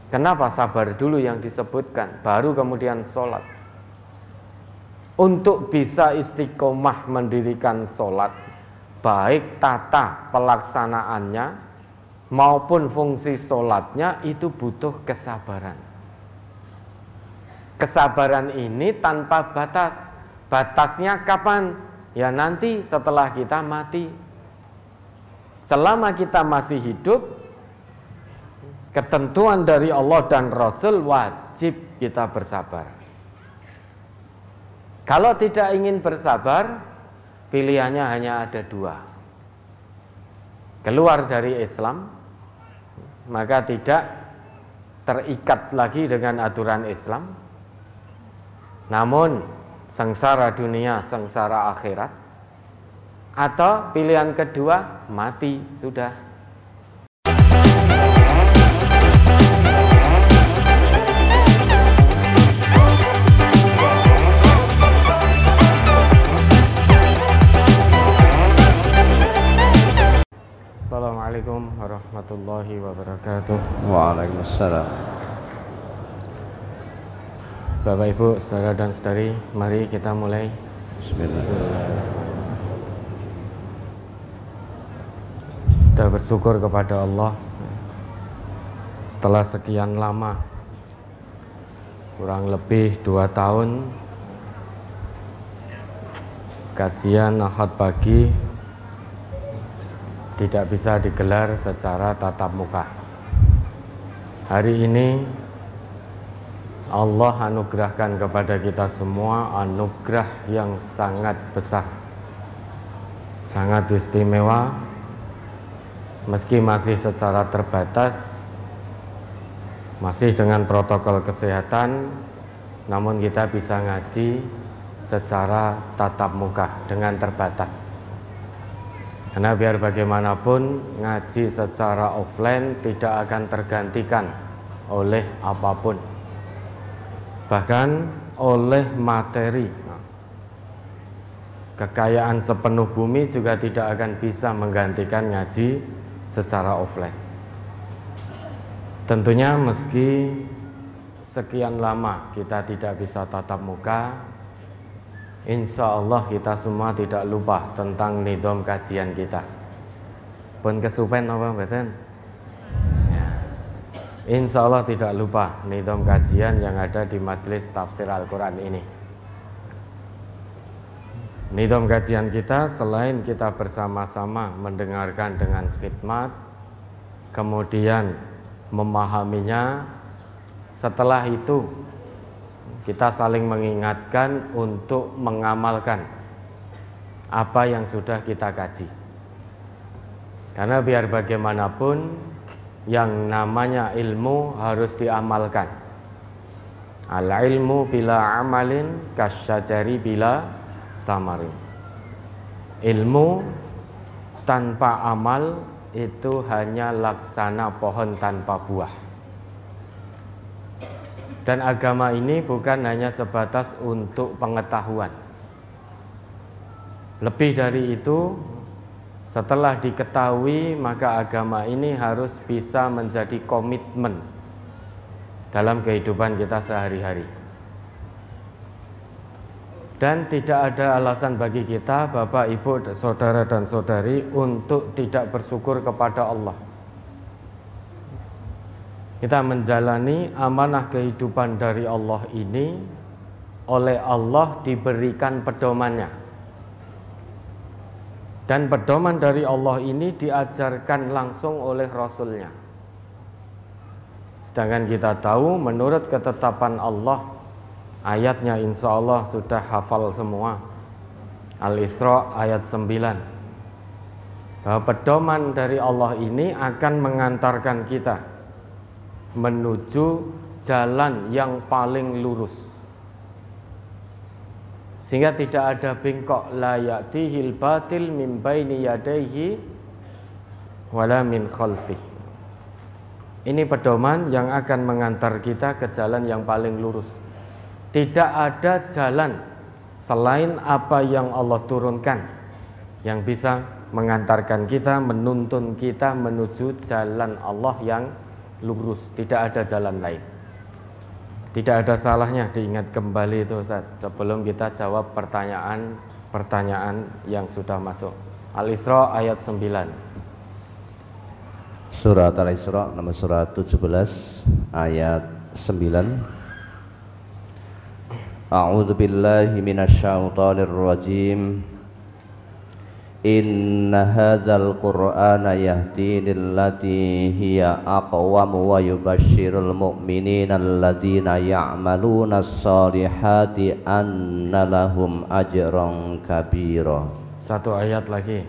Kenapa sabar dulu yang disebutkan, baru kemudian sholat? Untuk bisa istiqomah mendirikan sholat, baik tata pelaksanaannya maupun fungsi sholatnya, itu butuh kesabaran. Kesabaran ini tanpa batas. Batasnya kapan? Ya nanti setelah kita mati. Selama kita masih hidup, ketentuan dari Allah dan Rasul wajib kita bersabar. Kalau tidak ingin bersabar, pilihannya hanya ada dua: keluar dari Islam, maka tidak terikat lagi dengan aturan Islam, namun sengsara dunia, sengsara akhirat. Atau pilihan kedua, mati sudah. Assalamualaikum warahmatullahi wabarakatuh. Waalaikumsalam. Bapak Ibu, saudara dan saudari, mari kita mulai. Bismillahirrahmanirrahim. Kita bersyukur kepada Allah setelah sekian lama, kurang lebih 2 tahun, kajian Ahad pagi tidak bisa digelar secara tatap muka. Hari ini Allah anugerahkan kepada kita semua anugerah yang sangat besar, sangat istimewa. Meski masih secara terbatas, masih dengan protokol kesehatan, namun kita bisa ngaji secara tatap muka dengan terbatas. Karena biar bagaimanapun, ngaji secara offline tidak akan tergantikan oleh apapun, bahkan oleh materi. Kekayaan sepenuh bumi juga tidak akan bisa menggantikan ngaji secara offline. Tentunya meski sekian lama kita tidak bisa tatap muka, insya Allah kita semua tidak lupa tentang nidom kajian kita. Pun kesupen apa mboten? Insya Allah tidak lupa nidom kajian yang ada di majelis tafsir Al-Quran ini. Nidom kajian kita, selain kita bersama-sama mendengarkan dengan khidmat, kemudian memahaminya, setelah itu kita saling mengingatkan untuk mengamalkan apa yang sudah kita kaji. Karena biar bagaimanapun, yang namanya ilmu harus diamalkan. Al-ilmu bila amalin kasyajari bila samarin. Ilmu tanpa amal itu hanya laksana pohon tanpa buah. Dan agama ini bukan hanya sebatas untuk pengetahuan. Lebih dari itu, setelah diketahui, maka agama ini harus bisa menjadi komitmen dalam kehidupan kita sehari-hari. Dan tidak ada alasan bagi kita, Bapak, Ibu, saudara dan saudari, untuk tidak bersyukur kepada Allah. Kita menjalani amanah kehidupan dari Allah ini, oleh Allah diberikan pedomannya. Dan pedoman dari Allah ini diajarkan langsung oleh Rasulnya. Sedangkan kita tahu menurut ketetapan Allah, ayatnya insya Allah sudah hafal semua. Al-Isra ayat 9. Bahwa pedoman dari Allah ini akan mengantarkan kita menuju jalan yang paling lurus, sehingga tidak ada bengkok. La ya'tihil batil min baini yadayhi wala min khalfih. Ini pedoman yang akan mengantar kita ke jalan yang paling lurus. Tidak ada jalan selain apa yang Allah turunkan yang bisa mengantarkan kita, menuntun kita menuju jalan Allah yang lurus, tidak ada jalan lain. Tidak ada salahnya diingat kembali itu Ustaz, sebelum kita jawab pertanyaan yang sudah masuk. Al-Isra ayat 9. Surat Al-Isra nomor surat 17 ayat 9. A'udzu billahi minasyaitonir rajim. Inna hadzal qur'ana yahdi lillati hiya aqwam wa yubashshirul mu'minina alladzina ya'maluna as-solihati anna lahum ajran kabira. Satu ayat lagi.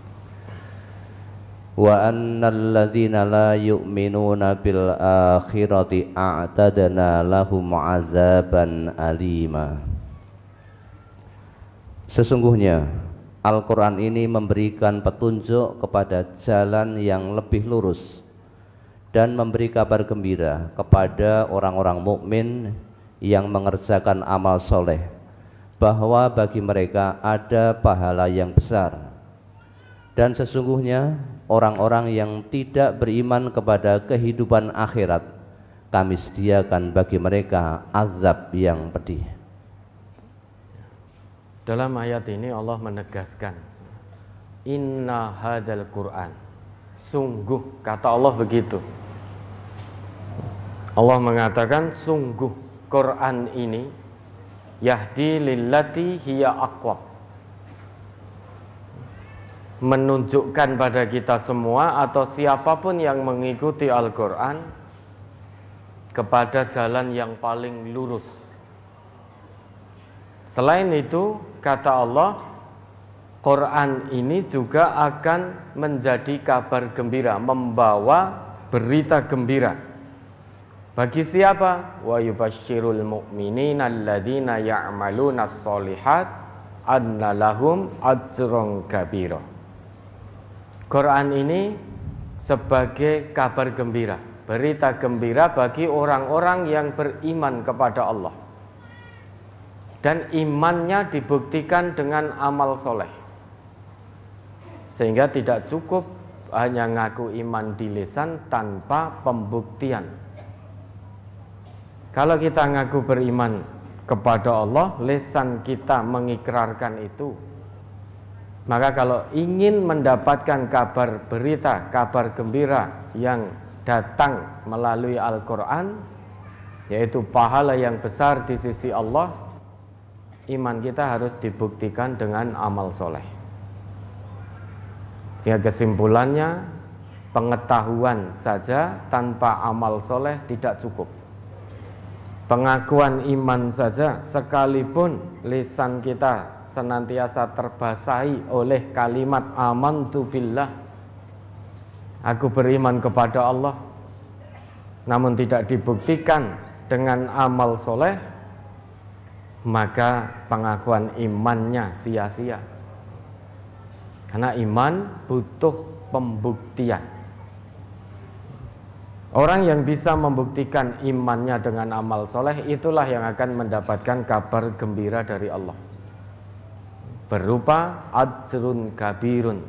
Wa annal ladzina la yu'minuna bil akhirati a'tadna lahum 'adzaban alima. Sesungguhnya Al-Quran ini memberikan petunjuk kepada jalan yang lebih lurus dan memberi kabar gembira kepada orang-orang mukmin yang mengerjakan amal soleh, bahwa bagi mereka ada pahala yang besar. Dan sesungguhnya orang-orang yang tidak beriman kepada kehidupan akhirat, kami sediakan bagi mereka azab yang pedih. Dalam ayat ini Allah menegaskan, inna hadzal Qur'an, sungguh, kata Allah begitu. Allah mengatakan sungguh Quran ini yahdi lillati hiya aqwam, menunjukkan pada kita semua atau siapapun yang mengikuti Al-Quran kepada jalan yang paling lurus. Selain itu, kata Allah, Quran ini juga akan menjadi kabar gembira, membawa berita gembira. Bagi siapa? Wa yubasyirul mu'minina alladzina ya'maluna as-solihat anna lahum ajran kabira. Quran ini sebagai kabar gembira, berita gembira bagi orang-orang yang beriman kepada Allah. Dan imannya dibuktikan dengan amal soleh, sehingga tidak cukup hanya ngaku iman di lisan tanpa pembuktian. Kalau kita ngaku beriman kepada Allah, lisan kita mengikrarkan itu, maka kalau ingin mendapatkan kabar berita, kabar gembira yang datang melalui Al-Quran, yaitu pahala yang besar di sisi Allah, iman kita harus dibuktikan dengan amal soleh. Sehingga kesimpulannya, pengetahuan saja tanpa amal soleh tidak cukup. Pengakuan iman saja, sekalipun lisan kita senantiasa terbasahi oleh kalimat amantu billah, aku beriman kepada Allah, namun tidak dibuktikan dengan amal soleh, maka pengakuan imannya sia-sia. Karena iman butuh pembuktian. Orang yang bisa membuktikan imannya dengan amal soleh, itulah yang akan mendapatkan kabar gembira dari Allah, berupa ajrun kabirun,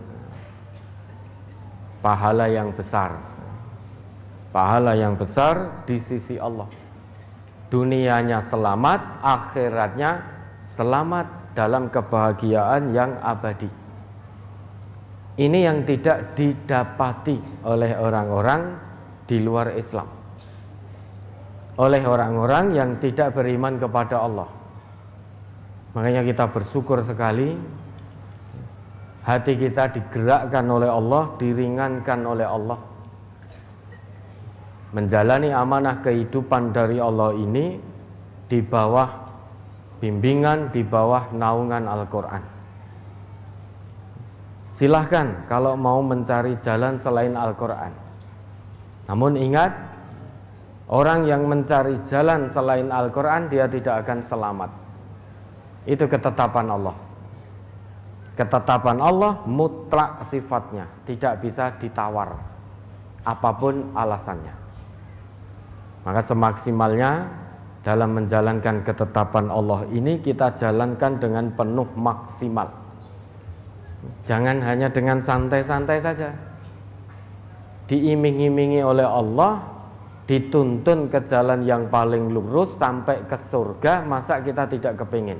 pahala yang besar. Pahala yang besar di sisi Allah. Dunianya selamat, akhiratnya selamat dalam kebahagiaan yang abadi. Ini yang tidak didapati oleh orang-orang di luar Islam, oleh orang-orang yang tidak beriman kepada Allah. Makanya kita bersyukur sekali, hati kita digerakkan oleh Allah, diringankan oleh Allah, menjalani amanah kehidupan dari Allah ini di bawah bimbingan, di bawah naungan Al-Quran. Silahkan kalau mau mencari jalan selain Al-Quran. Namun ingat, orang yang mencari jalan selain Al-Quran, dia tidak akan selamat. Itu ketetapan Allah. Ketetapan Allah mutlak sifatnya, tidak bisa ditawar apapun alasannya. Maka semaksimalnya dalam menjalankan ketetapan Allah ini, kita jalankan dengan penuh maksimal. Jangan hanya dengan santai-santai saja. Diiming-imingi oleh Allah dituntun ke jalan yang paling lurus sampai ke surga, masa kita tidak kepingin?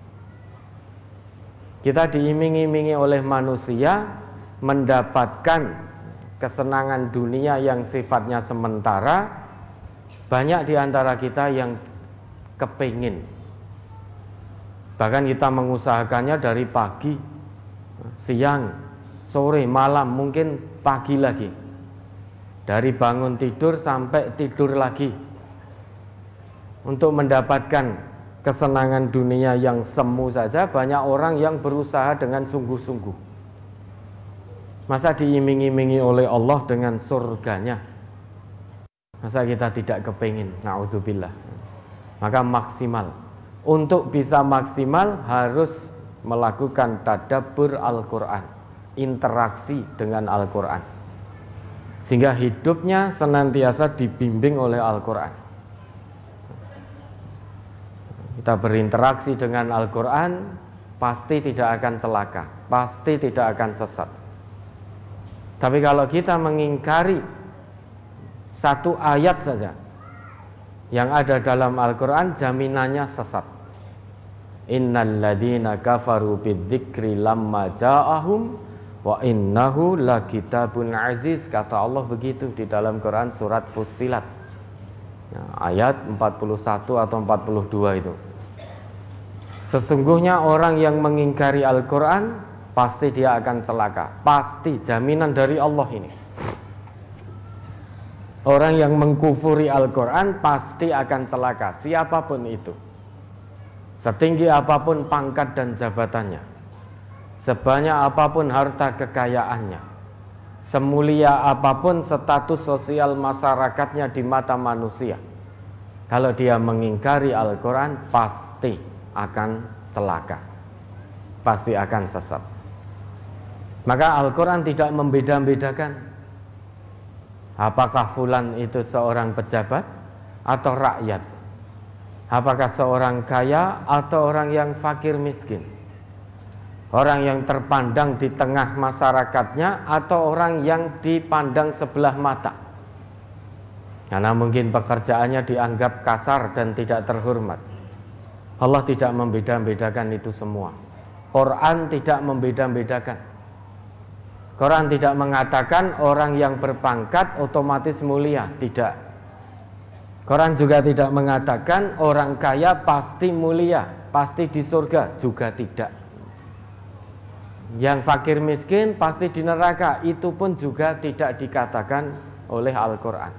Kita diiming-imingi oleh manusia mendapatkan kesenangan dunia yang sifatnya sementara. Banyak di antara kita yang kepingin, bahkan kita mengusahakannya dari pagi, siang, sore, malam, mungkin pagi lagi, dari bangun tidur sampai tidur lagi, untuk mendapatkan kesenangan dunia yang semu saja. Banyak orang yang berusaha dengan sungguh-sungguh. Masa diiming-imingi oleh Allah dengan surganya, masa kita tidak kepingin? Na'udzubillah. Maka maksimal. Untuk bisa maksimal harus melakukan tadabbur Al-Quran, interaksi dengan Al-Quran, sehingga hidupnya senantiasa dibimbing oleh Al-Quran. Kita berinteraksi dengan Al-Quran, pasti tidak akan celaka, pasti tidak akan sesat. Tapi kalau kita mengingkari satu ayat saja yang ada dalam Al-Quran, jaminannya sesat. Innal ladzina kafaru bidzikri lamma ja'ahum wa innahu lakitabun aziz. Kata Allah begitu di dalam Quran surat Fussilat, ayat 41 atau 42 itu. Sesungguhnya orang yang mengingkari Al-Quran pasti dia akan celaka. Pasti, jaminan dari Allah ini. Orang yang mengkufuri Al-Quran pasti akan celaka, siapapun itu, setinggi apapun pangkat dan jabatannya, sebanyak apapun harta kekayaannya, semulia apapun status sosial masyarakatnya di mata manusia. Kalau dia mengingkari Al-Quran, pasti akan celaka, pasti akan sesat. Maka Al-Quran tidak membeda-bedakan apakah fulan itu seorang pejabat atau rakyat, apakah seorang kaya atau orang yang fakir miskin, orang yang terpandang di tengah masyarakatnya atau orang yang dipandang sebelah mata, karena mungkin pekerjaannya dianggap kasar dan tidak terhormat. Allah tidak membeda-bedakan itu semua. Quran tidak membeda-bedakan. Quran tidak mengatakan orang yang berpangkat otomatis mulia, tidak. Quran juga tidak mengatakan orang kaya pasti mulia, pasti di surga, juga tidak. Yang fakir miskin pasti di neraka, itu pun juga tidak dikatakan oleh Al-Quran.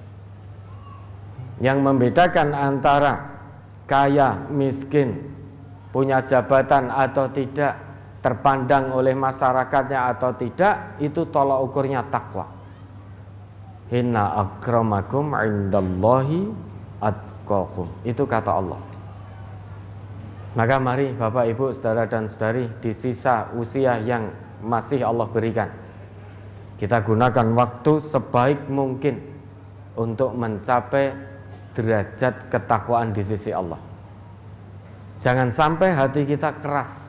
Yang membedakan antara kaya, miskin, punya jabatan atau tidak, terpandang oleh masyarakatnya atau tidak, itu tolak ukurnya takwa. Inna akramakum indallahi atqakum, itu kata Allah. Maka mari Bapak Ibu, saudara dan saudari, di sisa usia yang masih Allah berikan, kita gunakan waktu sebaik mungkin untuk mencapai derajat ketakwaan di sisi Allah. Jangan sampai hati kita keras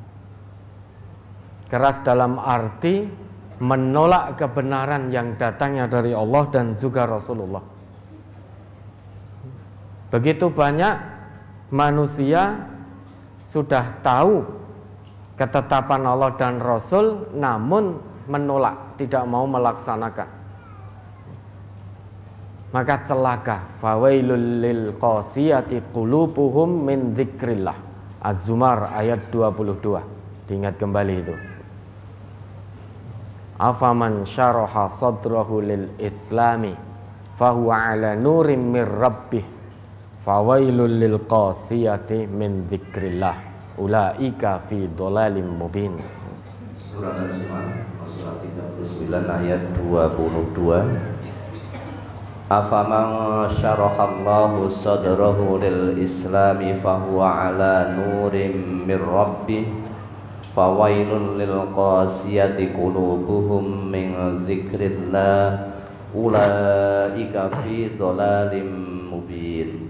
dalam arti menolak kebenaran yang datangnya dari Allah dan juga Rasulullah. Begitu banyak manusia sudah tahu ketetapan Allah dan Rasul, namun menolak, tidak mau melaksanakan. Maka celaka. Fawailul lil qasiyati qulubuhum min dzikrillah. Az-Zumar ayat 22. Diingat kembali itu. Afaman syaraha sadrahu lil islami fahuwa ala nurim mir rabbih fawailul lil qasiyati min dzikrillah ulaika fi dhalalim mubin. Surah Az-Zumar surat 39 ayat 22. Afaman syarahallahu sadrahu lil islami fahuwa ala nurim mir rabbih fawailun lil qasiyati qulubuhum min dzikrillah ulaika fi dhalalim mubin.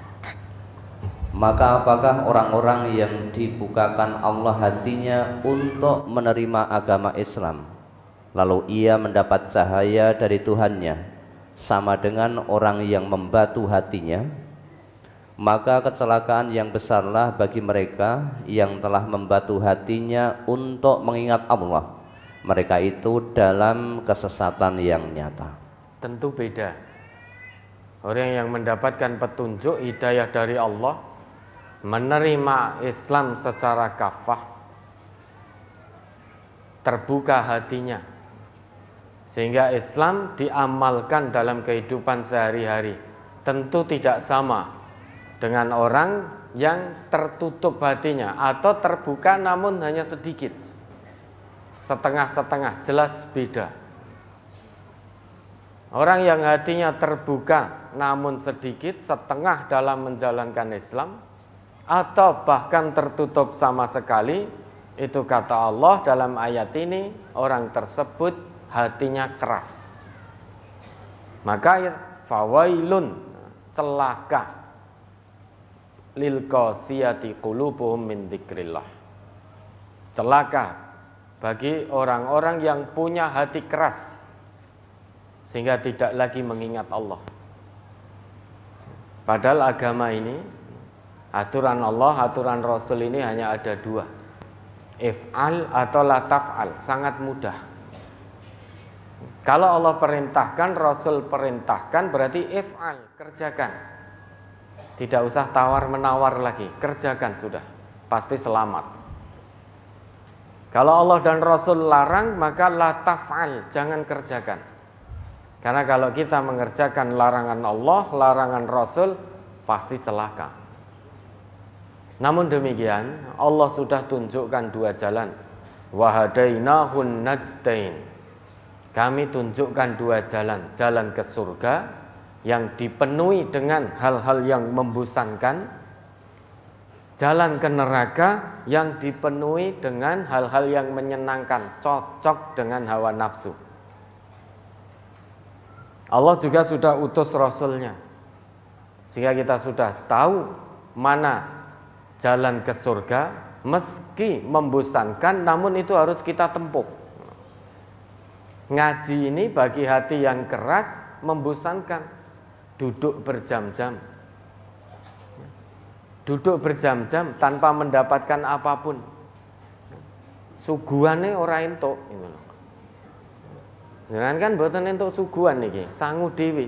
Maka apakah orang-orang yang dibukakan Allah hatinya untuk menerima agama Islam, lalu ia mendapat cahaya dari Tuhannya, sama dengan orang yang membatu hatinya, maka kecelakaan yang besarlah bagi mereka yang telah membatu hatinya untuk mengingat Allah. Mereka itu dalam kesesatan yang nyata. Tentu beda. Orang yang mendapatkan petunjuk hidayah dari Allah, menerima Islam secara kafah, terbuka hatinya, sehingga Islam diamalkan dalam kehidupan sehari-hari, tentu tidak sama dengan orang yang tertutup hatinya atau terbuka namun hanya sedikit, setengah-setengah, jelas beda. Orang yang hatinya terbuka namun sedikit, setengah dalam menjalankan Islam, atau bahkan tertutup sama sekali, itu kata Allah dalam ayat ini, orang tersebut hatinya keras. Maka fawailun, celaka, lil qasiyati qulubuhum min dzikrillah. Celaka bagi orang-orang yang punya hati keras sehingga tidak lagi mengingat Allah. Padahal agama ini, aturan Allah, aturan Rasul ini hanya ada dua, if'al atau la taf'al, sangat mudah. Kalau Allah perintahkan, Rasul perintahkan, berarti if'al, kerjakan. Tidak usah tawar-menawar lagi, kerjakan sudah, pasti selamat. Kalau Allah dan Rasul larang, maka la taf'al, jangan kerjakan. Karena kalau kita mengerjakan larangan Allah, larangan Rasul, pasti celaka. Namun demikian, Allah sudah tunjukkan dua jalan. Wahadainahun najdain. Kami tunjukkan dua jalan. Jalan ke surga yang dipenuhi dengan hal-hal yang membosankan. Jalan ke neraka yang dipenuhi dengan hal-hal yang menyenangkan, cocok dengan hawa nafsu. Allah juga sudah utus Rasulnya, sehingga kita sudah tahu mana jalan ke surga, meski membosankan, namun itu harus kita tempuh. Ngaji ini bagi hati yang keras membosankan, duduk berjam-jam, tanpa mendapatkan apapun, suguhane ora entuk. Jangan kan mboten entuk suguhan niki, sangu dewi.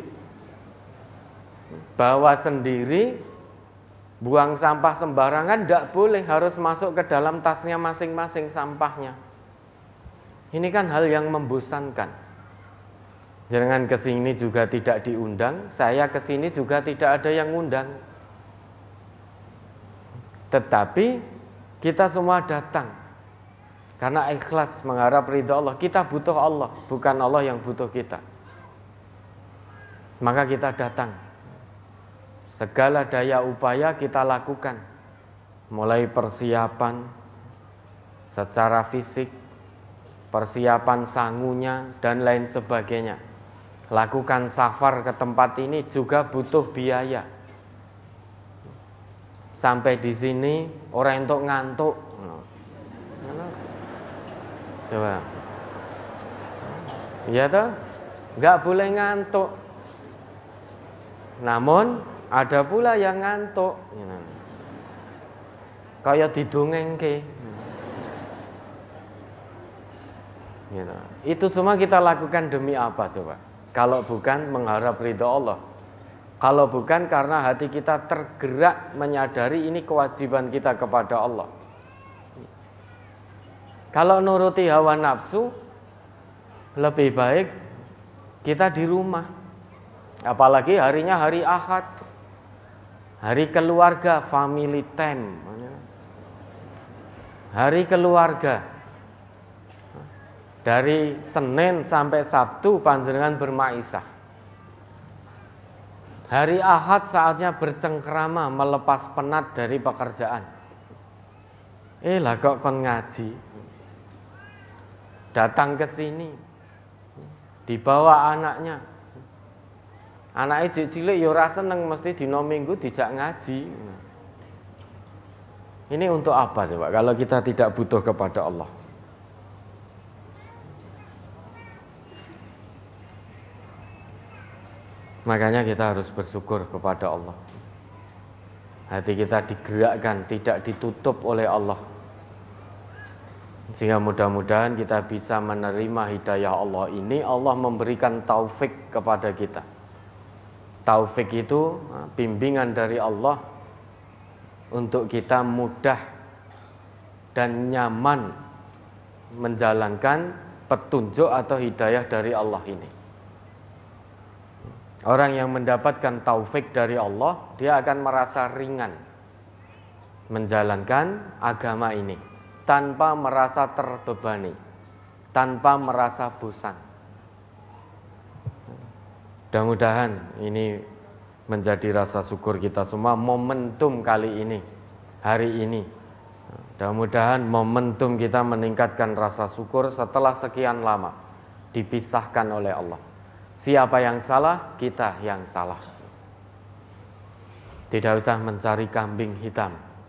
Bawa sendiri, buang sampah sembarangan tidak boleh, harus masuk ke dalam tasnya masing-masing sampahnya. Ini kan hal yang membosankan. Jangan kesini juga tidak diundang, saya kesini juga tidak ada yang undang. Tetapi kita semua datang karena ikhlas mengharap ridha Allah. Kita butuh Allah, bukan Allah yang butuh kita. Maka kita datang. Segala daya upaya kita lakukan. Mulai persiapan secara fisik, persiapan sangunya, dan lain sebagainya. Lakukan safar ke tempat ini juga butuh biaya. Sampai di sini orang entuk ngantuk. Coba. Iya toh? Enggak boleh ngantuk. Namun ada pula yang ngantuk. Kayak didongengke. Itu semua kita lakukan demi apa coba? Kalau bukan mengharap ridha Allah. Kalau bukan karena hati kita tergerak menyadari ini kewajiban kita kepada Allah. Kalau nuruti hawa nafsu, lebih baik kita di rumah. Apalagi harinya hari Ahad, hari keluarga, family time, hari keluarga. Dari Senin sampai Sabtu panjenengan bermaisah. Hari Ahad saatnya bercengkrama, melepas penat dari pekerjaan. Lah kok kon ngaji? Datang ke sini, dibawa anaknya. Anaknya cilik ya ora seneng, mesti dina Minggu dijak ngaji. Ini untuk apa coba kalau kita tidak butuh kepada Allah? Makanya kita harus bersyukur kepada Allah. Hati kita digerakkan, tidak ditutup oleh Allah. Sehingga mudah-mudahan kita bisa menerima hidayah Allah ini. Allah memberikan taufik kepada kita. Taufik itu bimbingan dari Allah untuk kita mudah dan nyaman menjalankan petunjuk atau hidayah dari Allah ini. Orang yang mendapatkan taufik dari Allah, dia akan merasa ringan menjalankan agama ini tanpa merasa terbebani, tanpa merasa bosan. Mudah-mudahan ini menjadi rasa syukur kita semua. Momentum kali ini, hari ini, mudah-mudahan momentum kita meningkatkan rasa syukur setelah sekian lama dipisahkan oleh Allah. Siapa yang salah? Kita yang salah. Tidak usah mencari kambing hitam.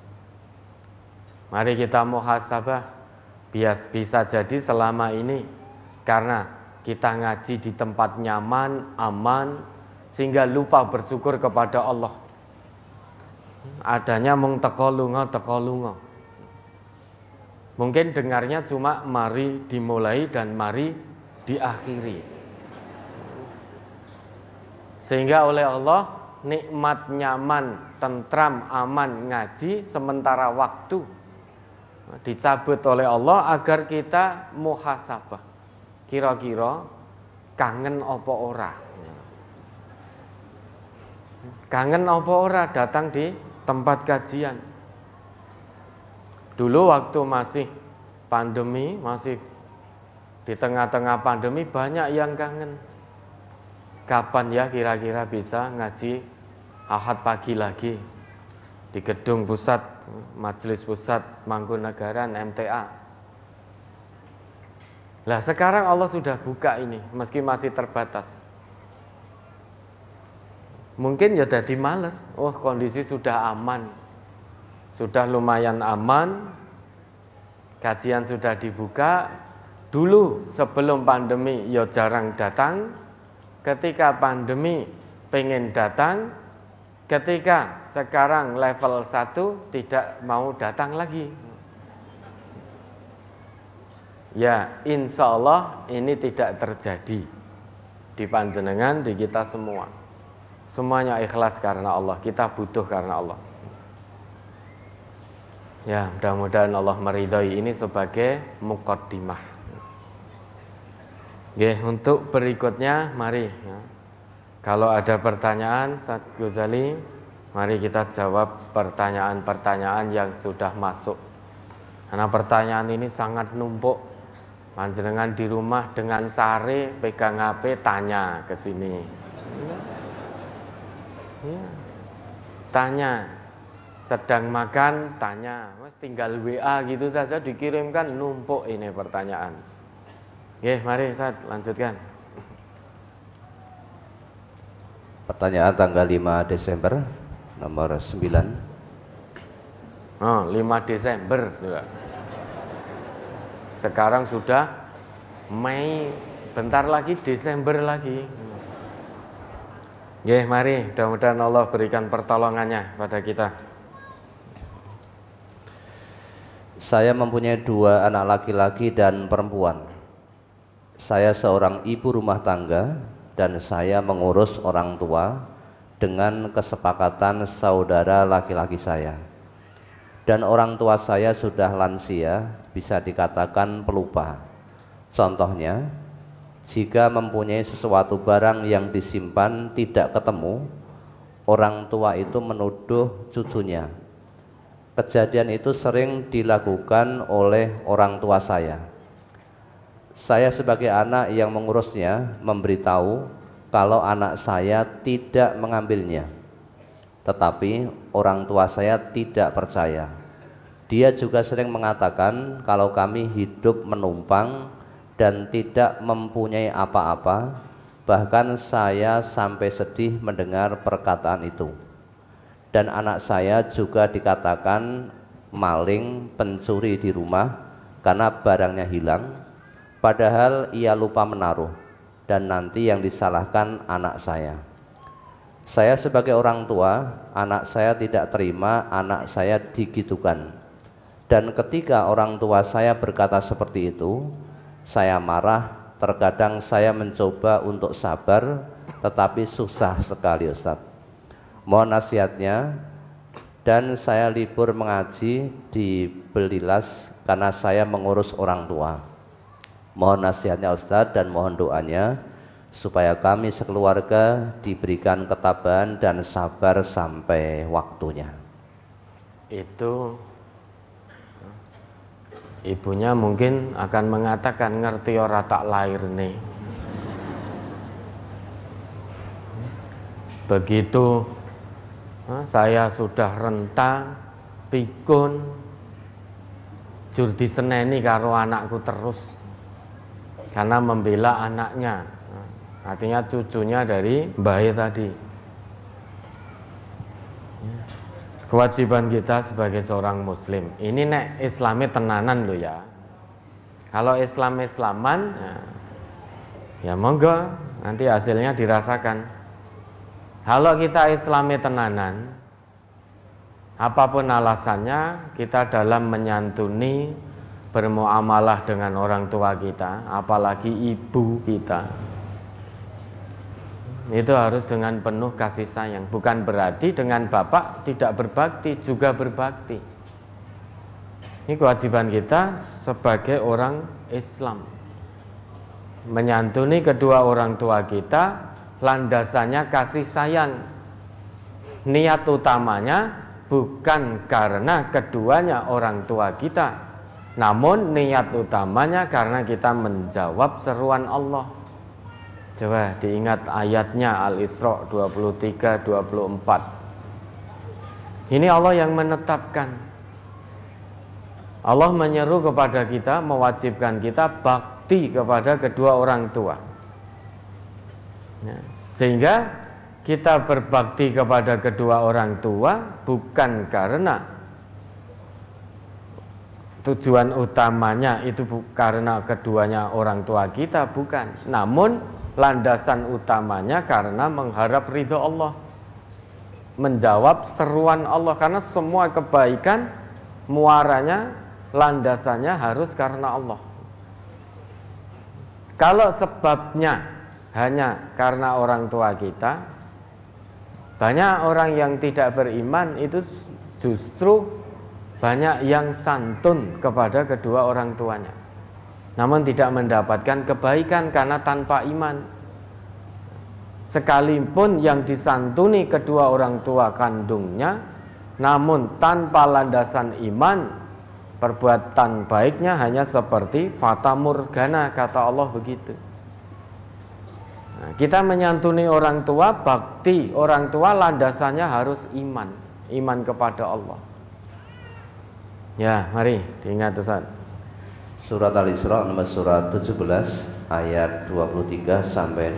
Mari kita muhasabah. Bisa jadi selama ini karena kita ngaji di tempat nyaman, aman, sehingga lupa bersyukur kepada Allah. Adanya mung teko lunga. Mungkin dengarnya cuma mari dimulai dan mari diakhiri. Sehingga oleh Allah nikmat, nyaman, tentram, aman ngaji sementara waktu dicabut oleh Allah agar kita muhasabah. Kira-kira kangen apa ora? Kangen apa ora datang di tempat kajian? Dulu waktu masih pandemi, masih di tengah-tengah pandemi, banyak yang kangen. Kapan ya kira-kira bisa ngaji Ahad pagi lagi di gedung pusat, Majelis Pusat Mangkunegaran MTA. Lah sekarang Allah sudah buka ini, meski masih terbatas. Mungkin ya jadi males. Oh, kondisi sudah aman, sudah lumayan aman, kajian sudah dibuka. Dulu sebelum pandemi ya jarang datang. Ketika pandemi pengen datang, ketika sekarang level 1 tidak mau datang lagi. Ya, insya Allah ini tidak terjadi di panjenengan, di kita semua. Semuanya ikhlas karena Allah, kita butuh karena Allah. Ya, mudah-mudahan Allah meridhai ini sebagai muqaddimah. Oke, untuk berikutnya mari ya. Kalau ada pertanyaan Ustaz Ghazali, mari kita jawab pertanyaan-pertanyaan yang sudah masuk. Karena pertanyaan ini sangat numpuk. Panjenengan di rumah dengan sare pegang HP tanya ke sini. Ya. Tanya. Sedang makan tanya. Mas tinggal WA gitu saja dikirimkan, numpuk ini pertanyaan. Oke, mari Ustaz lanjutkan. Pertanyaan tanggal 5 Desember nomor 9. Oh, 5 Desember juga. Sekarang sudah Mei, bentar lagi Desember lagi. Oke, mari mudah-mudahan Allah berikan pertolongannya pada kita. Saya mempunyai 2 anak laki-laki dan perempuan. Saya seorang ibu rumah tangga dan saya mengurus orang tua dengan kesepakatan saudara laki-laki saya. Dan orang tua saya sudah lansia, bisa dikatakan pelupa. Contohnya, jika mempunyai sesuatu barang yang disimpan tidak ketemu, orang tua itu menuduh cucunya. Kejadian itu sering dilakukan oleh orang tua saya. Saya sebagai anak yang mengurusnya memberitahu kalau anak saya tidak mengambilnya. Tetapi orang tua saya tidak percaya. Dia juga sering mengatakan kalau kami hidup menumpang dan tidak mempunyai apa-apa. Bahkan saya sampai sedih mendengar perkataan itu. Dan anak saya juga dikatakan maling, pencuri di rumah karena barangnya hilang. Padahal ia lupa menaruh dan nanti yang disalahkan anak saya. Saya sebagai orang tua, anak saya tidak terima anak saya digitukan. Dan ketika orang tua saya berkata seperti itu, saya marah. Terkadang saya mencoba untuk sabar, tetapi susah sekali Ustaz. Mohon nasihatnya. Dan saya libur mengaji di Belilas karena saya mengurus orang tua. Mohon nasihatnya Ustaz dan mohon doanya supaya kami sekeluarga diberikan ketabahan dan sabar sampai waktunya. Itu ibunya mungkin akan mengatakan, ngerti ora tak lair nih. Begitu saya sudah renta, pikun, jur diseneni karo anakku terus karena membela anaknya, artinya cucunya dari Mbah tadi. Kewajiban kita sebagai seorang muslim, ini nek Islami tenanan loh ya. Kalau Islam-Islaman ya monggo nanti hasilnya dirasakan. Kalau kita Islami tenanan, apapun alasannya, kita dalam menyantuni, bermuamalah dengan orang tua kita, apalagi ibu kita, itu harus dengan penuh kasih sayang. Bukan berarti dengan bapak tidak berbakti, juga berbakti. Ini kewajiban kita sebagai orang Islam, menyantuni kedua orang tua kita. Landasannya kasih sayang. Niat utamanya bukan karena keduanya orang tua kita, namun niat utamanya karena kita menjawab seruan Allah. Coba diingat ayatnya Al-Isra 23-24. Ini Allah yang menetapkan. Allah menyeru kepada kita, mewajibkan kita bakti kepada kedua orang tua. Sehingga kita berbakti kepada kedua orang tua bukan karena tujuan utamanya itu karena keduanya orang tua kita, bukan. Namun landasan utamanya karena mengharap ridho Allah, menjawab seruan Allah. Karena semua kebaikan muaranya, landasannya harus karena Allah. Kalau sebabnya hanya karena orang tua kita, banyak orang yang tidak beriman itu justru banyak yang santun kepada kedua orang tuanya, namun tidak mendapatkan kebaikan karena tanpa iman. Sekalipun yang disantuni kedua orang tua kandungnya, namun tanpa landasan iman, perbuatan baiknya hanya seperti fata morgana, kata Allah begitu. Kita menyantuni orang tua, bakti orang tua landasannya harus iman, iman kepada Allah. Ya, mari diingat Ustaz. Surat Al-Isra nomor surat 17 ayat 23 sampai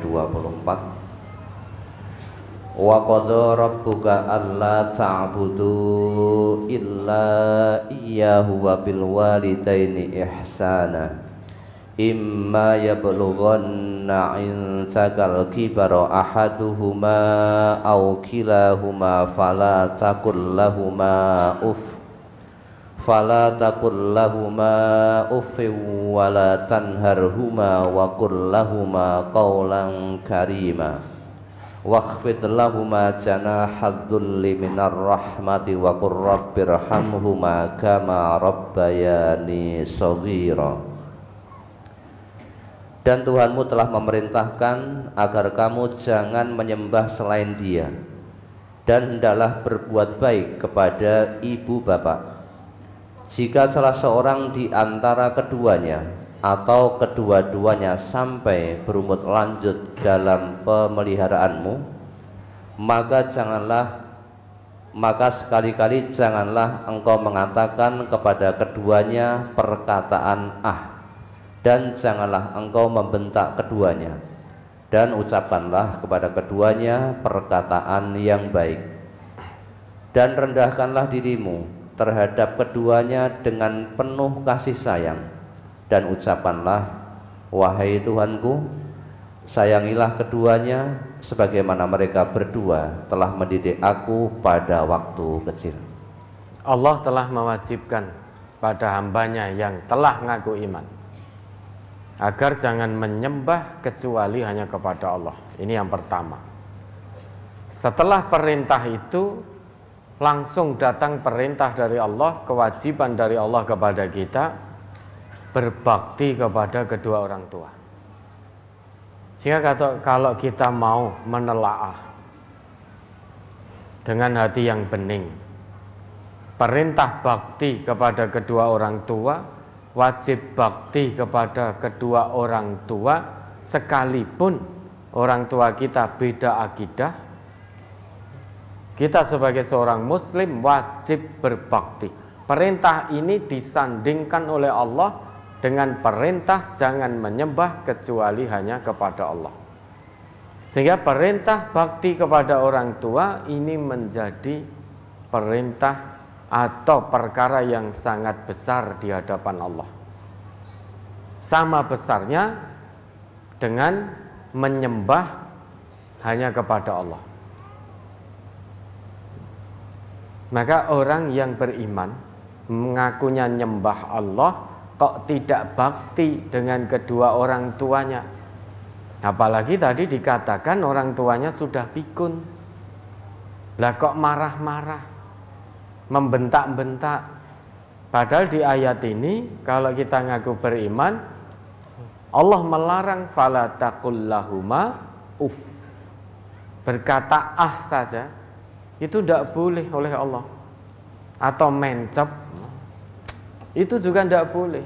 24. Wa qadha rabbuka alla ta'budu illa iyyahu wa bil walidaini ihsana. Imma yablughanna 'indakal kibara ahaduhuma aw kilahuma fala taqul lahumā uffin wa la tanharhuma wa qul lahumā qawlan karīmā wakhfid lahumā janāhadh-dhulli minar rahmati wa qur rabbirhamhumā kamā rabbayānī shaghīrā. Dan Tuhanmu telah memerintahkan agar kamu jangan menyembah selain Dia, dan hendaklah berbuat baik kepada ibu bapak. Jika salah seorang di antara keduanya atau kedua-duanya sampai berumur lanjut dalam pemeliharaanmu, maka sekali-kali janganlah engkau mengatakan kepada keduanya perkataan dan janganlah engkau membentak keduanya, dan ucapkanlah kepada keduanya perkataan yang baik. Dan rendahkanlah dirimu terhadap keduanya dengan penuh kasih sayang, dan ucapkanlah, wahai Tuhanku, sayangilah keduanya sebagaimana mereka berdua telah mendidik aku pada waktu kecil. Allah telah mewajibkan pada hambanya yang telah ngaku iman agar jangan menyembah kecuali hanya kepada Allah. Ini yang pertama. Setelah perintah itu langsung datang perintah dari Allah, kewajiban dari Allah kepada kita berbakti kepada kedua orang tua. Sehingga kalau kita mau menelaah dengan hati yang bening, perintah bakti kepada kedua orang tua, wajib bakti kepada kedua orang tua, sekalipun orang tua kita beda akidah, kita sebagai seorang muslim wajib berbakti. Perintah ini disandingkan oleh Allah dengan perintah jangan menyembah kecuali hanya kepada Allah. Sehingga perintah bakti kepada orang tua ini menjadi perintah atau perkara yang sangat besar di hadapan Allah. Sama besarnya dengan menyembah hanya kepada Allah. Maka orang yang beriman mengakunya nyembah Allah kok tidak bakti dengan kedua orang tuanya. Apalagi tadi dikatakan orang tuanya sudah pikun. Lah kok marah-marah, membentak-bentak. Padahal di ayat ini kalau kita ngaku beriman, Allah melarang fala taqul lahuma uff. Berkata saja itu tidak boleh oleh Allah. Atau mencap itu juga tidak boleh.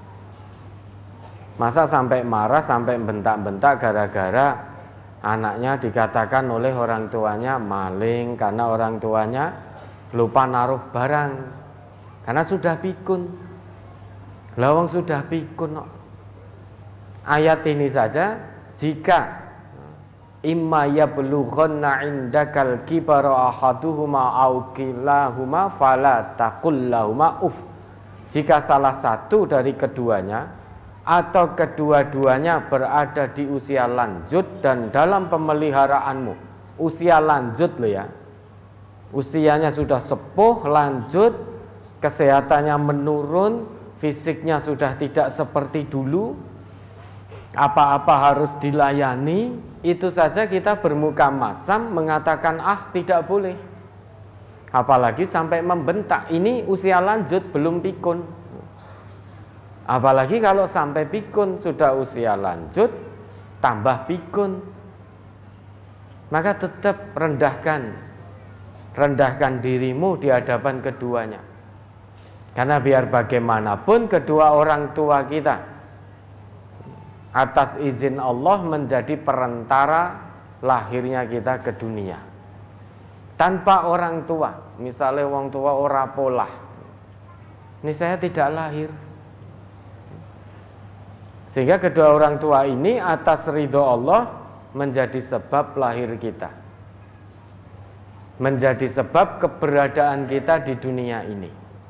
Masa sampai marah, sampai bentak-bentak gara-gara anaknya dikatakan oleh orang tuanya maling karena orang tuanya lupa naruh barang, karena sudah pikun. Lawang sudah pikun. Ayat ini saja, jika imma yablughanna indakal kibara ahaduhuma aw kilahuma fala taqul lahuma uff. Jika salah satu dari keduanya atau kedua-duanya berada di usia lanjut dan dalam pemeliharaanmu, usia lanjut loh ya, usianya sudah sepuh, lanjut, kesehatannya menurun, fisiknya sudah tidak seperti dulu, apa-apa harus dilayani, itu saja kita bermuka masam mengatakan tidak boleh. Apalagi sampai membentak, ini usia lanjut belum pikun. Apalagi kalau sampai pikun, sudah usia lanjut tambah pikun. Maka tetap rendahkan dirimu di hadapan keduanya. Karena biar bagaimanapun kedua orang tua kita atas izin Allah menjadi perantara lahirnya kita ke dunia. Tanpa orang tua, misalnya orang tua ora polah, ini saya tidak lahir. Sehingga kedua orang tua ini atas ridho Allah menjadi sebab lahir kita, menjadi sebab keberadaan kita di dunia ini.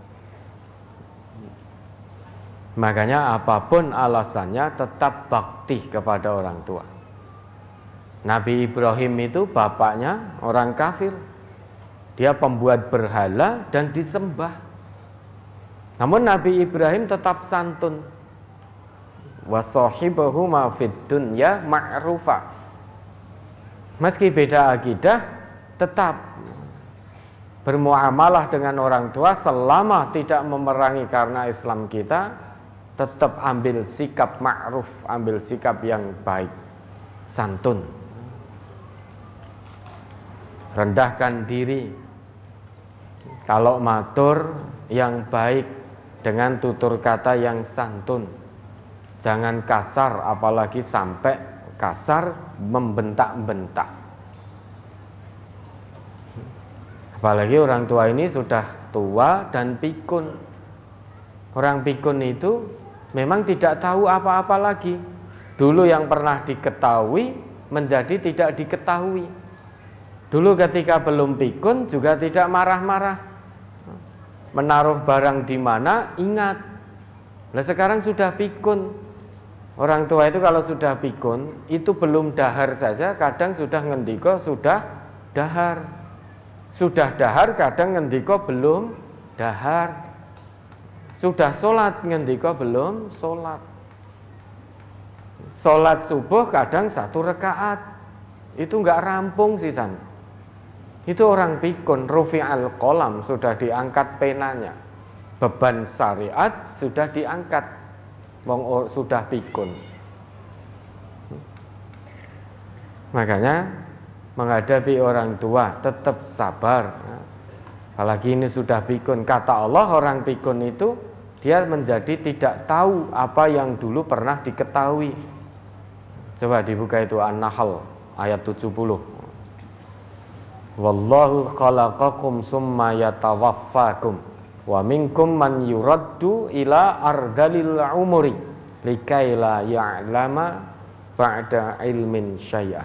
Makanya apapun alasannya tetap bakti kepada orang tua. Nabi Ibrahim itu bapaknya orang kafir. Dia pembuat berhala dan disembah. Namun Nabi Ibrahim tetap santun. Wa sahibahuma fid dunya ma'rufa. Meski beda akidah, tetap bermuamalah dengan orang tua selama tidak memerangi karena Islam kita, tetap ambil sikap ma'ruf, ambil sikap yang baik, santun. Rendahkan diri. Kalau matur yang baik dengan tutur kata yang santun. Jangan kasar, apalagi sampai kasar membentak-bentak. Apalagi orang tua ini sudah tua dan pikun. Orang pikun itu memang tidak tahu apa-apa lagi. Dulu yang pernah diketahui menjadi tidak diketahui. Dulu ketika belum pikun juga tidak marah-marah. Menaruh barang di mana ingat. Nah sekarang sudah pikun, Orang tua itu kalau sudah pikun, itu belum dahar saja, kadang sudah ngendiko sudah dahar. Sudah dahar kadang ngendiko belum dahar. Sudah sholat ngendiko belum sholat. Sholat subuh kadang 1 rakaat. Itu enggak rampung sisan. Itu orang pikun, rufi'al qalam, sudah diangkat penanya. Beban syariat sudah diangkat. Wong sudah pikun. Makanya menghadapi orang tua tetap sabar. Apalagi ini sudah pikun. Kata Allah, orang pikun itu dia menjadi tidak tahu apa yang dulu pernah diketahui. Coba dibuka itu An-Nahl ayat 70. Wallahu khalaqakum summa yatawaffakum wa minkum man yuraddu ila ardalil umuri likai la ya'lama ba'da ilmin syai'ah.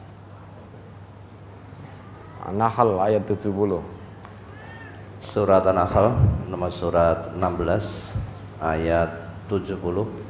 An-Nahl ayat 70. Surat An-Nahl nomor surat 16 ayat 70.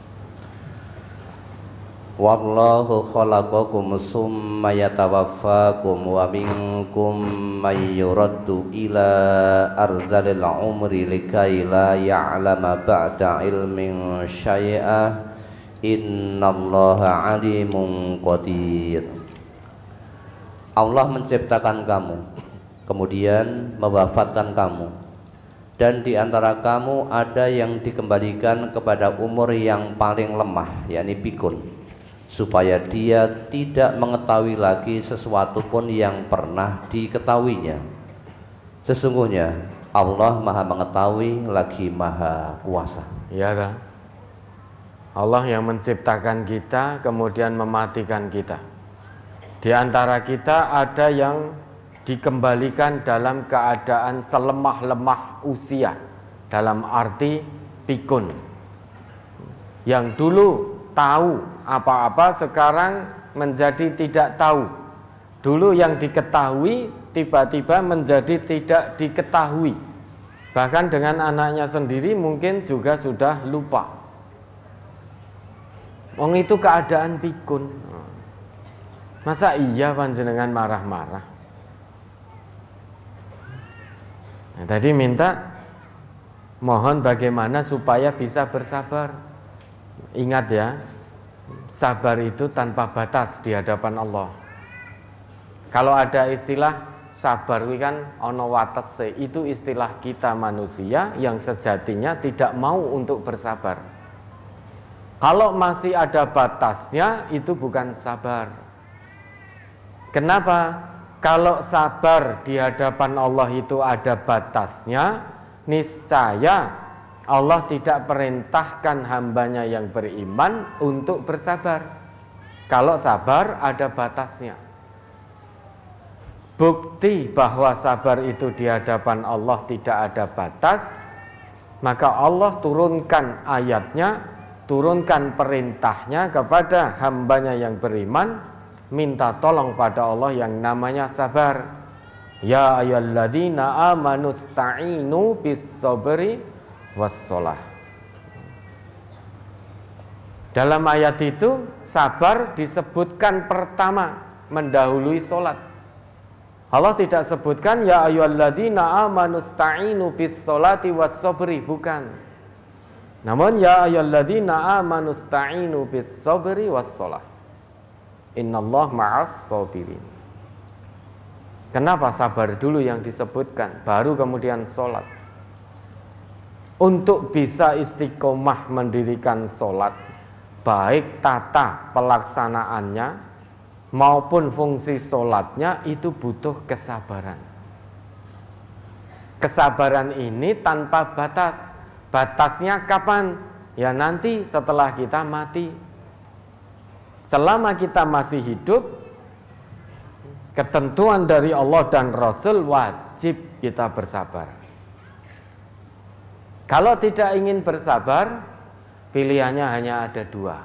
Wallahu khalaqakum summa yatawaffakum wa minkum may yuraddu ila arzalil umri likai la ya'lama ba'da ilmin syai'ah innallaha alimun qadir. Allah menciptakan kamu, kemudian mewafatkan kamu, dan di antara kamu ada yang dikembalikan kepada umur yang paling lemah, yakni pikun, supaya dia tidak mengetahui lagi sesuatu pun yang pernah diketahuinya. Sesungguhnya Allah Maha mengetahui lagi Maha kuasa. Ya kan? Allah yang menciptakan kita kemudian mematikan kita. Di antara kita ada yang dikembalikan dalam keadaan selemah-lemah usia, dalam arti pikun. Yang dulu tahu apa-apa sekarang menjadi tidak tahu. Dulu yang diketahui tiba-tiba menjadi tidak diketahui. Bahkan dengan anaknya sendiri mungkin juga sudah lupa. Wong itu keadaan pikun. Masa iya panjenengan marah-marah? Nah, tadi minta mohon bagaimana supaya bisa bersabar. Ingat ya, sabar itu tanpa batas di hadapan Allah. Kalau ada istilah sabar itu kan ono watese, itu istilah kita manusia yang sejatinya tidak mau untuk bersabar. Kalau masih ada batasnya itu bukan sabar. Kenapa? Kalau sabar di hadapan Allah itu ada batasnya, niscaya Allah tidak perintahkan hambanya yang beriman untuk bersabar. Kalau sabar ada batasnya. Bukti bahwa sabar itu di hadapan Allah tidak ada batas, maka Allah turunkan ayatnya, turunkan perintahnya kepada hambanya yang beriman, minta tolong pada Allah yang namanya sabar. Ya ayyuhalladzina amanu sta'inu bis sabri wassalah. Dalam ayat itu sabar disebutkan pertama mendahului solat. Allah tidak sebutkan ya ayyuhalladzina amanu sta'inu bis salati was sabri, bukan. Namun ya ayyuhalladzina amanu sta'inu bis sabri wassalah. Innallaha ma'as sabirin. Kenapa sabar dulu yang disebutkan, baru kemudian sholat? Untuk bisa istiqomah mendirikan sholat, baik tata pelaksanaannya maupun fungsi sholatnya itu butuh kesabaran. Kesabaran ini tanpa batas. Batasnya kapan? Ya nanti setelah kita mati. Selama kita masih hidup, ketentuan dari Allah dan Rasul wajib kita bersabar. Kalau tidak ingin bersabar, pilihannya hanya ada dua.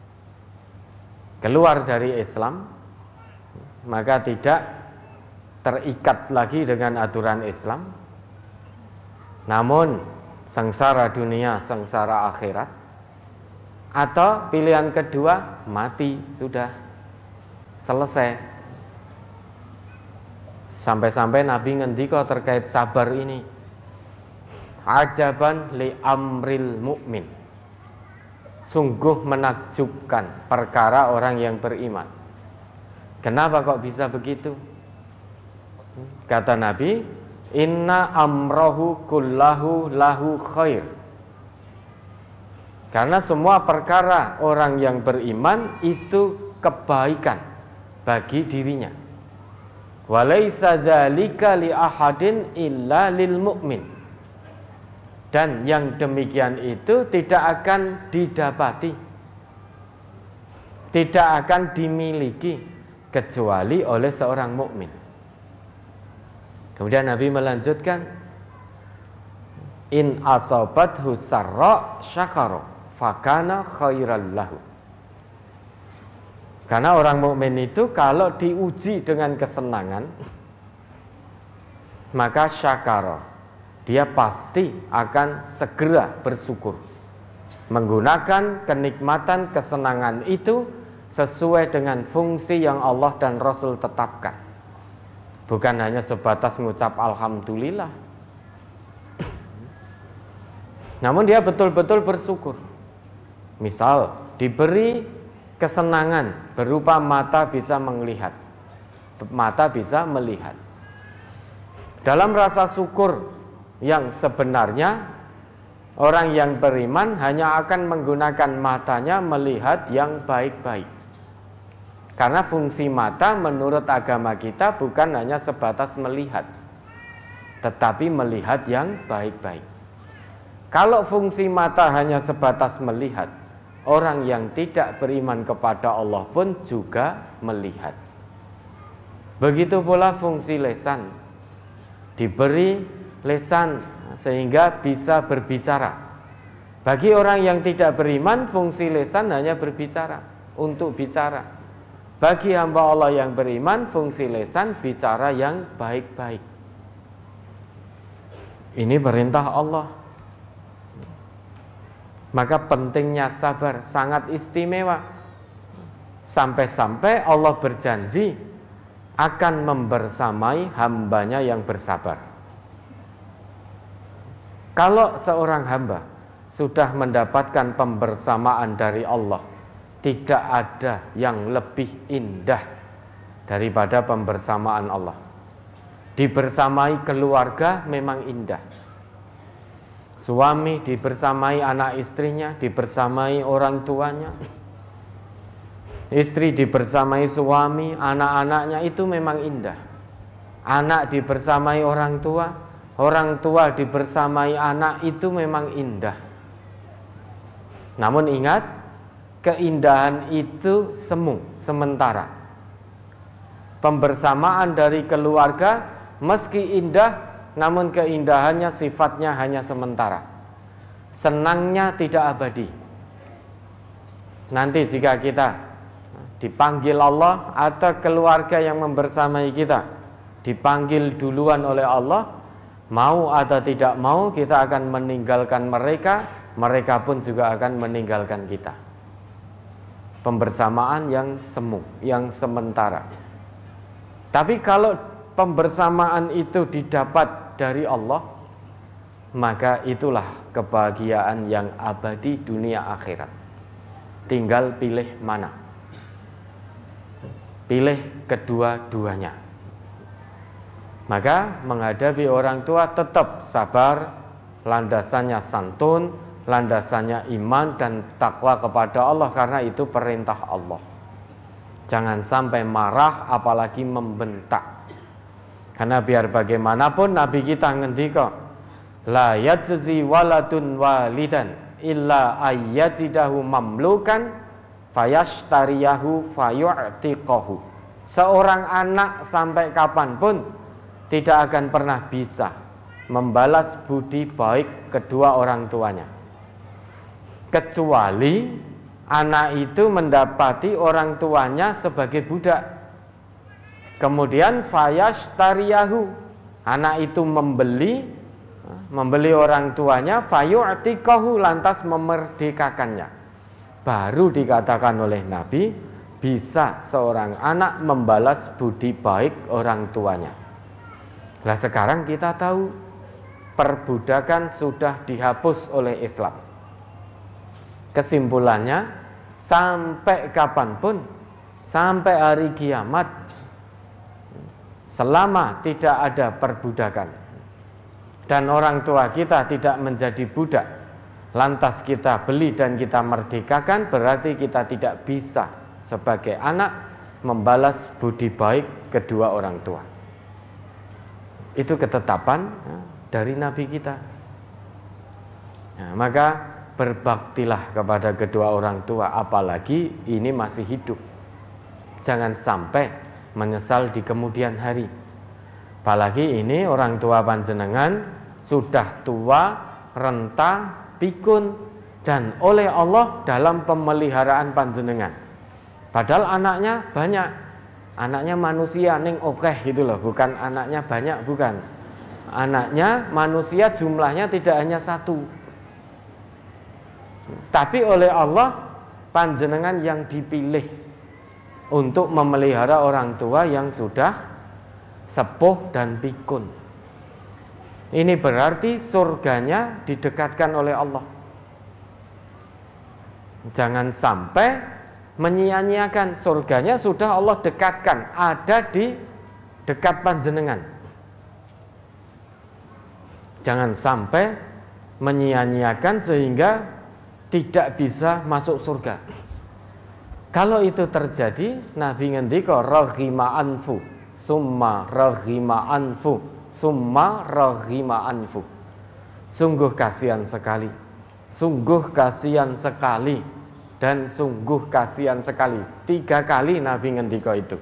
Keluar dari Islam, maka tidak terikat lagi dengan aturan Islam. Namun sengsara dunia, sengsara akhirat. Atau pilihan kedua, mati, sudah selesai. Sampai-sampai Nabi ngendika terkait sabar ini, ajaban li amril mu'min, sungguh menakjubkan perkara orang yang beriman. Kenapa kok bisa begitu? Kata Nabi, inna amrohu kullahu lahu khair. Karena semua perkara orang yang beriman itu kebaikan bagi dirinya. Walaysa dzalika li ahadin illa lil mu'min. Dan yang demikian itu tidak akan didapati, tidak akan dimiliki kecuali oleh seorang mukmin. Kemudian Nabi melanjutkan, in asabathu sarra syakara fakana khairal lahu. Karena orang mukmin itu kalau diuji dengan kesenangan, maka syakara, dia pasti akan segera bersyukur, menggunakan kenikmatan kesenangan itu sesuai dengan fungsi yang Allah dan Rasul tetapkan. Bukan hanya sebatas ngucap alhamdulillah, namun dia betul-betul bersyukur. Misal diberi kesenangan berupa mata bisa melihat, dalam rasa syukur yang sebenarnya, orang yang beriman hanya akan menggunakan matanya melihat yang baik-baik. Karena fungsi mata menurut agama kita bukan hanya sebatas melihat, tetapi melihat yang baik-baik. Kalau fungsi mata hanya sebatas melihat, orang yang tidak beriman kepada Allah pun juga melihat. Begitu pula fungsi lisan, diberi lisan sehingga bisa berbicara. Bagi orang yang tidak beriman, fungsi lisan hanya berbicara, untuk bicara. Bagi hamba Allah yang beriman, fungsi lisan bicara yang baik-baik. Ini perintah Allah. Maka pentingnya sabar sangat istimewa. Sampai-sampai Allah berjanji akan membersamai hambanya yang bersabar. Kalau seorang hamba sudah mendapatkan pembersamaan dari Allah, tidak ada yang lebih indah daripada pembersamaan Allah. Dibersamai keluarga memang indah. Suami dibersamai anak istrinya, dibersamai orang tuanya. Istri dibersamai suami, anak-anaknya, itu memang indah. Anak dibersamai orang tua dibersamai anak, itu memang indah. Namun ingat, keindahan itu semu, sementara. Pembersamaan dari keluarga meski indah, namun keindahannya sifatnya hanya sementara. Senangnya tidak abadi. Nanti jika kita dipanggil Allah atau keluarga yang membersamai kita dipanggil duluan oleh Allah, mau atau tidak mau kita akan meninggalkan mereka, mereka pun juga akan meninggalkan kita. Pembersamaan yang semu, yang sementara. Tapi kalau pembersamaan itu didapat dari Allah, maka itulah kebahagiaan yang abadi dunia akhirat. Tinggal pilih mana. Pilih kedua-duanya. Maka menghadapi orang tua tetap sabar, landasannya santun, landasannya iman dan takwa kepada Allah, karena itu perintah Allah. Jangan sampai marah apalagi membentak. Karena biar bagaimanapun Nabi kita ngendika, la yajzi waladun walidan illa ayyajidahu mamlukan fayashtariyahu fayu'tiqahu. Seorang anak sampai kapanpun tidak akan pernah bisa membalas budi baik kedua orang tuanya, kecuali anak itu mendapati orang tuanya sebagai budak. Kemudian fayashtariyahu, anak itu membeli orang tuanya, fayu'tiqahu, lantas memerdekakannya. baru dikatakan oleh Nabi bisa seorang anak membalas budi baik orang tuanya. Nah sekarang kita tahu perbudakan sudah dihapus oleh Islam. Kesimpulannya, sampai kapanpun, sampai hari kiamat, selama tidak ada perbudakan dan orang tua kita tidak menjadi budak, lantas kita beli dan kita merdekakan, berarti kita tidak bisa sebagai anak membalas budi baik kedua orang tua. Itu ketetapan dari Nabi kita. Nah, maka berbaktilah kepada kedua orang tua, apalagi ini masih hidup. Jangan sampai menyesal di kemudian hari. Apalagi ini orang tua panjenengan sudah tua, renta, pikun, dan oleh Allah dalam pemeliharaan panjenengan. Padahal anaknya banyak, anaknya manusia ning okeh gitu loh, bukan anaknya banyak, bukan. Anaknya manusia jumlahnya tidak hanya satu, tapi oleh Allah panjenengan yang dipilih untuk memelihara orang tua yang sudah sepuh dan pikun. Ini berarti surganya didekatkan oleh Allah. Jangan sampai menyia-nyiakan, surganya sudah Allah dekatkan, ada di dekat panjenengan. Jangan sampai menyia-nyiakan sehingga tidak bisa masuk surga. Kalau itu terjadi, Nabi ngendika raghima anfu, summa raghima anfu, summa raghima anfu. Sungguh kasihan sekali, sungguh kasihan sekali, dan sungguh kasihan sekali. 3 kali Nabi ngendika itu.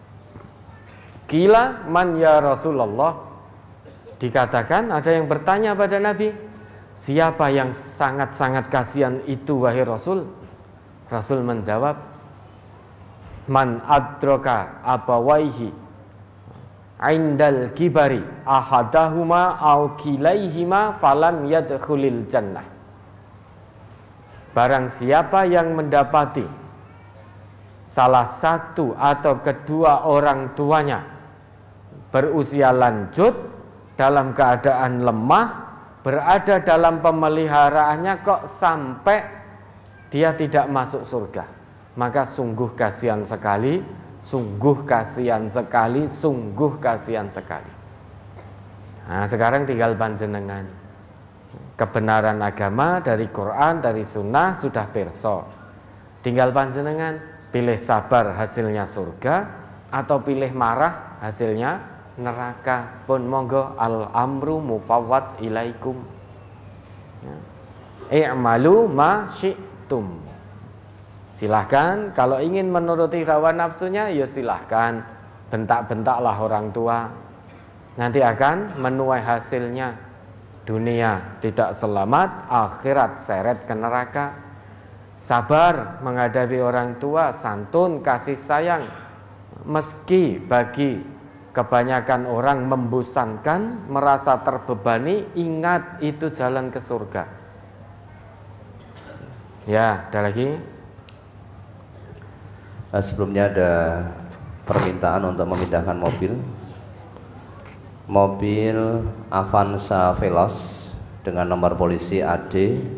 Qila man ya Rasulullah. Dikatakan, ada yang bertanya pada Nabi, siapa yang sangat-sangat kasihan itu wahai Rasul? Rasul menjawab, man adraka abawaihi indal kibari ahadahuma au kilaihima falam yadkhulil jannah. Barang siapa yang mendapati salah satu atau kedua orang tuanya berusia lanjut, dalam keadaan lemah, berada dalam pemeliharaannya kok sampai dia tidak masuk surga, maka sungguh kasihan sekali, sungguh kasihan sekali, sungguh kasihan sekali. Nah, sekarang tinggal panjenengan. Kebenaran agama dari Quran, dari sunnah sudah pirsa. Tinggal panjenengan pilih sabar hasilnya surga atau pilih marah hasilnya neraka. Pun monggo, al-amru mufawwad ilaikum. I'malu ma syi'tum. Silahkan, kalau ingin menuruti hawa nafsunya, ya silahkan, bentak-bentaklah orang tua, nanti akan menuai hasilnya. Dunia tidak selamat, akhirat seret ke neraka. Sabar menghadapi orang tua, santun, kasih sayang, meski bagi kebanyakan orang membosankan, merasa terbebani, ingat itu jalan ke surga. Ya, ada lagi? Sebelumnya ada permintaan untuk memindahkan mobil Avanza Veloz dengan nomor polisi AD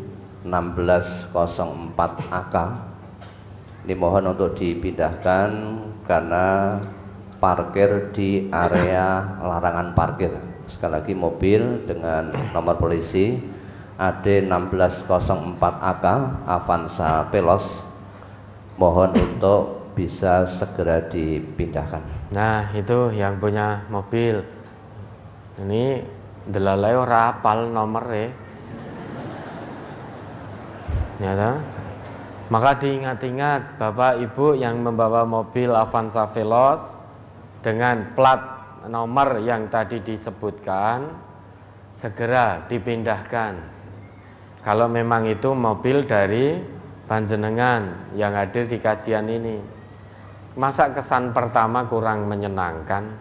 1604 AK. Ini mohon untuk dipindahkan karena parkir di area larangan parkir. Sekali lagi, mobil dengan nomor polisi AD 1604 AK Avanza Veloz mohon untuk bisa segera dipindahkan. Nah, itu yang punya mobil. Ini delalai ora apal nomere. Ya toh? Maka diingat-ingat Bapak Ibu yang membawa mobil Avanza Veloz dengan plat nomor yang tadi disebutkan, segera dipindahkan. Kalau memang itu mobil dari panjenengan yang hadir di kajian ini. Masa kesan pertama kurang menyenangkan?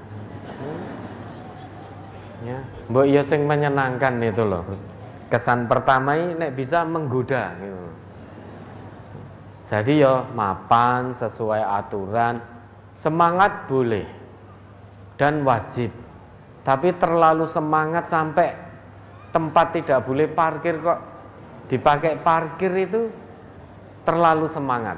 Ya, mbok ya sing menyenangkan itu loh. Kesan pertama ini bisa menggoda gitu. Jadi ya mapan sesuai aturan, semangat boleh dan wajib. Tapi terlalu semangat sampai tempat tidak boleh parkir kok dipakai parkir, itu terlalu semangat.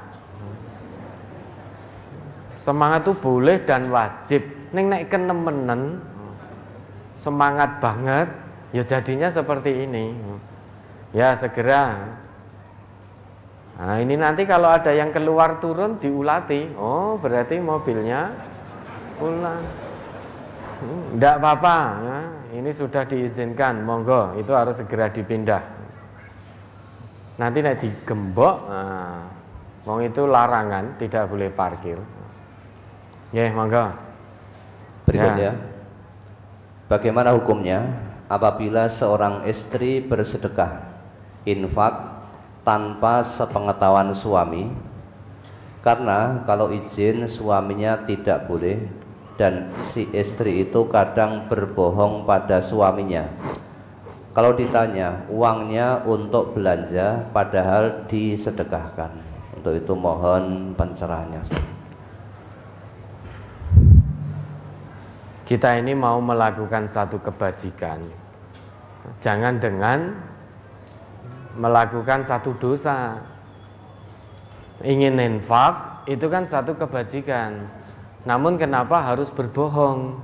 Semangat itu boleh dan wajib. Nek kenemenen semangat banget, ya jadinya seperti ini. Ya segera. Nah ini nanti kalau ada yang keluar turun diulati, oh berarti mobilnya pulang. Tidak apa-apa, ya. Ini sudah diizinkan, monggo, itu harus segera dipindah. Nanti nek digembok, wong itu larangan, tidak boleh parkir. Ya, monggo. Berikutnya, bagaimana hukumnya apabila seorang istri bersedekah infak tanpa sepengetahuan suami? Karena kalau izin suaminya tidak boleh, dan si istri itu kadang berbohong pada suaminya. Kalau ditanya uangnya untuk belanja padahal disedekahkan. Untuk itu mohon pencerahannya. Kita ini mau melakukan satu kebajikan, jangan dengan melakukan satu dosa. Ingin infak itu kan satu kebajikan, namun kenapa harus berbohong?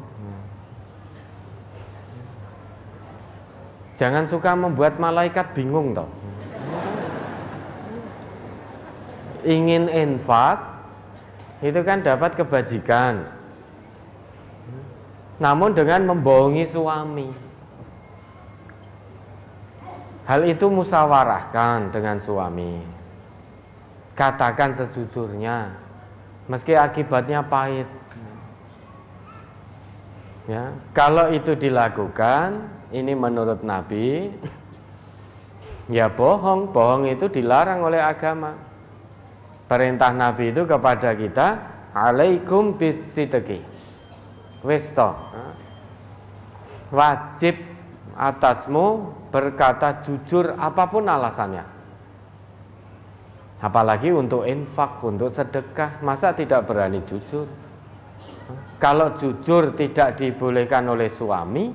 Jangan suka membuat malaikat bingung toh. Ingin infak itu kan dapat kebajikan, namun dengan membohongi suami. Hal itu musyawarahkan dengan suami. Katakan sejujurnya, meski akibatnya pahit. Ya, kalau itu dilakukan, ini menurut Nabi, ya bohong. Bohong itu dilarang oleh agama. Perintah Nabi itu kepada kita, alaikum bisidqi. Wis toh, wajib atasmu berkata jujur apapun alasannya. Apalagi untuk infak, untuk sedekah, masa tidak berani jujur? Kalau jujur tidak dibolehkan oleh suami,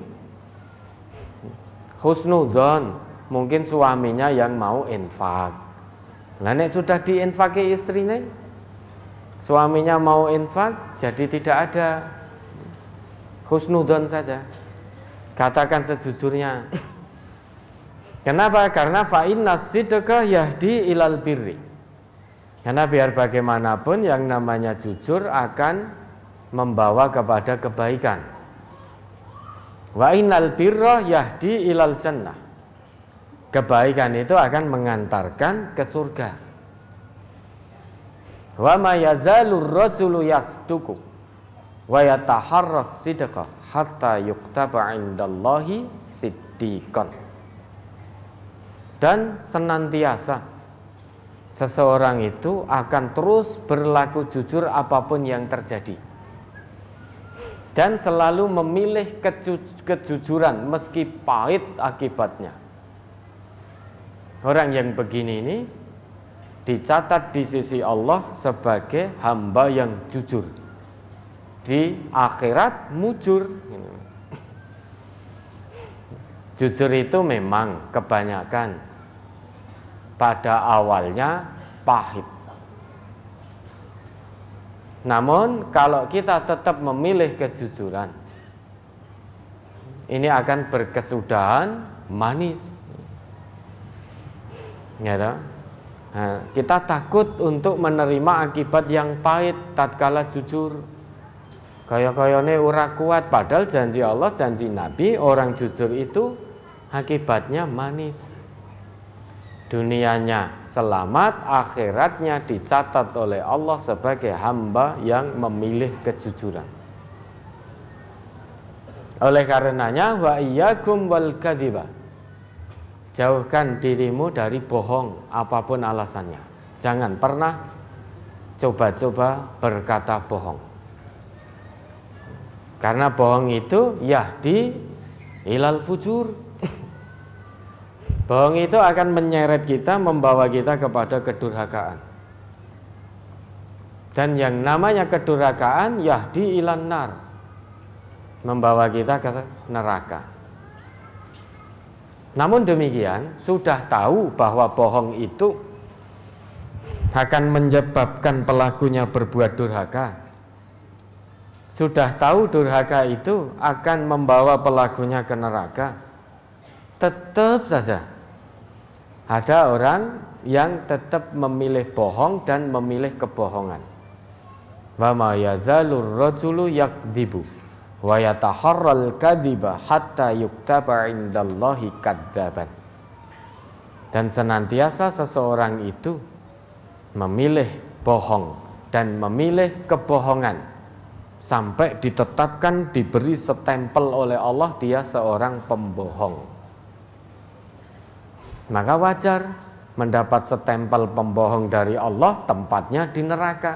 husnudzon, mungkin suaminya yang mau infak. Lah nek sudah diinfaki istrinya, suaminya mau infak, jadi tidak ada. Husnudzon saja. Katakan sejujurnya. Kenapa? Karena fa innas sidqa yahdi ilal birri. Karena biar bagaimanapun yang namanya jujur akan membawa kepada kebaikan. Wa innal birra yahdi ilal jannah. Kebaikan itu akan mengantarkan ke surga. Wa ma yazalur rajulu yasduqu wa yataharras sidqa hatta yuktaba indallahi siddiqan. Dan senantiasa seseorang itu akan terus berlaku jujur apapun yang terjadi, dan selalu memilih kejujuran meski pahit akibatnya. Orang yang begini ini dicatat di sisi Allah sebagai hamba yang jujur. Di akhirat mujur. Jujur itu memang kebanyakan pada awalnya pahit. Namun kalau kita tetap memilih kejujuran, ini akan berkesudahan manis. Ya, nah, kita takut untuk menerima akibat yang pahit tatkala jujur. Kaya-kayane ora kuat, padahal janji Allah, janji Nabi, orang jujur itu akibatnya manis. Dunianya selamat, akhiratnya dicatat oleh Allah sebagai hamba yang memilih kejujuran. Oleh karenanya wa iyyakum wal kadziba. Jauhkan dirimu dari bohong apapun alasannya. Jangan pernah coba-coba berkata bohong. Karena bohong itu yahdi ilal fujur. Bohong itu akan menyeret kita, membawa kita kepada kedurhakaan. Dan yang namanya kedurhakaan yahdi ilan nar, membawa kita ke neraka. Namun demikian, sudah tahu bahwa bohong itu akan menyebabkan pelakunya berbuat durhaka. Sudah tahu durhaka itu akan membawa pelakunya ke neraka. Tetap saja ada orang yang tetap memilih bohong dan memilih kebohongan. Wa ma yazalur rajulu yakdzibu wa yataharral kadziba hatta yuktaba indallahi kadzaban. Dan senantiasa seseorang itu memilih bohong dan memilih kebohongan sampai ditetapkan, diberi setempel oleh Allah dia seorang pembohong. Maka wajar mendapat setempel pembohong dari Allah, tempatnya di neraka.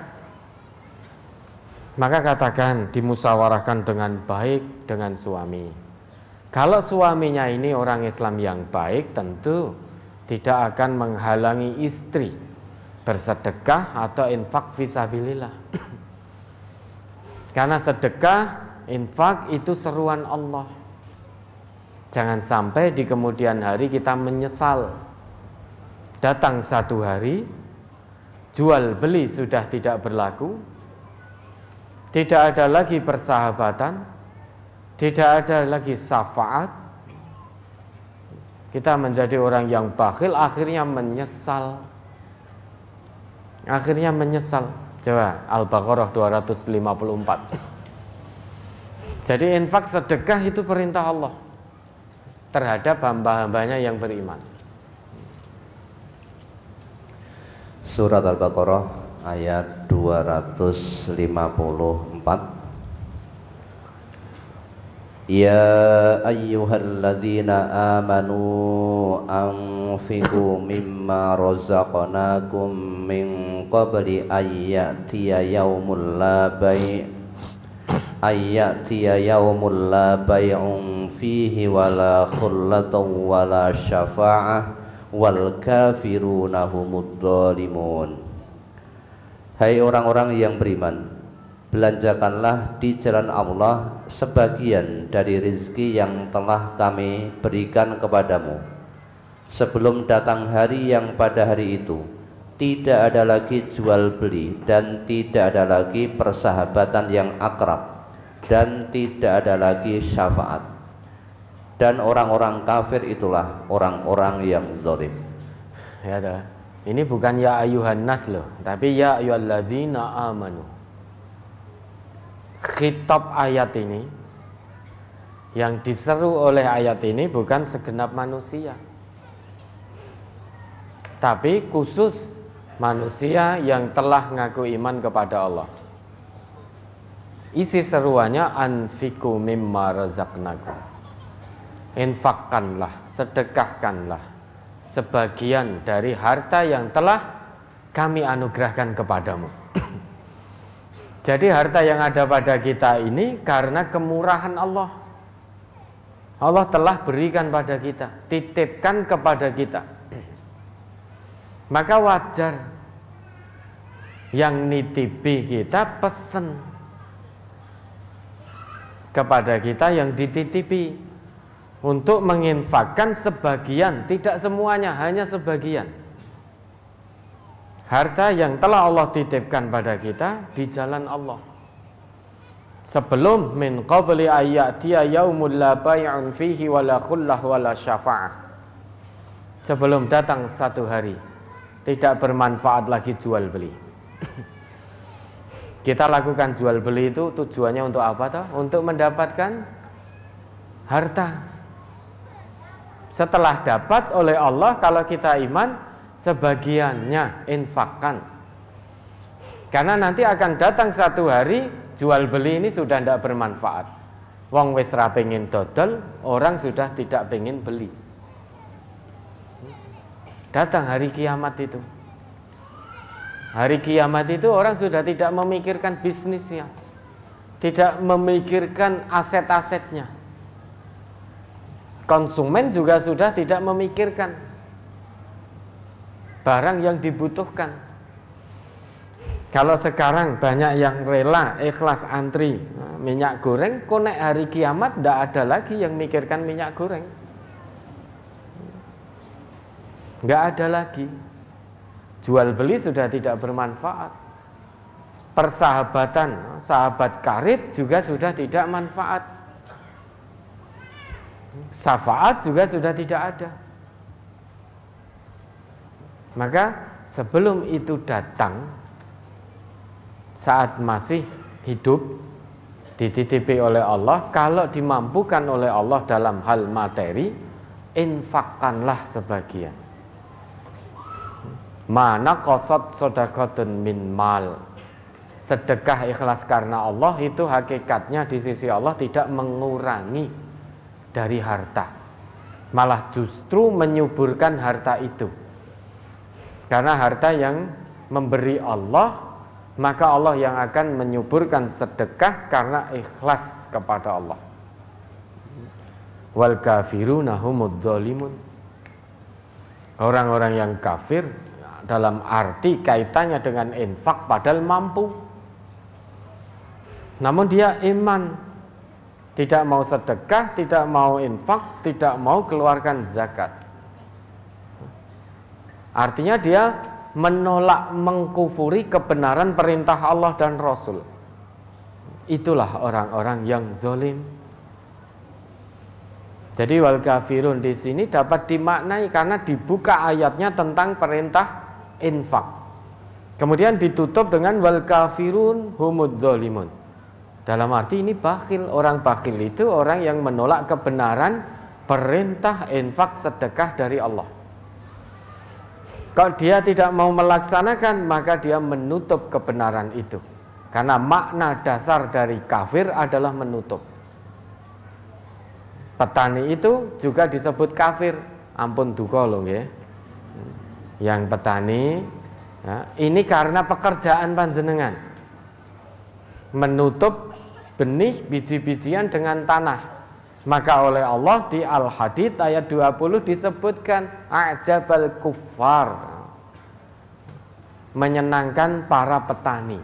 Maka katakan, dimusyawarahkan dengan baik dengan suami. Kalau suaminya ini orang Islam yang baik, tentu tidak akan menghalangi istri bersedekah atau infak fisabilillah. Karena sedekah, infak itu seruan Allah. Jangan sampai di kemudian hari kita menyesal. Datang satu hari, jual beli sudah tidak berlaku, tidak ada lagi persahabatan, tidak ada lagi syafaat. Kita menjadi orang yang bakhil, akhirnya menyesal. Coba Al-Baqarah 254. Jadi infak sedekah itu perintah Allah terhadap hamba-hambanya yang beriman. Surat Al-Baqarah ayat 254. Ya ayyuhalladzina amanu anfiqu mimma razaqnakum min qabli ayyatiya yaumul la bay'un fihi wala khullatun wala syafa'ah wal kafiruna humud dhalimun. Hai orang-orang yang beriman, belanjakanlah di jalan Allah sebagian dari rezeki yang telah kami berikan kepadamu sebelum datang hari yang pada hari itu tidak ada lagi jual beli dan tidak ada lagi persahabatan yang akrab dan tidak ada lagi syafaat, dan orang-orang kafir itulah orang-orang yang zalim. Ya dah. Ini bukan ya ayuhan nas loh, tapi ya ayyuhalladzina amanu. Khitab ayat ini, yang diseru oleh ayat ini bukan segenap manusia, tapi khusus manusia yang telah ngaku iman kepada Allah. Isi seruannya anfiqu mimma razaqnakum. Infakkanlah, sedekahkanlah sebagian dari harta yang telah kami anugerahkan kepadamu. Jadi harta yang ada pada kita ini karena kemurahan Allah. Allah telah berikan pada kita, titipkan kepada kita. Maka wajar yang nitipi kita pesen kepada kita yang dititipi untuk menginfakkan sebagian, tidak semuanya, hanya sebagian harta yang telah Allah titipkan pada kita di jalan Allah. Sebelum min qabli ayyatiya yaumul la bay'un fihi wala khullah wala syafa'ah. Sebelum datang satu hari tidak bermanfaat lagi jual beli. Kita lakukan jual beli itu tujuannya untuk apa toh? Untuk mendapatkan harta. Setelah dapat oleh Allah, kalau kita iman, sebagiannya infakkan. Karena nanti akan datang satu hari jual beli ini sudah tidak bermanfaat. Wong wis ra pengin dodol, orang sudah tidak pengin beli. Datang hari kiamat itu. Hari kiamat itu orang sudah tidak memikirkan bisnisnya, tidak memikirkan aset-asetnya. Konsumen juga sudah tidak memikirkan barang yang dibutuhkan. Kalau sekarang banyak yang rela ikhlas antri minyak goreng, kok nek hari kiamat ndak ada lagi yang mikirkan minyak goreng. Nggak ada lagi. Jual beli sudah tidak bermanfaat. Persahabatan, sahabat karib juga sudah tidak manfaat. Syafaat juga sudah tidak ada. Maka sebelum itu datang, saat masih hidup, dititipi oleh Allah, kalau dimampukan oleh Allah dalam hal materi, infakkanlah sebagian. Mana qasad shadaqatun min mal. Sedekah ikhlas karena Allah itu hakikatnya di sisi Allah tidak mengurangi dari harta, malah justru menyuburkan harta itu. Karena harta yang memberi Allah, maka Allah yang akan menyuburkan sedekah karena ikhlas kepada Allah. Wal kafiruna humudz zalimun. Orang-orang yang kafir dalam arti kaitannya dengan infak padahal mampu, namun dia iman, tidak mau sedekah, tidak mau infak, tidak mau keluarkan zakat. Artinya dia menolak, mengkufuri kebenaran perintah Allah dan Rasul. Itulah orang-orang yang zalim. Jadi wal kafirun di sini dapat dimaknai karena dibuka ayatnya tentang perintah infak. Kemudian ditutup dengan wal kafirun humudz zalimun. Dalam arti ini bakhil. Orang bakhil itu orang yang menolak kebenaran perintah infak sedekah dari Allah. Kalau dia tidak mau melaksanakan, maka dia menutup kebenaran itu. Karena makna dasar dari kafir adalah menutup. Petani itu juga disebut kafir. Ampun duka loh ya. Yang petani ya, ini karena pekerjaan panjenengan menutup benih biji-bijian dengan tanah. Maka oleh Allah di Al-Hadid ayat 20 disebutkan a'jabal kuffar, menyenangkan para petani.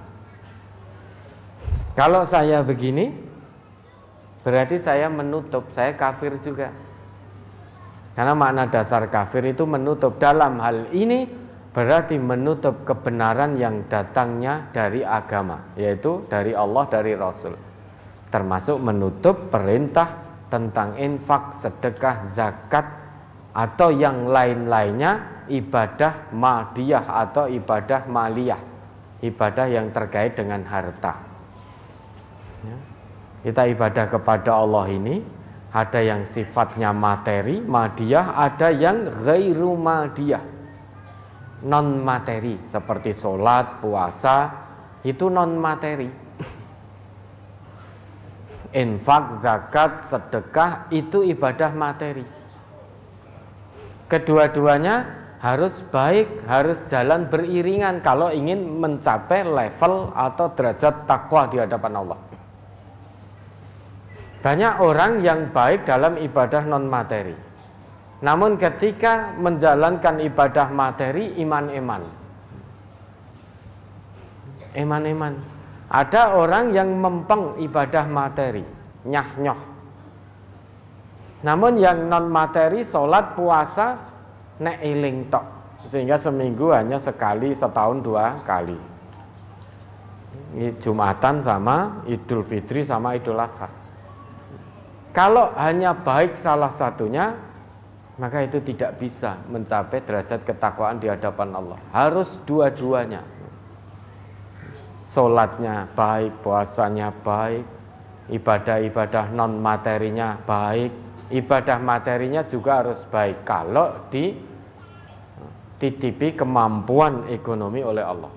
Kalau saya begini, berarti saya menutup, saya kafir juga. Karena makna dasar kafir itu menutup. Dalam hal ini berarti menutup kebenaran yang datangnya dari agama, yaitu dari Allah, dari Rasul. Termasuk menutup perintah tentang infak, sedekah, zakat, atau yang lain-lainnya, ibadah madiyah atau ibadah maliyah, ibadah yang terkait dengan harta. Kita ibadah kepada Allah ini ada yang sifatnya materi, madiyah, ada yang ghairu madiyah, non materi, seperti sholat, puasa, itu non materi. Infak, zakat, sedekah itu ibadah materi. Kedua-duanya harus baik, harus jalan beriringan kalau ingin mencapai level atau derajat takwa di hadapan Allah. Banyak orang yang baik dalam ibadah non materi, namun ketika menjalankan ibadah materi iman-iman. Ada orang yang mempeng ibadah materi, nyah-nyoh. Namun yang non materi, sholat, puasa, nek eling tok, sehingga seminggu hanya sekali, setahun 2 kali. Jumatan sama Idul Fitri sama Idul Adha. Kalau hanya baik salah satunya, maka itu tidak bisa mencapai derajat ketakwaan di hadapan Allah. Harus dua-duanya. Sholatnya baik, puasanya baik, ibadah-ibadah non materinya baik, ibadah materinya juga harus baik kalau dititipi kemampuan ekonomi oleh Allah.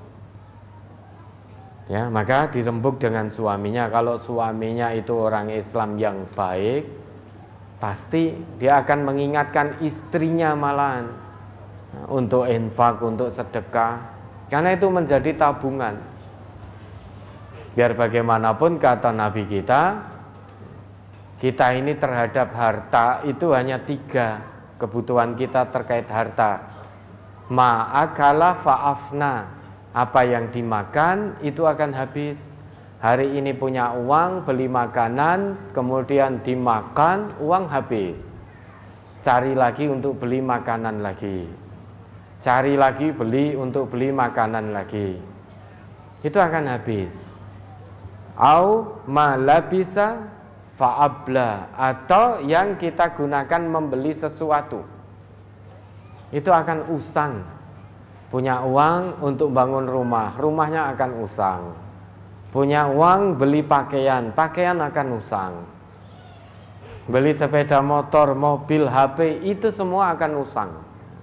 Ya, maka dirembuk dengan suaminya. Kalau suaminya itu orang Islam yang baik, pasti dia akan mengingatkan istrinya malahan untuk infak, untuk sedekah, karena itu menjadi tabungan. Biar bagaimanapun kata Nabi kita ini terhadap harta itu hanya 3 kebutuhan kita terkait harta. Ma'akala fa'afna, Apa yang dimakan itu akan habis. Hari ini punya uang beli makanan, kemudian dimakan, uang habis. Cari lagi untuk beli makanan lagi. Cari lagi beli untuk beli makanan lagi. Itu akan habis. Au ma labisa fa'abla, atau yang kita gunakan membeli sesuatu itu akan usang. Punya uang untuk bangun rumah, rumahnya akan usang. Punya uang beli pakaian, pakaian akan usang. Beli sepeda motor, mobil, HP, itu semua akan usang.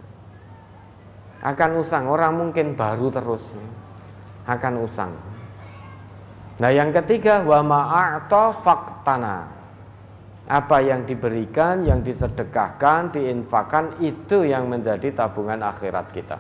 Akan usang, orang mungkin baru terus. Akan usang. Nah yang ketiga, wa ma'a'ta faqtana. Apa yang diberikan, yang disedekahkan, diinfakkan, itu yang menjadi tabungan akhirat kita.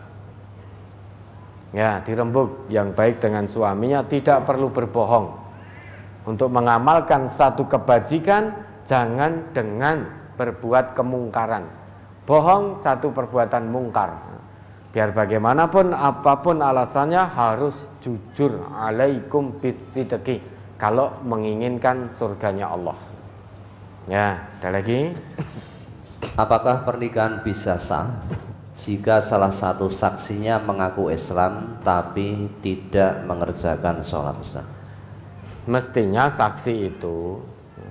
Ya, dirembuk yang baik dengan suaminya, tidak perlu berbohong. Untuk mengamalkan satu kebajikan, jangan dengan berbuat kemungkaran. Bohong satu perbuatan mungkar. Biar bagaimanapun, apapun alasannya, harus jujur. Alaikum bisidqi, kalau menginginkan surganya Allah. Ya, ada lagi. Apakah pernikahan bisa sah jika salah satu saksinya mengaku Islam tapi tidak mengerjakan sholat, Ustaz? Mestinya saksi itu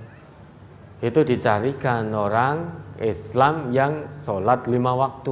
dicarikan orang Islam yang sholat 5 waktu.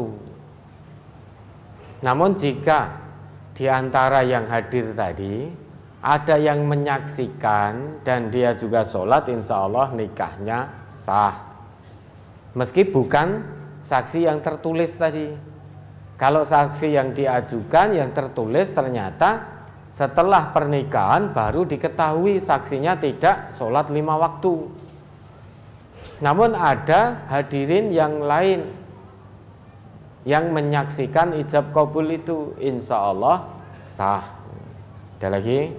Namun jika di antara yang hadir tadi ada yang menyaksikan dan dia juga sholat, insya Allah nikahnya sah. Meski bukan saksi yang tertulis tadi. Kalau saksi yang diajukan, yang tertulis, ternyata setelah pernikahan baru diketahui saksinya tidak sholat 5 waktu. Namun ada hadirin yang lain yang menyaksikan ijab kabul itu, insya Allah sah. Ada lagi.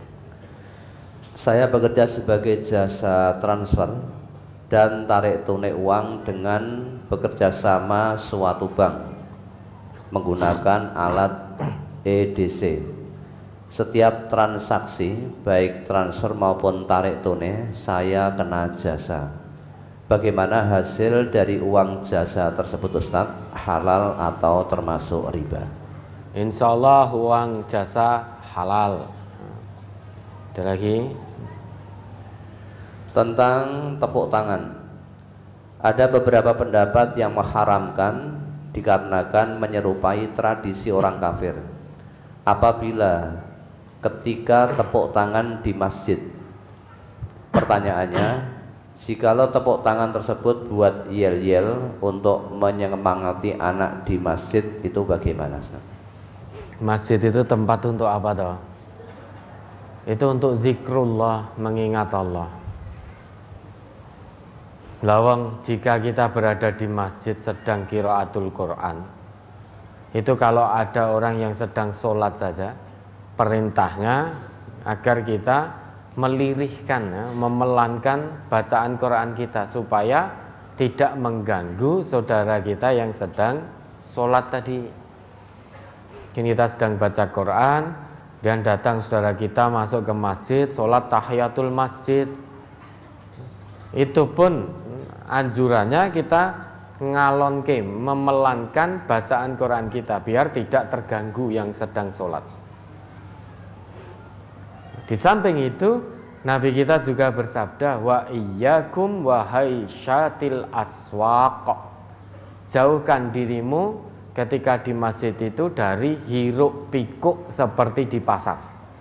Saya bekerja sebagai jasa transfer dan tarik tunai uang dengan bekerja sama suatu bank menggunakan alat EDC. Setiap transaksi, baik transfer maupun tarik tunai, saya kena jasa. Bagaimana hasil dari uang jasa tersebut, Ustaz? Halal atau termasuk riba? Insya Allah uang jasa halal. Ada lagi. Tentang tepuk tangan, ada beberapa pendapat yang mengharamkan dikarenakan menyerupai tradisi orang kafir. Apabila ketika tepuk tangan di masjid, pertanyaannya, jikalau tepuk tangan tersebut buat yel-yel untuk menyemangati anak di masjid, itu bagaimana, Ustaz? Masjid itu tempat untuk apa toh? Itu untuk zikrullah, mengingat Allah. Lawang, jika kita berada di masjid sedang qiraatul Quran, itu kalau ada orang yang sedang sholat saja, perintahnya agar kita melirihkan, ya, memelankan bacaan Quran kita supaya tidak mengganggu saudara kita yang sedang sholat tadi. Kita sedang baca Quran dan datang saudara kita masuk ke masjid, sholat tahiyatul masjid. Itu pun anjurannya kita ngalonke, memelankan bacaan Quran kita biar tidak terganggu yang sedang sholat. Di samping itu, Nabi kita juga bersabda, wa iyyakum wahai syatil aswaq, jauhkan dirimu ketika di masjid itu dari hiruk pikuk seperti di pasar.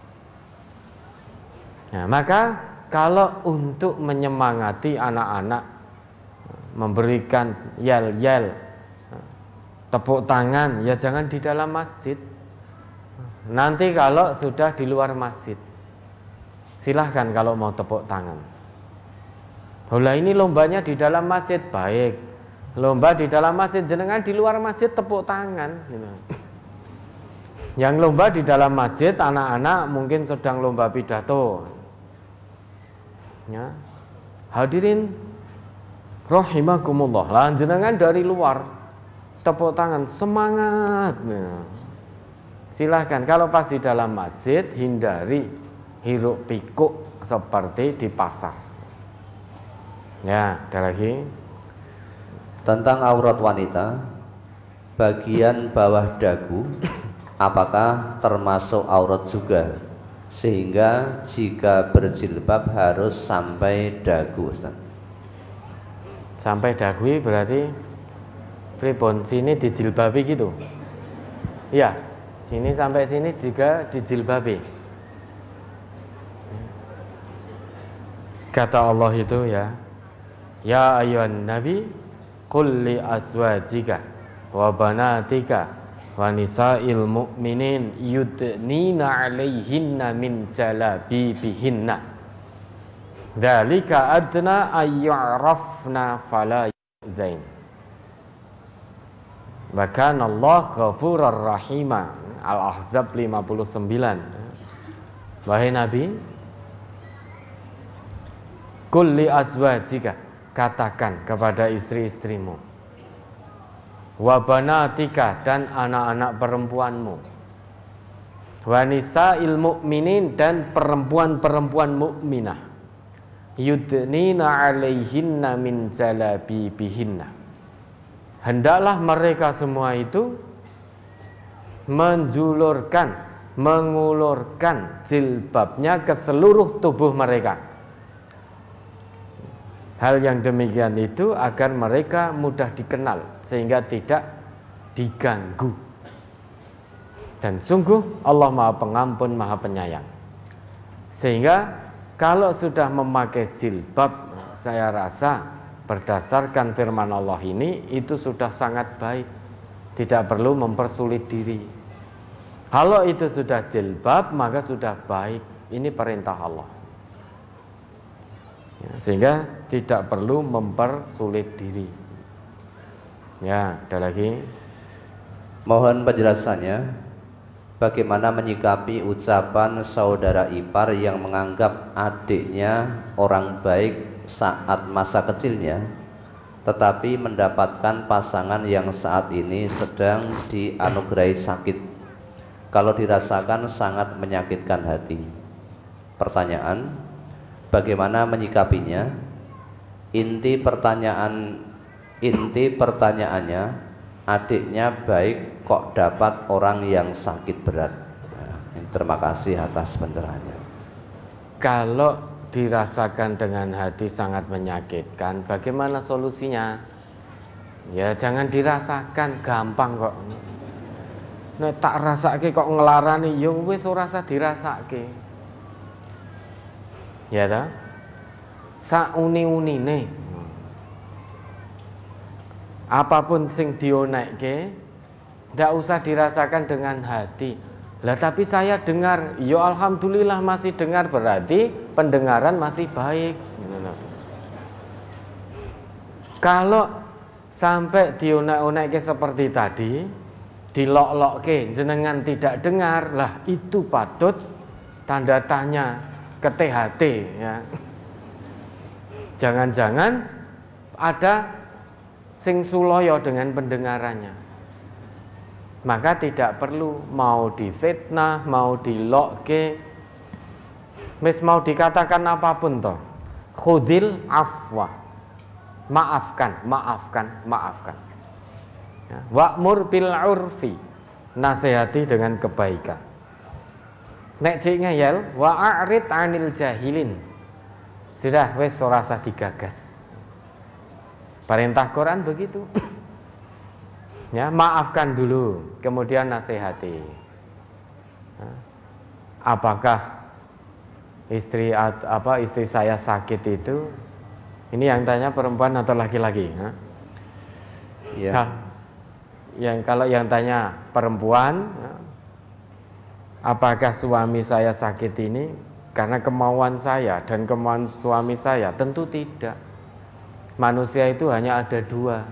Nah, maka kalau untuk menyemangati anak-anak, memberikan yel-yel, tepuk tangan, ya jangan di dalam masjid. Nanti kalau sudah di luar masjid, silahkan kalau mau tepuk tangan. Lah ini lombanya di dalam masjid, baik. Lomba di dalam masjid, jenengan di luar masjid tepuk tangan. Yang lomba di dalam masjid, anak-anak mungkin sedang lomba pidato. Ya. Hadirin rahimakumullah, lah jenengan dari luar tepuk tangan, semangat. silahkan. Kalau pas di dalam masjid, hindari hiruk pikuk seperti di pasar. Ya, ada lagi. Tentang aurat wanita, bagian bawah dagu apakah termasuk aurat juga? Sehingga jika berjilbab harus sampai dagu, Ustaz. Sampai dagu berarti pripun? Sini dijilbabi gitu. Iya, sini sampai sini juga dijilbabi. Kata Allah itu ya, ya ayyuhan nabi qul li azwajika wa banatika wa nisa'il mu'minin yudnina 'alaihinna min jalabibihinna dzalika adna ayyarafna fala yuzain wa kana Allah ghafurur rahima. Al-Ahzab 59. Wahai Nabi, qul li azwajika, katakan kepada istri-istrimu, wa banatika, dan anak-anak perempuanmu, wa nisa'il mu'minin, dan perempuan-perempuan mukminah, yudnina 'alaihinna min jalabibihinna, hendaklah mereka semua itu mengulurkan jilbabnya ke seluruh tubuh mereka. Hal yang demikian itu agar mereka mudah dikenal sehingga tidak diganggu. Dan sungguh Allah Maha Pengampun, Maha Penyayang. Sehingga kalau sudah memakai jilbab, saya rasa berdasarkan firman Allah ini itu sudah sangat baik. Tidak perlu mempersulit diri. Kalau itu sudah jilbab, maka sudah baik. Ini perintah Allah. Ya, sehingga tidak perlu mempersulit diri. Ya, ada lagi. Mohon penjelasannya, bagaimana menyikapi ucapan saudara ipar yang menganggap adiknya orang baik saat masa kecilnya, tetapi mendapatkan pasangan yang saat ini sedang dianugerahi sakit. Kalau dirasakan sangat menyakitkan hati. Pertanyaan, bagaimana menyikapinya? Inti pertanyaannya, adiknya baik kok dapat orang yang sakit berat. Terima kasih atas pencerahannya. Kalau dirasakan dengan hati sangat menyakitkan, bagaimana solusinya? Ya jangan dirasakan, gampang kok. Nek tak rasake kok ngelarani, ya wis ora usah dirasake. Ya ta? Sauni-unine. Apapun sing dionekke, ndak usah dirasakan dengan hati. Lah tapi saya dengar, ya alhamdulillah masih dengar, berarti pendengaran masih baik. Kalau sampai dionek-onekke seperti tadi, dilok-lokke jenengan tidak dengar, lah itu patut tanda tanya ke THT ya. Jangan-jangan ada sing suloyo dengan pendengarannya. Maka tidak perlu mau difitnah, mau dilokke, wis mau dikatakan apapun toh. Khudil afwa. Maafkan. Ya. Wa'mur bil urfi, nasihati dengan kebaikan. Nek cik ngeyel, wa'arid 'anil jahilin. Sudah wis ora usah digagas. Perintah Quran begitu. Ya, maafkan dulu, kemudian nasihati. Apakah istri saya sakit itu? Ini yang tanya perempuan atau laki-laki? Ya. Kalau yang tanya perempuan, apakah suami saya sakit ini karena kemauan saya dan kemauan suami saya? Tentu tidak. Manusia itu hanya ada dua.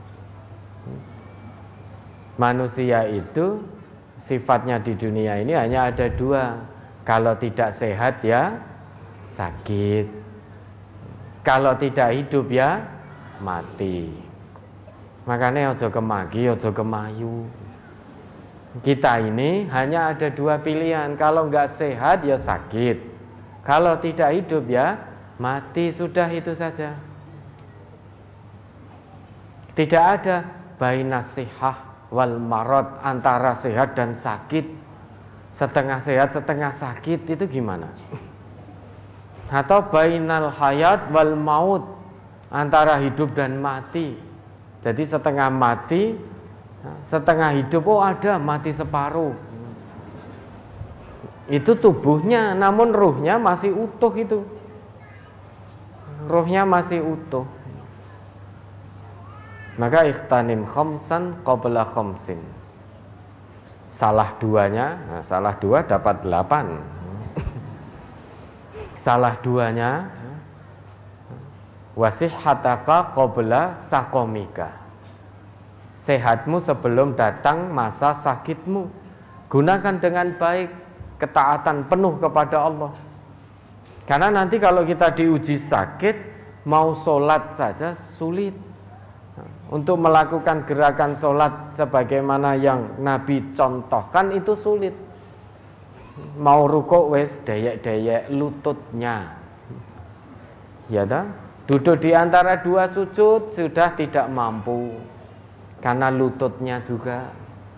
Manusia itu sifatnya di dunia ini hanya ada dua. Kalau tidak sehat ya sakit. Kalau tidak hidup ya mati. Makanya ojo kemaki, ojo kemayu. Kita ini hanya ada dua pilihan. Kalau nggak sehat ya sakit, kalau tidak hidup ya mati, sudah itu saja. Tidak ada bainas sihah wal marad, antara sehat dan sakit. Setengah sehat setengah sakit itu gimana? Atau bainal hayat wal maut, antara hidup dan mati. Jadi setengah mati, setengah hidup. Oh ada mati separuh. Itu tubuhnya, namun ruhnya masih utuh itu. Ruhnya masih utuh. Maka ikhtanim khamsan qabla khamsin. Salah duanya, salah dua dapat 8. Salah duanya, wasihhataka qabla saqamika. Sehatmu sebelum datang masa sakitmu. Gunakan dengan baik, ketaatan penuh kepada Allah. Karena nanti kalau kita diuji sakit, mau sholat saja sulit. Untuk melakukan gerakan sholat sebagaimana yang Nabi contohkan itu sulit. Mau rukuk wes dayek-dayek lututnya. Ya dah, duduk di antara dua sujud sudah tidak mampu karena lututnya juga.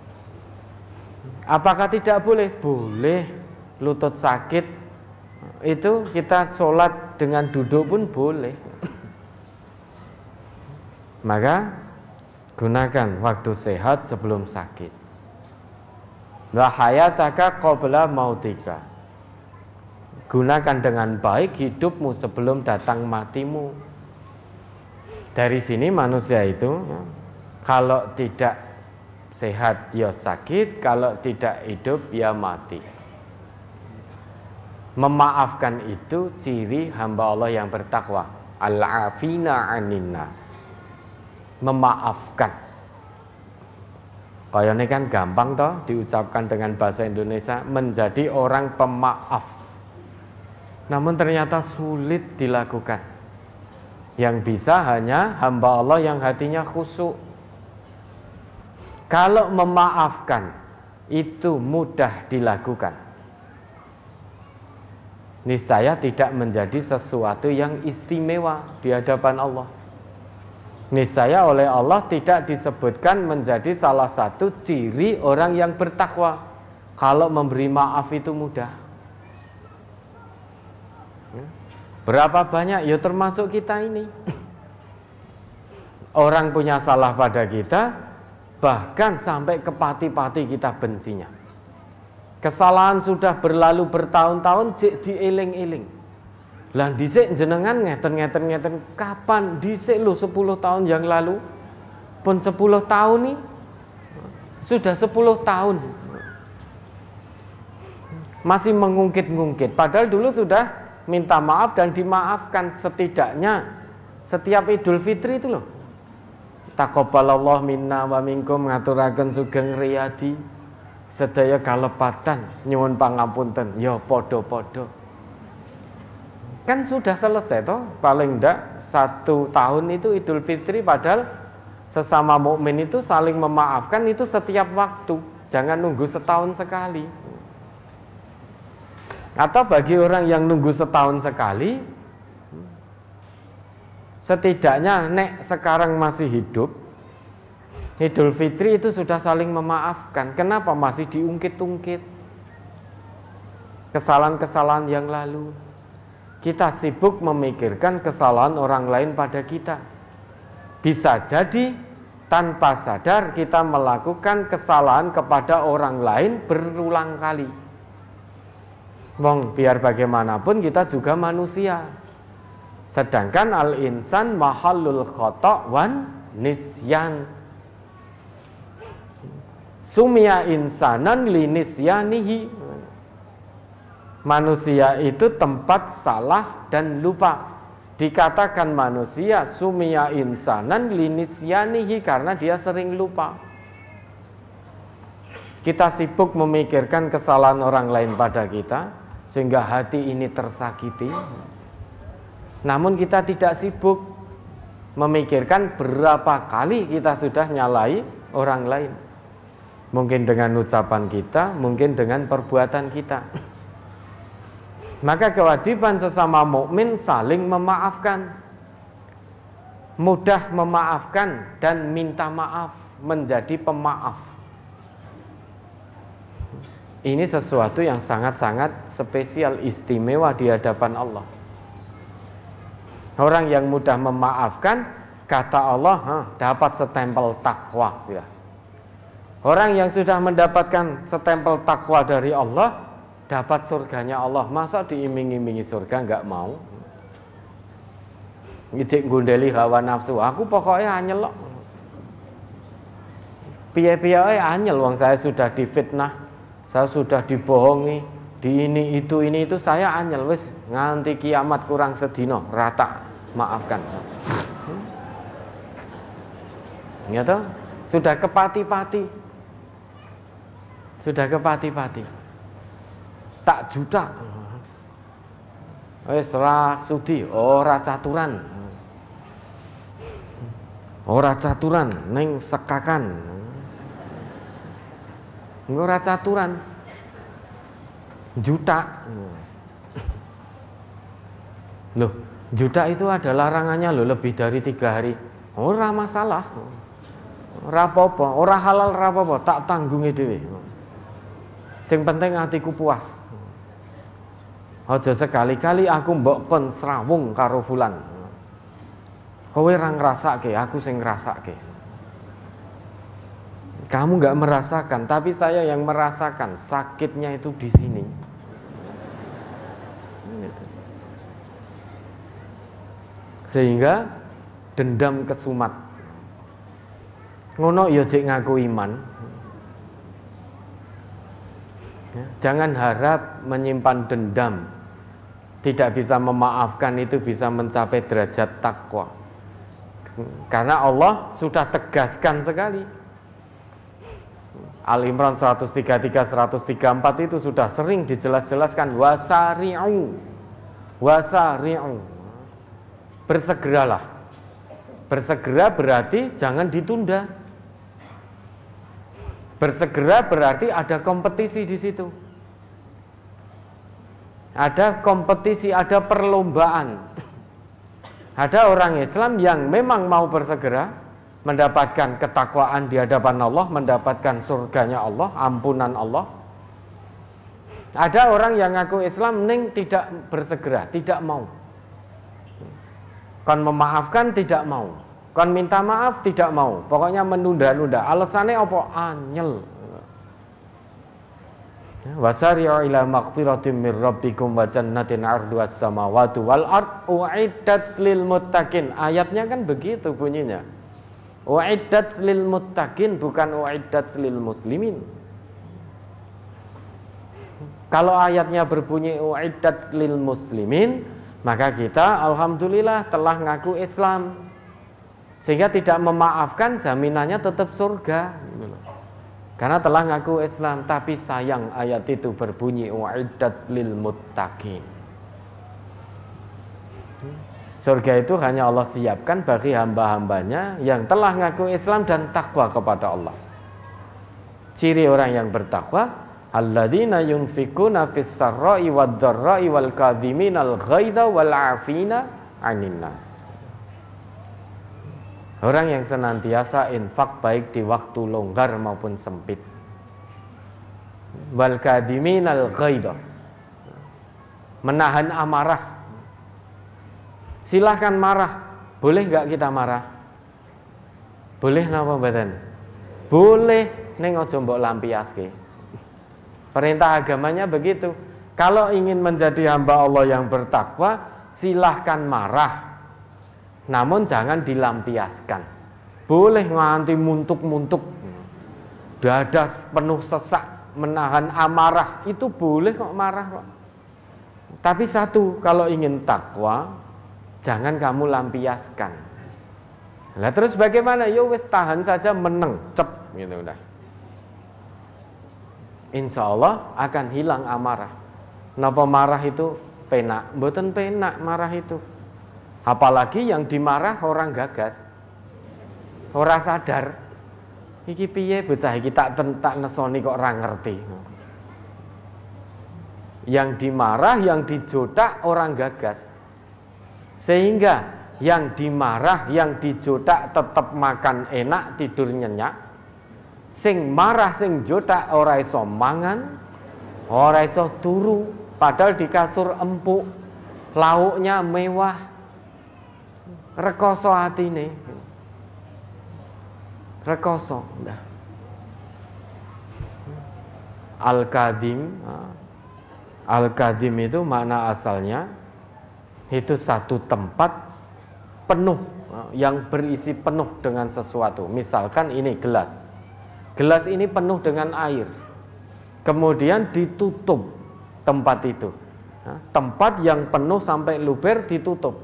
Apakah tidak boleh? Boleh. Lutut sakit itu kita sholat dengan duduk pun boleh. Maka gunakan waktu sehat sebelum sakit. Wa hayataka qabla mautika. Gunakan dengan baik hidupmu sebelum datang matimu. Dari sini manusia itu kalau tidak sehat ya sakit, kalau tidak hidup ya mati. Memaafkan itu ciri hamba Allah yang bertakwa. Al-afina 'anin nas. Memaafkan. Kayaknya kan gampang toh diucapkan dengan bahasa Indonesia, menjadi orang pemaaf. Namun ternyata sulit dilakukan. Yang bisa hanya hamba Allah yang hatinya khusyuk. Kalau memaafkan itu mudah dilakukan, niscaya tidak menjadi sesuatu yang istimewa di hadapan Allah. Niscaya oleh Allah tidak disebutkan menjadi salah satu ciri orang yang bertakwa. Kalau memberi maaf itu mudah. Berapa banyak? Ya termasuk kita ini. Orang punya salah pada kita, bahkan sampai ke pati-pati kita bencinya. Kesalahan sudah berlalu bertahun-tahun, dieling-eling. Lah dhisik jenengan ngeten kapan? Dhisik lho 10 tahun yang lalu. Pun 10 tahun nih. Sudah 10 tahun. Masih mengungkit-ngungkit. Padahal dulu sudah minta maaf dan dimaafkan setidaknya setiap Idul Fitri itu loh. Taqabbalallahu minna wa minkum, ngaturaken sugeng riyadi. Sedaya kalepatan nyuwun pangapunten. Ya padha-padha. Kan sudah selesai toh, paling enggak 1 tahun itu Idul Fitri, padahal sesama mukmin itu saling memaafkan itu setiap waktu, jangan nunggu setahun sekali. Atau bagi orang yang nunggu setahun sekali, setidaknya nek sekarang masih hidup, Idul Fitri itu sudah saling memaafkan. Kenapa masih diungkit-ungkit kesalahan-kesalahan yang lalu? Kita sibuk memikirkan kesalahan orang lain pada kita. Bisa jadi tanpa sadar kita melakukan kesalahan kepada orang lain berulang kali. Wong biar bagaimanapun kita juga manusia. Sedangkan al-insan mahallul khata' wan nisyan. Sumya insanan linisyanihi. Manusia itu tempat salah dan lupa. Dikatakan manusia sumya insanan linisyanihi karena dia sering lupa. Kita sibuk memikirkan kesalahan orang lain pada kita sehingga hati ini tersakiti. Namun kita tidak sibuk memikirkan berapa kali kita sudah nyalai orang lain. Mungkin dengan ucapan kita, mungkin dengan perbuatan kita. Maka kewajiban sesama mukmin saling memaafkan. Mudah memaafkan dan minta maaf, menjadi pemaaf. Ini sesuatu yang sangat-sangat spesial, istimewa di hadapan Allah. Orang yang mudah memaafkan, kata Allah, dapat setempel takwa. Orang yang sudah mendapatkan setempel takwa dari Allah, dapat surganya Allah. Masa diiming-imingi surga nggak mau? Ngijik gundeli hawa nafsu. Aku pokoknya anyel. Piye-piye anyel. Wong saya sudah difitnah, saya sudah dibohongi, di ini itu saya anyel. Wis nganti kiamat kurang sedino rata. Maafkan. Ya toh? Sudah kepati-pati. Tak juta. Wis ora sudi, ora caturan. Ora caturan ning sekakan. Ora caturan. Juta. Loh, juta itu ada larangannya loh, lebih dari 3 hari. Ora masalah. Ora apa-apa, ora halal ora apa-apa, tak tanggungi dhewe. Sing penting atiku puas. Aja sekali-kali aku mbok kon srawung karo fulan. Kowe ora ngrasake, aku sing ngrasake. Kamu enggak merasakan, tapi saya yang merasakan. Sakitnya itu di sini. Sehingga dendam kesumat. Ngono ya jek ngaku iman. Jangan harap menyimpan dendam, tidak bisa memaafkan itu bisa mencapai derajat takwa. Karena Allah sudah tegaskan sekali. Al-Imran 133, 134 itu sudah sering dijelas-jelaskan. Wasari'u. Bersegeralah. Bersegera berarti jangan ditunda. Bersegera berarti ada kompetisi di situ. Ada kompetisi, ada perlombaan. Ada orang Islam yang memang mau bersegera mendapatkan ketakwaan di hadapan Allah, mendapatkan surganya Allah, ampunan Allah. Ada orang yang ngaku Islam ning tidak bersegera, tidak mau. Kon memaafkan tidak mau. Kon minta maaf tidak mau. Pokoknya menunda-nunda. Alasannya apa? Anyel. Wasari'u ila maghfiratin mir rabbikum wa jannatin 'arduhas samawati wal ard u'iddat lil muttaqin. Ayatnya kan begitu bunyinya. U'iddat lil muttaqin, bukan u'iddat lil muslimin. Kalau ayatnya berbunyi u'iddat lil muslimin, maka kita alhamdulillah telah ngaku Islam. Sehingga tidak memaafkan jaminannya tetap surga. Karena telah ngaku Islam. Tapi sayang ayat itu berbunyi u'iddat lil muttaqin. Surga itu hanya Allah siapkan bagi hamba-hambanya yang telah ngaku Islam dan takwa kepada Allah. Ciri orang yang bertakwa, alladzina yunfikuna fis sarra'i wad dharra'i wal kadhiminal ghaidha wal 'afina 'anil nas. Orang yang senantiasa infak baik di waktu longgar maupun sempit. Wal kadhiminal ghaidha, menahan amarah. Silahkan marah. Boleh enggak kita marah? Boleh napa mboten? Boleh, ning aja mbok lampiaske. Perintah agamanya begitu. Kalau ingin menjadi hamba Allah yang bertakwa, silahkan marah. Namun jangan dilampiaskan. Boleh nganti muntuk-muntuk, dada penuh sesak, menahan amarah, itu boleh kok marah kok. Tapi satu, kalau ingin takwa, jangan kamu lampiaskan. Lah terus bagaimana? Yo wis tahan saja, meneng, cep gitu udah. Insya Allah akan hilang amarah. Napa marah itu penak? Mboten penak marah itu. Apalagi yang dimarah orang gagas, orang sadar. Iki piye bocah iki tak nesoni kok ora ngerti. Yang dimarah, yang dijodak orang gagas. Sehingga yang dimarah, yang dijodak tetap makan enak, tidur nyenyak. Sing marah, sing jodak ora iso mangan, ora iso turu, padahal di kasur empuk, lauknya mewah. Rekoso atine. Rekoso. Al-Kadhim itu makna asalnya itu satu tempat penuh, yang berisi penuh dengan sesuatu. Misalkan ini gelas. Gelas ini penuh dengan air. Kemudian ditutup tempat itu. Tempat yang penuh sampai luber ditutup.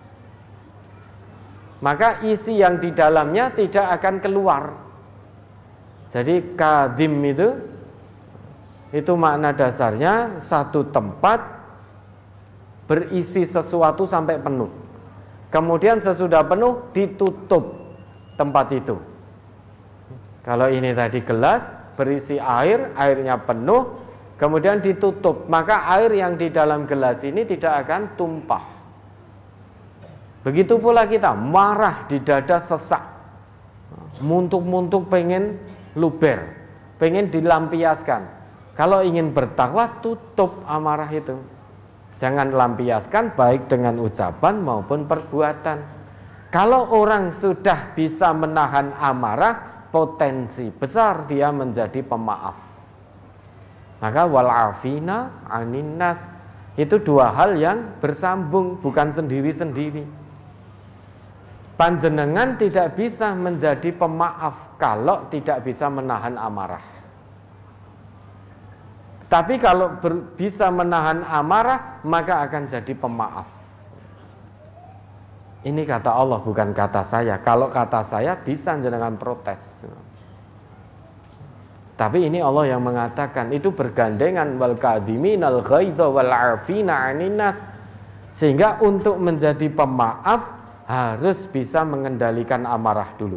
Maka isi yang di dalamnya tidak akan keluar. Jadi kadhim itu makna dasarnya satu tempat berisi sesuatu sampai penuh. Kemudian sesudah penuh ditutup tempat itu. Kalau ini tadi gelas berisi air, airnya penuh, kemudian ditutup, maka air yang di dalam gelas ini tidak akan tumpah. Begitu pula kita marah, di dada sesak, muntuk-muntuk pengen luber, pengen dilampiaskan. Kalau ingin bertakwa, tutup amarah itu. Jangan lampiaskan baik dengan ucapan maupun perbuatan. Kalau orang sudah bisa menahan amarah, potensi besar dia menjadi pemaaf. Maka wal'afina anin nas itu dua hal yang bersambung, bukan sendiri-sendiri. Panjenengan tidak bisa menjadi pemaaf kalau tidak bisa menahan amarah. Tapi kalau bisa menahan amarah, maka akan jadi pemaaf. Ini kata Allah, bukan kata saya. Kalau kata saya bisa jenengan protes. Tapi ini Allah yang mengatakan, itu bergandengan wal kadhiminal ghaidha wal 'afina 'anil nas. Sehingga untuk menjadi pemaaf harus bisa mengendalikan amarah dulu.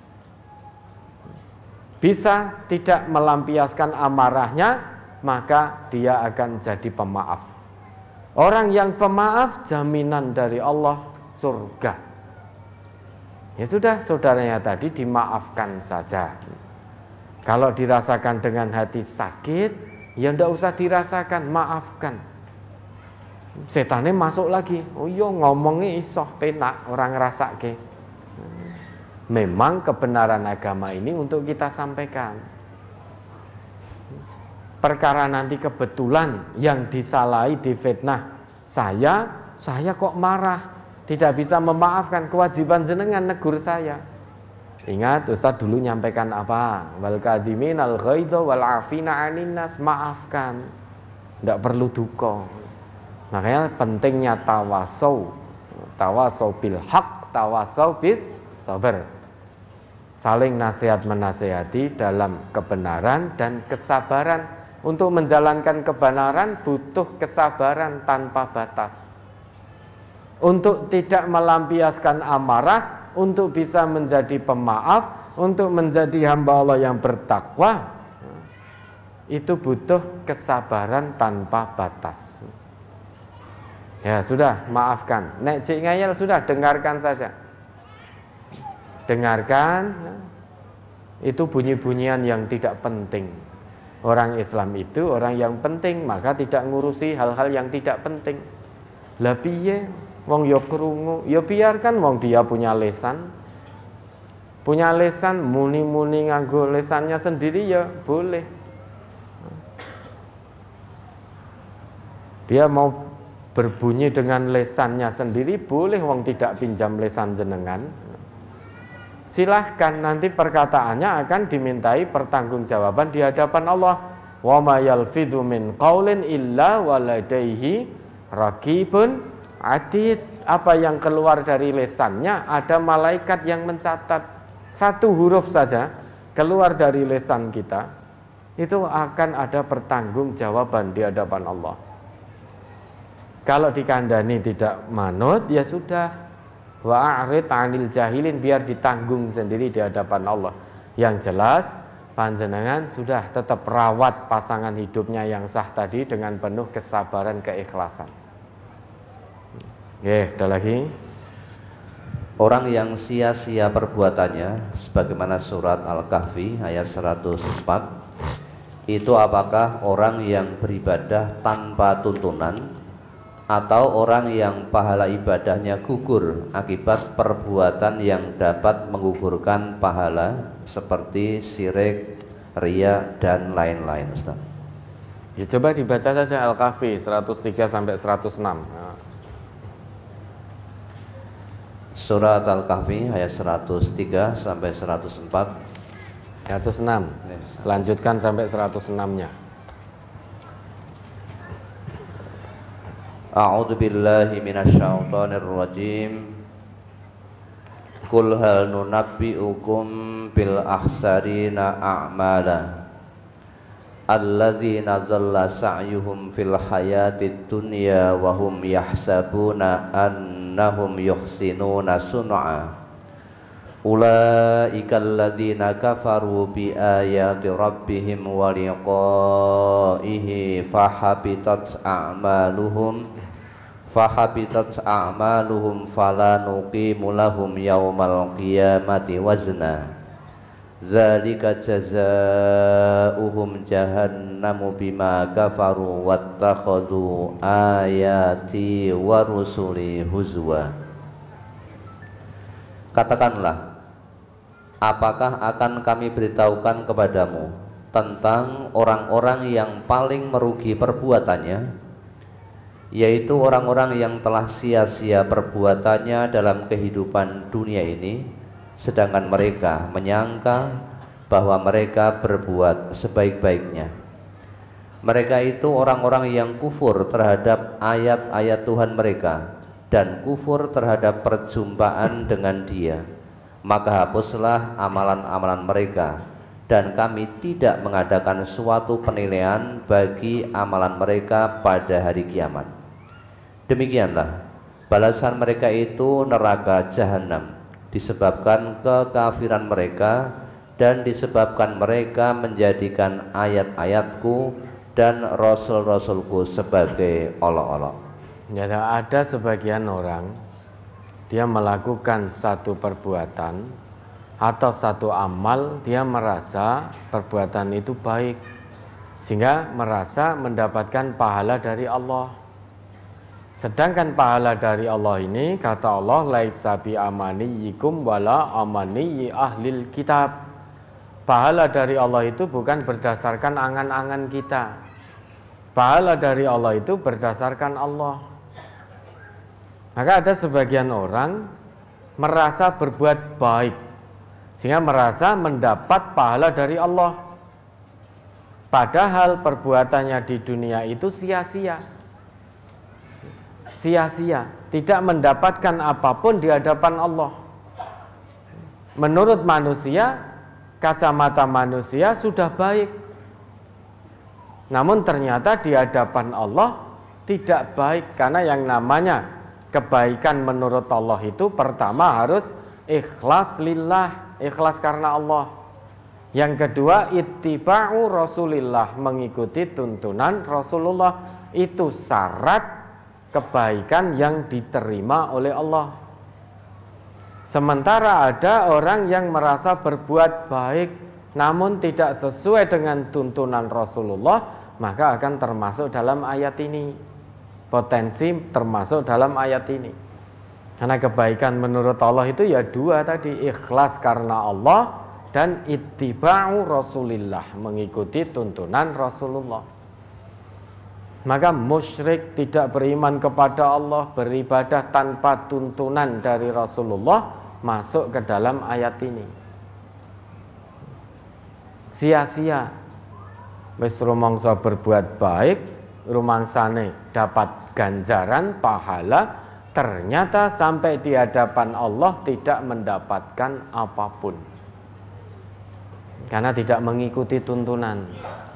Bisa tidak melampiaskan amarahnya, maka dia akan jadi pemaaf. Orang yang pemaaf, jaminan dari Allah surga. Ya sudah, saudaranya tadi dimaafkan saja. Kalau dirasakan dengan hati sakit, ya tidak usah dirasakan, maafkan. Setannya masuk lagi. Oh iya, ngomongnya isoh penak, orang ngerasake. Memang kebenaran agama ini untuk kita sampaikan. Perkara nanti kebetulan yang disalahi, difitnah saya kok marah, tidak bisa memaafkan, kewajiban jenengan negur saya. Ingat Ustaz dulu nyampaikan apa? Wal kadhiminal ghaidha wal 'afina 'anil nas, maafkan. Tidak perlu duka. Makanya pentingnya tawasau bil haq, tawasau bis sabar. Saling nasihat menasihati dalam kebenaran dan kesabaran. Untuk menjalankan kebenaran butuh kesabaran tanpa batas. Untuk tidak melampiaskan amarah, untuk bisa menjadi pemaaf, untuk menjadi hamba Allah yang bertakwa, itu butuh kesabaran tanpa batas. Ya sudah, maafkan. Nek cik ngayal sudah, dengarkan saja. Dengarkan. Itu bunyi-bunyian yang tidak penting. Orang Islam itu orang yang penting, maka tidak ngurusi hal-hal yang tidak penting. Lah piye? Wong ya krungu, ya biarkan wong dia punya lesan. Punya lesan, muni-muni nganggo lesannya sendiri ya boleh. Dia mau berbunyi dengan lesannya sendiri boleh, wong tidak pinjam lesan jenengan. Silahkan, nanti perkataannya akan dimintai pertanggungjawaban di hadapan Allah. Wa ma yalfidhu min qaulin illa waladaihi raqibun atid. Apa yang keluar dari lesannya ada malaikat yang mencatat. Satu huruf saja keluar dari lesan kita, itu akan ada pertanggungjawaban di hadapan Allah. Kalau dikandani tidak manut, ya sudah, wa'arid 'anil jahilin, biar ditanggung sendiri di hadapan Allah. Yang jelas panjenengan sudah tetap rawat pasangan hidupnya yang sah tadi dengan penuh kesabaran, keikhlasan. Oke, ada lagi. Orang yang sia-sia perbuatannya, sebagaimana surat Al-Kahfi ayat 104, itu apakah orang yang beribadah tanpa tuntunan, atau orang yang pahala ibadahnya gugur akibat perbuatan yang dapat menggugurkan pahala seperti syirik, riya, dan lain-lain, Ustaz? Ya, coba dibaca saja Al-Kahfi 103 sampai 106. Nah. Surat Al-Kahfi ayat 103 sampai 104. 106. Lanjutkan sampai 106-nya. A'udzu billahi minasyaitonir rajim. Qul hal nunabbi'ukum bil akhsarina a'mala alladzina dhalla sa'yuhum fil hayatid dunya wa hum yahsabuna annahum yuhsinuna sun'a. Ulaika alladzina kafaru bi ayati rabbihim wa liqa'ihi fahabitat a'maluhum fala nuqimu lahum yaumal qiyamati wazna. Dzalika jazaa'uhum jahannamu bima kafaru wattakhadhu ayati wa rusuli huzwa. Katakanlah, apakah akan kami beritahukan kepadamu tentang orang-orang yang paling merugi perbuatannya, yaitu orang-orang yang telah sia-sia perbuatannya dalam kehidupan dunia ini, sedangkan mereka menyangka bahwa mereka berbuat sebaik-baiknya. Mereka itu orang-orang yang kufur terhadap ayat-ayat Tuhan mereka dan kufur terhadap perjumpaan dengan Dia. Maka hapuslah amalan-amalan mereka, dan kami tidak mengadakan suatu penilaian bagi amalan mereka pada hari kiamat. Demikianlah balasan mereka itu neraka jahanam, disebabkan kekafiran mereka dan disebabkan mereka menjadikan ayat-ayatku dan rasul-rasulku sebagai olok-olok. Ya, ada sebagian orang dia melakukan satu perbuatan atau satu amal, dia merasa perbuatan itu baik sehingga merasa mendapatkan pahala dari Allah. Sedangkan pahala dari Allah ini, kata Allah, laisa bi amaniyikum wala amaniyi ahlil kitab. Pahala dari Allah itu bukan berdasarkan angan-angan kita. Pahala dari Allah itu berdasarkan Allah. Maka ada sebagian orang merasa berbuat baik sehingga merasa mendapat pahala dari Allah. Padahal perbuatannya di dunia itu sia-sia. Sia-sia, tidak mendapatkan apapun di hadapan Allah. Menurut manusia, kacamata manusia sudah baik. Namun ternyata di hadapan Allah tidak baik, karena yang namanya kebaikan menurut Allah itu pertama harus ikhlas lillah, ikhlas karena Allah. Yang kedua ittiba'u Rasulillah, mengikuti tuntunan Rasulullah. Itu syarat kebaikan yang diterima oleh Allah. Sementara ada orang yang merasa berbuat baik namun tidak sesuai dengan tuntunan Rasulullah, maka akan termasuk dalam ayat ini. Potensi termasuk dalam ayat ini. Karena kebaikan menurut Allah itu ya dua tadi, ikhlas karena Allah dan ittiba'u Rasulillah, mengikuti tuntunan Rasulullah. Maka musyrik, tidak beriman kepada Allah, beribadah tanpa tuntunan dari Rasulullah, masuk ke dalam ayat ini. Sia-sia wis rumangsa berbuat baik, rumangsane dapat ganjaran pahala, ternyata sampai di hadapan Allah tidak mendapatkan apapun karena tidak mengikuti tuntunan.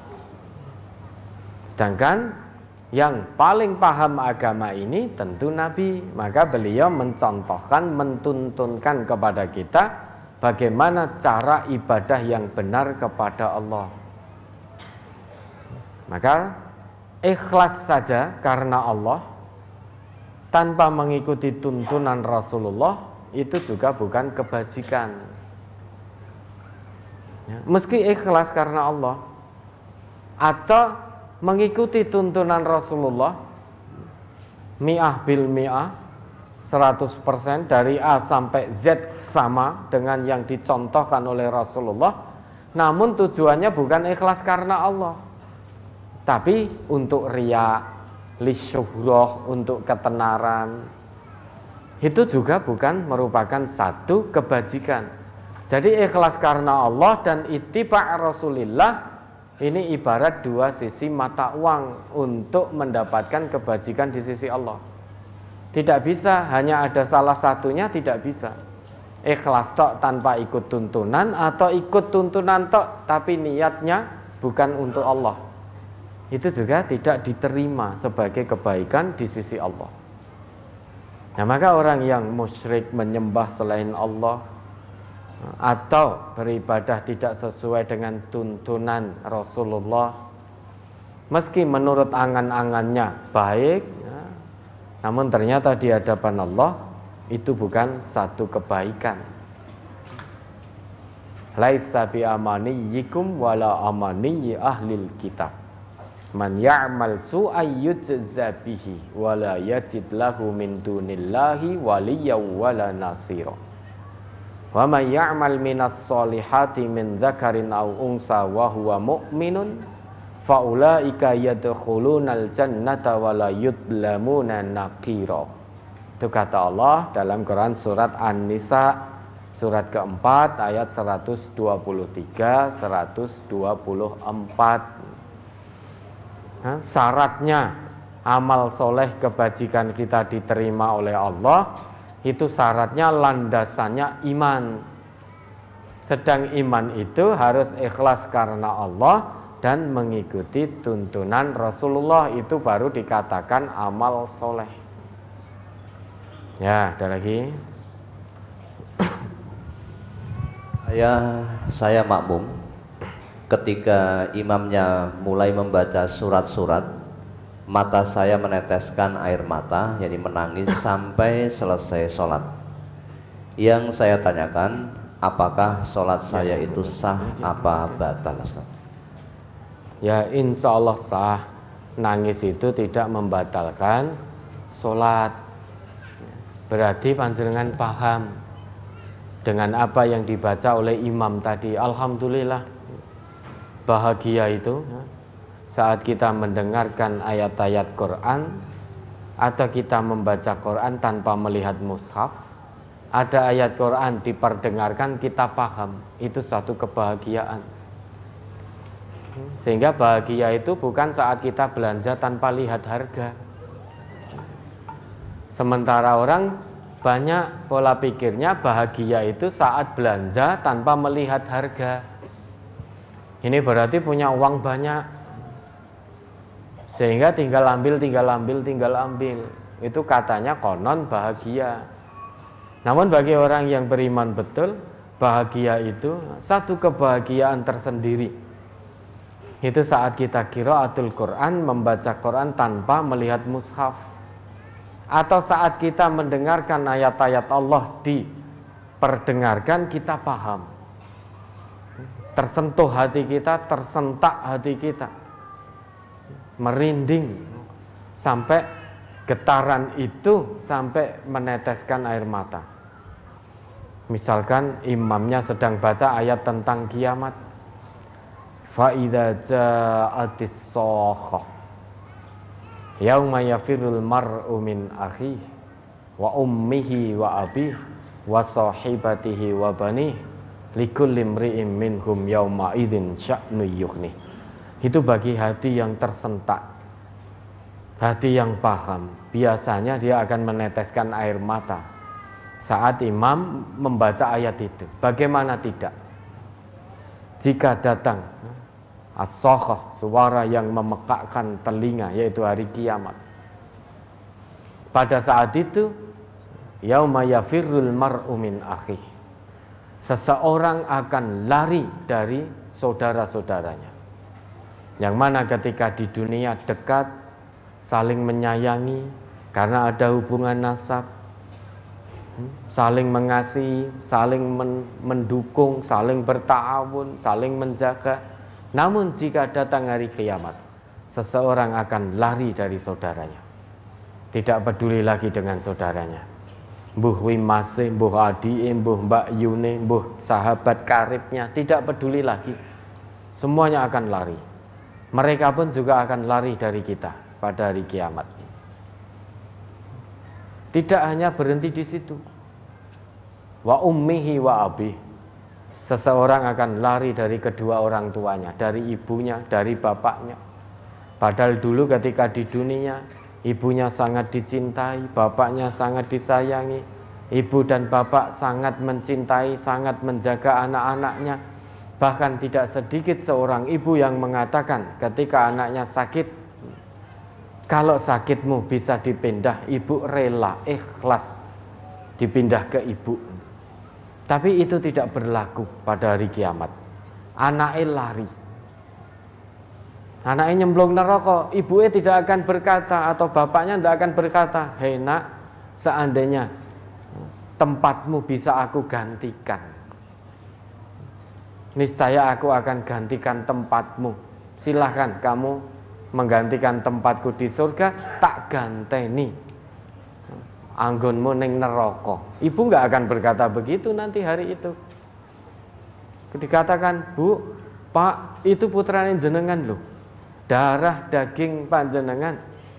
Sedangkan yang paling paham agama ini tentu Nabi, maka beliau mencontohkan, mentuntunkan kepada kita bagaimana cara ibadah yang benar kepada Allah. Maka ikhlas saja karena Allah tanpa mengikuti tuntunan Rasulullah itu juga bukan kebajikan. Meski ikhlas karena Allah atau mengikuti tuntunan Rasulullah mi'ah bil mi'ah 100% dari A sampai Z sama dengan yang dicontohkan oleh Rasulullah, namun tujuannya bukan ikhlas karena Allah, tapi untuk riya, lisyuhrah, untuk ketenaran. Itu juga bukan merupakan satu kebajikan. Jadi ikhlas karena Allah dan ittiba' Rasulillah ini ibarat dua sisi mata uang untuk mendapatkan kebajikan di sisi Allah. Tidak bisa hanya ada salah satunya, tidak bisa. Ikhlas tok tanpa ikut tuntunan, atau ikut tuntunan tok tapi niatnya bukan untuk Allah. Itu juga tidak diterima sebagai kebaikan di sisi Allah. Nah, maka orang yang musyrik menyembah selain Allah atau beribadah tidak sesuai dengan tuntunan Rasulullah, meski menurut angan-angannya baik, namun ternyata di hadapan Allah itu bukan satu kebaikan. Laisa bi amaniyikum wala amaniyyi ahlil kitab. Man ya'mal su'ay yujza bihi wala yajid lahu min dunillahi waliyyan wala nasira. Wa man ya'mal minas solihati min dzakarin aw unsa wa huwa mu'minun faulaika yadkhulunal jannata wa la yudlamuna naqira. Itu kata Allah dalam Quran surat An-Nisa surat keempat ayat 123 124. Syaratnya amal soleh kebajikan kita diterima oleh Allah itu syaratnya landasannya iman. Sedang iman itu harus ikhlas karena Allah dan mengikuti tuntunan Rasulullah, itu baru dikatakan amal soleh. Ya, ada lagi. Saya makmum. Ketika imamnya mulai membaca surat-surat, mata saya meneteskan air mata, yakni menangis sampai selesai sholat. Yang saya tanyakan, apakah sholat saya itu sah apa batal, Ustaz? Ya, insya Allah sah. Nangis itu tidak membatalkan sholat. Berarti panjenengan paham dengan apa yang dibaca oleh imam tadi. Alhamdulillah, bahagia itu saat kita mendengarkan ayat-ayat Quran atau kita membaca Quran tanpa melihat mushaf. Ada ayat Quran diperdengarkan, kita paham, itu satu kebahagiaan. Sehingga bahagia itu bukan saat kita belanja tanpa lihat harga. Sementara orang banyak pola pikirnya bahagia itu saat belanja tanpa melihat harga. Ini berarti punya uang banyak, sehingga tinggal ambil. Itu katanya konon bahagia. Namun bagi orang yang beriman betul, bahagia itu satu kebahagiaan tersendiri. Itu saat kita qiraatul Quran, membaca Quran tanpa melihat mushaf, atau saat kita mendengarkan ayat-ayat Allah diperdengarkan, kita paham, tersentuh hati kita, tersentak hati kita, merinding sampai getaran itu sampai meneteskan air mata. Misalkan imamnya sedang baca ayat tentang kiamat, fa idza ja'atis shakhah yauma yafirrul mar'u min akhihi wa ummihi wa abihi wa sahibatihi wa banihi likulli imri'in minhum yauma idzin sya'nu yughni. Itu bagi hati yang tersentak, hati yang paham, biasanya dia akan meneteskan air mata saat imam membaca ayat itu. Bagaimana tidak jika datang as-sakhah, suara yang memekakkan telinga, yaitu hari kiamat. Pada saat itu yauma yafirrul mar'u min akhihi, seseorang akan lari dari saudara-saudaranya. Yang mana ketika di dunia dekat, saling menyayangi karena ada hubungan nasab, saling mengasihi, saling mendukung, saling berta'awun, saling menjaga. Namun jika datang hari kiamat, seseorang akan lari dari saudaranya. Tidak peduli lagi dengan saudaranya. Mbuh Wimase, mbuh Adi, mbuh Mbak Yune, mbuh sahabat karibnya, tidak peduli lagi. Semuanya akan lari. Mereka pun juga akan lari dari kita pada hari kiamat. Tidak hanya berhenti di situ. Wa ummihi wa abih. Seseorang akan lari dari kedua orang tuanya, dari ibunya, dari bapaknya. Padahal dulu ketika di dunia, ibunya sangat dicintai, bapaknya sangat disayangi. Ibu dan bapak sangat mencintai, sangat menjaga anak-anaknya. Bahkan tidak sedikit seorang ibu yang mengatakan ketika anaknya sakit, kalau sakitmu bisa dipindah, ibu rela, ikhlas dipindah ke ibu. Tapi itu tidak berlaku pada hari kiamat. Anaknya lari, anaknya nyemplung neraka, ibunya tidak akan berkata, atau bapaknya tidak akan berkata, hei nak, seandainya tempatmu bisa aku gantikan, niscaya aku akan gantikan tempatmu. Silahkan kamu menggantikan tempatku di surga, tak ganteni anggonmu ning neraka. Ibu nggak akan berkata begitu nanti hari itu. Dikatakan, Bu, Pak, itu putrane jenengan loh, darah daging panjenengan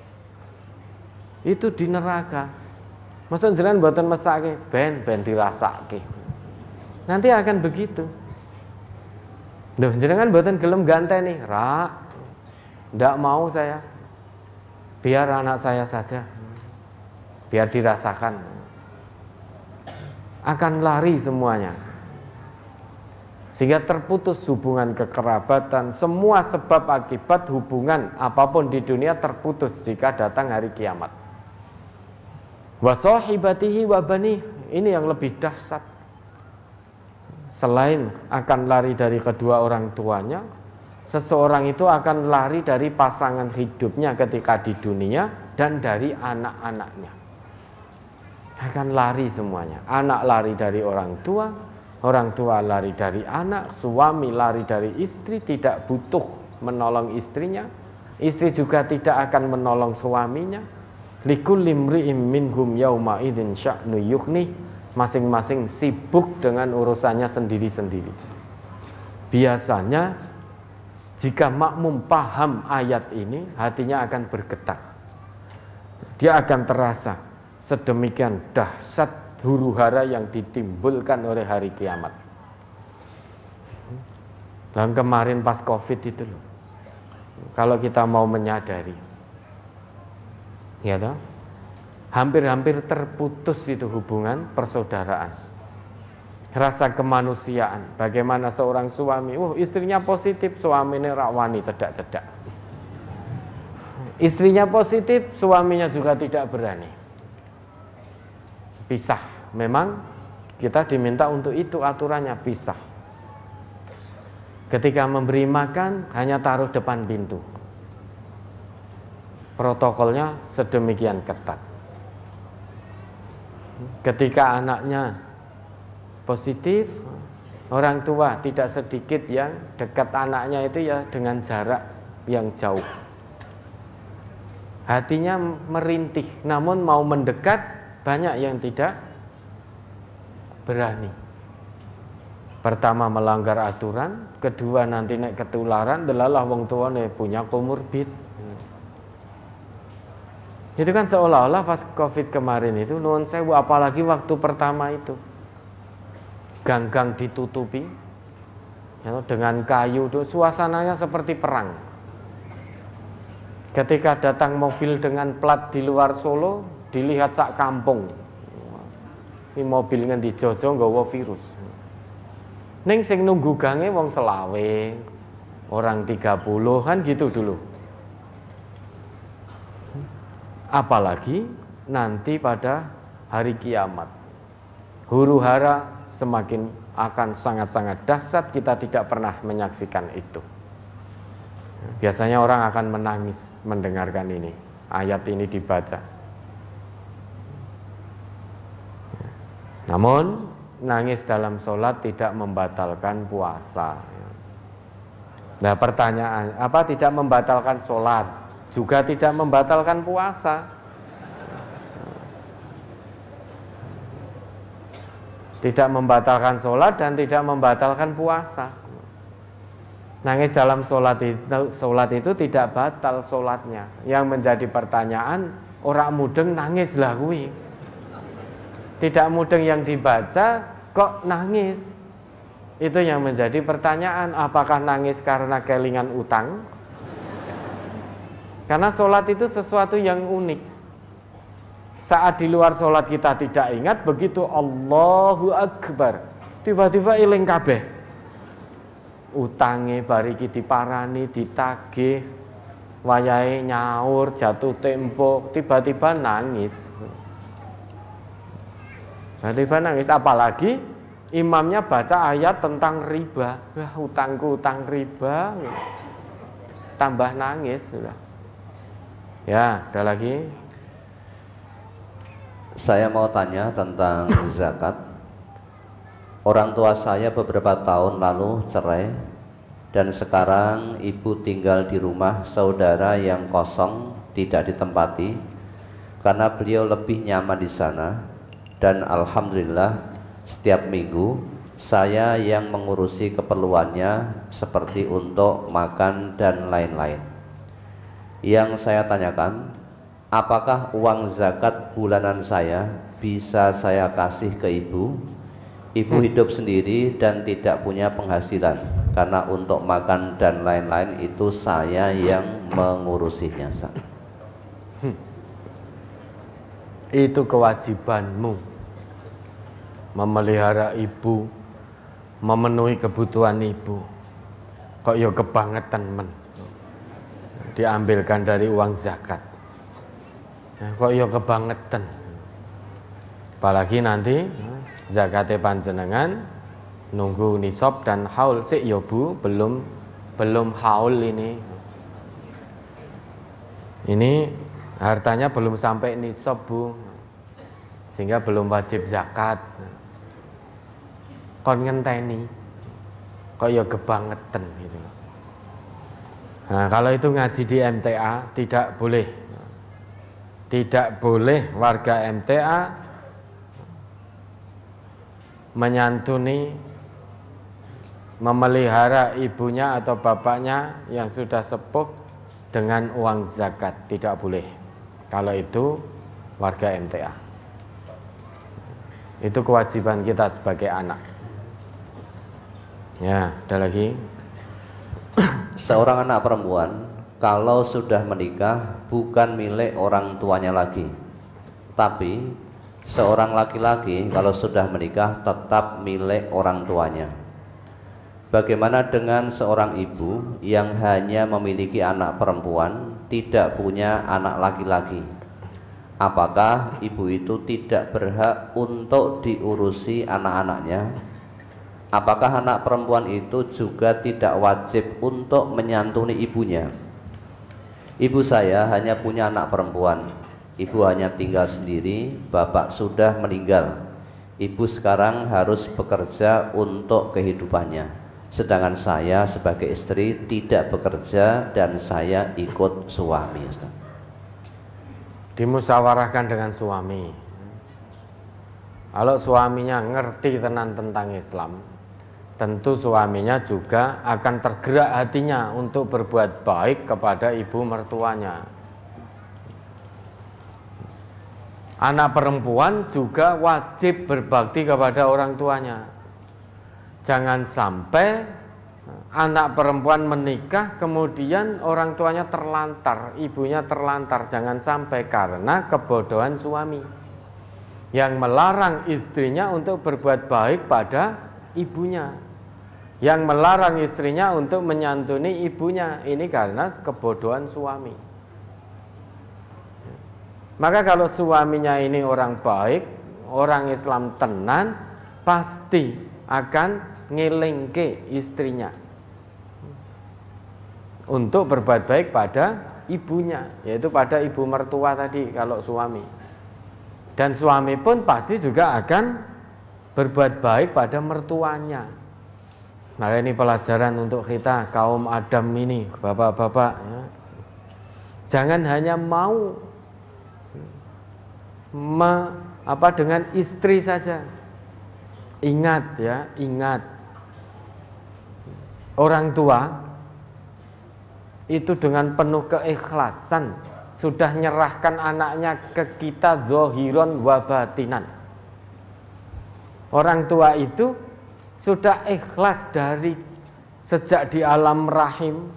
itu di neraka. Masa jenengan mboten mesake, ben dirasake. Nanti akan begitu. Loh, jenengan mboten gelem ganteni, Ra. Ndak mau saya. Biar anak saya saja. Biar dirasakan. Akan lari semuanya. Sehingga terputus hubungan kekerabatan, semua sebab akibat hubungan apapun di dunia terputus jika datang hari kiamat. Wa sahibatihi wa bani, ini yang lebih dahsyat. Selain akan lari dari kedua orang tuanya, seseorang itu akan lari dari pasangan hidupnya ketika di dunia dan dari anak-anaknya. Akan lari semuanya. Anak lari dari orang tua lari dari anak, suami lari dari istri, tidak butuh menolong istrinya. Istri juga tidak akan menolong suaminya. Likulli imri'in minhum yauma idzin sya'nu yughnih. Masing-masing sibuk dengan urusannya sendiri-sendiri. Biasanya jika makmum paham ayat ini, hatinya akan bergetar. Dia akan terasa sedemikian dahsyat huru-hara yang ditimbulkan oleh hari kiamat. Dan kemarin pas Covid itu loh, kalau kita mau menyadari, ya toh, hampir-hampir terputus itu hubungan persaudaraan, rasa kemanusiaan. Bagaimana seorang suami, istrinya positif, suaminya rawani cedak-cedak. Istrinya positif, suaminya juga tidak berani. Pisah. Memang kita diminta untuk itu, aturannya pisah. Ketika memberi makan hanya taruh depan pintu. Protokolnya sedemikian ketat. Ketika anaknya positif, orang tua tidak sedikit yang dekat anaknya itu ya dengan jarak yang jauh. Hatinya merintih, namun mau mendekat banyak yang tidak berani. Pertama melanggar aturan, kedua nanti nek ketularan, delalah wong tuane punya komorbid. Itu kan seolah-olah pas Covid kemarin itu, nuwun sewu, apalagi waktu pertama itu, gang-gang ditutupi ya, dengan kayu, suasananya seperti perang. Ketika datang mobil dengan plat di luar Solo, dilihat sak kampung. Ini mobil ngendi jojo nggawa virus. Ning sing nunggu gange wong selawe, orang 30 kan gitu dulu. Apalagi nanti pada hari kiamat, huru-hara semakin akan sangat-sangat dahsyat, kita tidak pernah menyaksikan itu. Biasanya orang akan menangis mendengarkan ini, ayat ini dibaca. Namun nangis dalam sholat tidak membatalkan puasa. Nah, pertanyaan, apa tidak membatalkan sholat, juga tidak membatalkan puasa. Tidak membatalkan sholat dan tidak membatalkan puasa. Nangis dalam sholat itu tidak batal sholatnya. Yang menjadi pertanyaan, orang mudeng nangis lah kuwi. Tidak mudeng yang dibaca kok nangis. Itu yang menjadi pertanyaan. Apakah nangis karena kelingan utang? Karena sholat itu sesuatu yang unik. Saat di luar sholat kita tidak ingat, begitu Allahu Akbar tiba-tiba iling kabeh. Utange bariki diparani, ditagih, wayahe nyaur, jatuh tempo, tiba-tiba nangis. Tiba-tiba nangis, apalagi imamnya baca ayat tentang riba. Wah, utangku utang riba. Tambah nangis sudah. Ya, ada lagi. Saya mau tanya tentang zakat. Orang tua saya beberapa tahun lalu cerai, dan sekarang ibu tinggal di rumah saudara yang kosong, tidak ditempati, karena beliau lebih nyaman di sana. Dan alhamdulillah setiap minggu saya yang mengurusi keperluannya, seperti untuk makan dan lain-lain. Yang saya tanyakan, apakah uang zakat bulanan saya bisa saya kasih ke ibu? Ibu hidup sendiri dan tidak punya penghasilan, karena untuk makan dan lain-lain itu saya yang mengurusinya. Itu kewajibanmu, memelihara ibu, memenuhi kebutuhan ibu. Kok yo kebangetan men diambilkan dari uang zakat. Kok yo kebangetan. Apalagi nanti zakate panjenengan nunggu nisab dan haul. Sik yo Bu, belum haul ini. Ini hartanya belum sampai nisab Bu, sehingga belum wajib zakat. Kon ngenteni, kok ya kebangetan gitu. Nah, kalau itu ngaji di MTA tidak boleh. Tidak boleh warga MTA menyantuni, memelihara ibunya atau bapaknya yang sudah sepuh dengan uang zakat. Tidak boleh. Kalau itu warga MTA. Itu kewajiban kita sebagai anak. Ya, ada lagi. Seorang anak perempuan kalau sudah menikah bukan milik orang tuanya lagi. Tapi seorang laki-laki kalau sudah menikah tetap milik orang tuanya. Bagaimana dengan seorang ibu yang hanya memiliki anak perempuan, tidak punya anak laki-laki? Apakah ibu itu tidak berhak untuk diurusi anak-anaknya? Apakah anak perempuan itu juga tidak wajib untuk menyantuni ibunya? Ibu saya hanya punya anak perempuan. Ibu hanya tinggal sendiri, bapak sudah meninggal. Ibu sekarang harus bekerja untuk kehidupannya. Sedangkan saya sebagai istri tidak bekerja dan saya ikut suami. Dimusyawarahkan dengan suami. Kalau suaminya ngerti tentang Islam, tentu suaminya juga akan tergerak hatinya untuk berbuat baik kepada ibu mertuanya. Anak perempuan juga wajib berbakti kepada orang tuanya. Jangan sampai anak perempuan menikah kemudian orang tuanya terlantar, ibunya terlantar. Jangan sampai, karena kebodohan suami yang melarang istrinya untuk berbuat baik pada ibunya, yang melarang istrinya untuk menyantuni ibunya. Ini karena kebodohan suami. Maka kalau suaminya ini orang baik, orang Islam tenan, pasti akan ngelingke istrinya untuk berbuat baik pada ibunya, yaitu pada ibu mertua tadi kalau suami. Dan suami pun pasti juga akan berbuat baik pada mertuanya. Nah, ini pelajaran untuk kita kaum Adam ini, bapak-bapak ya. Jangan hanya mau dengan istri saja. Ingat ya, ingat. Orang tua itu dengan penuh keikhlasan sudah nyerahkan anaknya ke kita zahiran wa batinan. Orang tua itu sudah ikhlas dari sejak di alam rahim,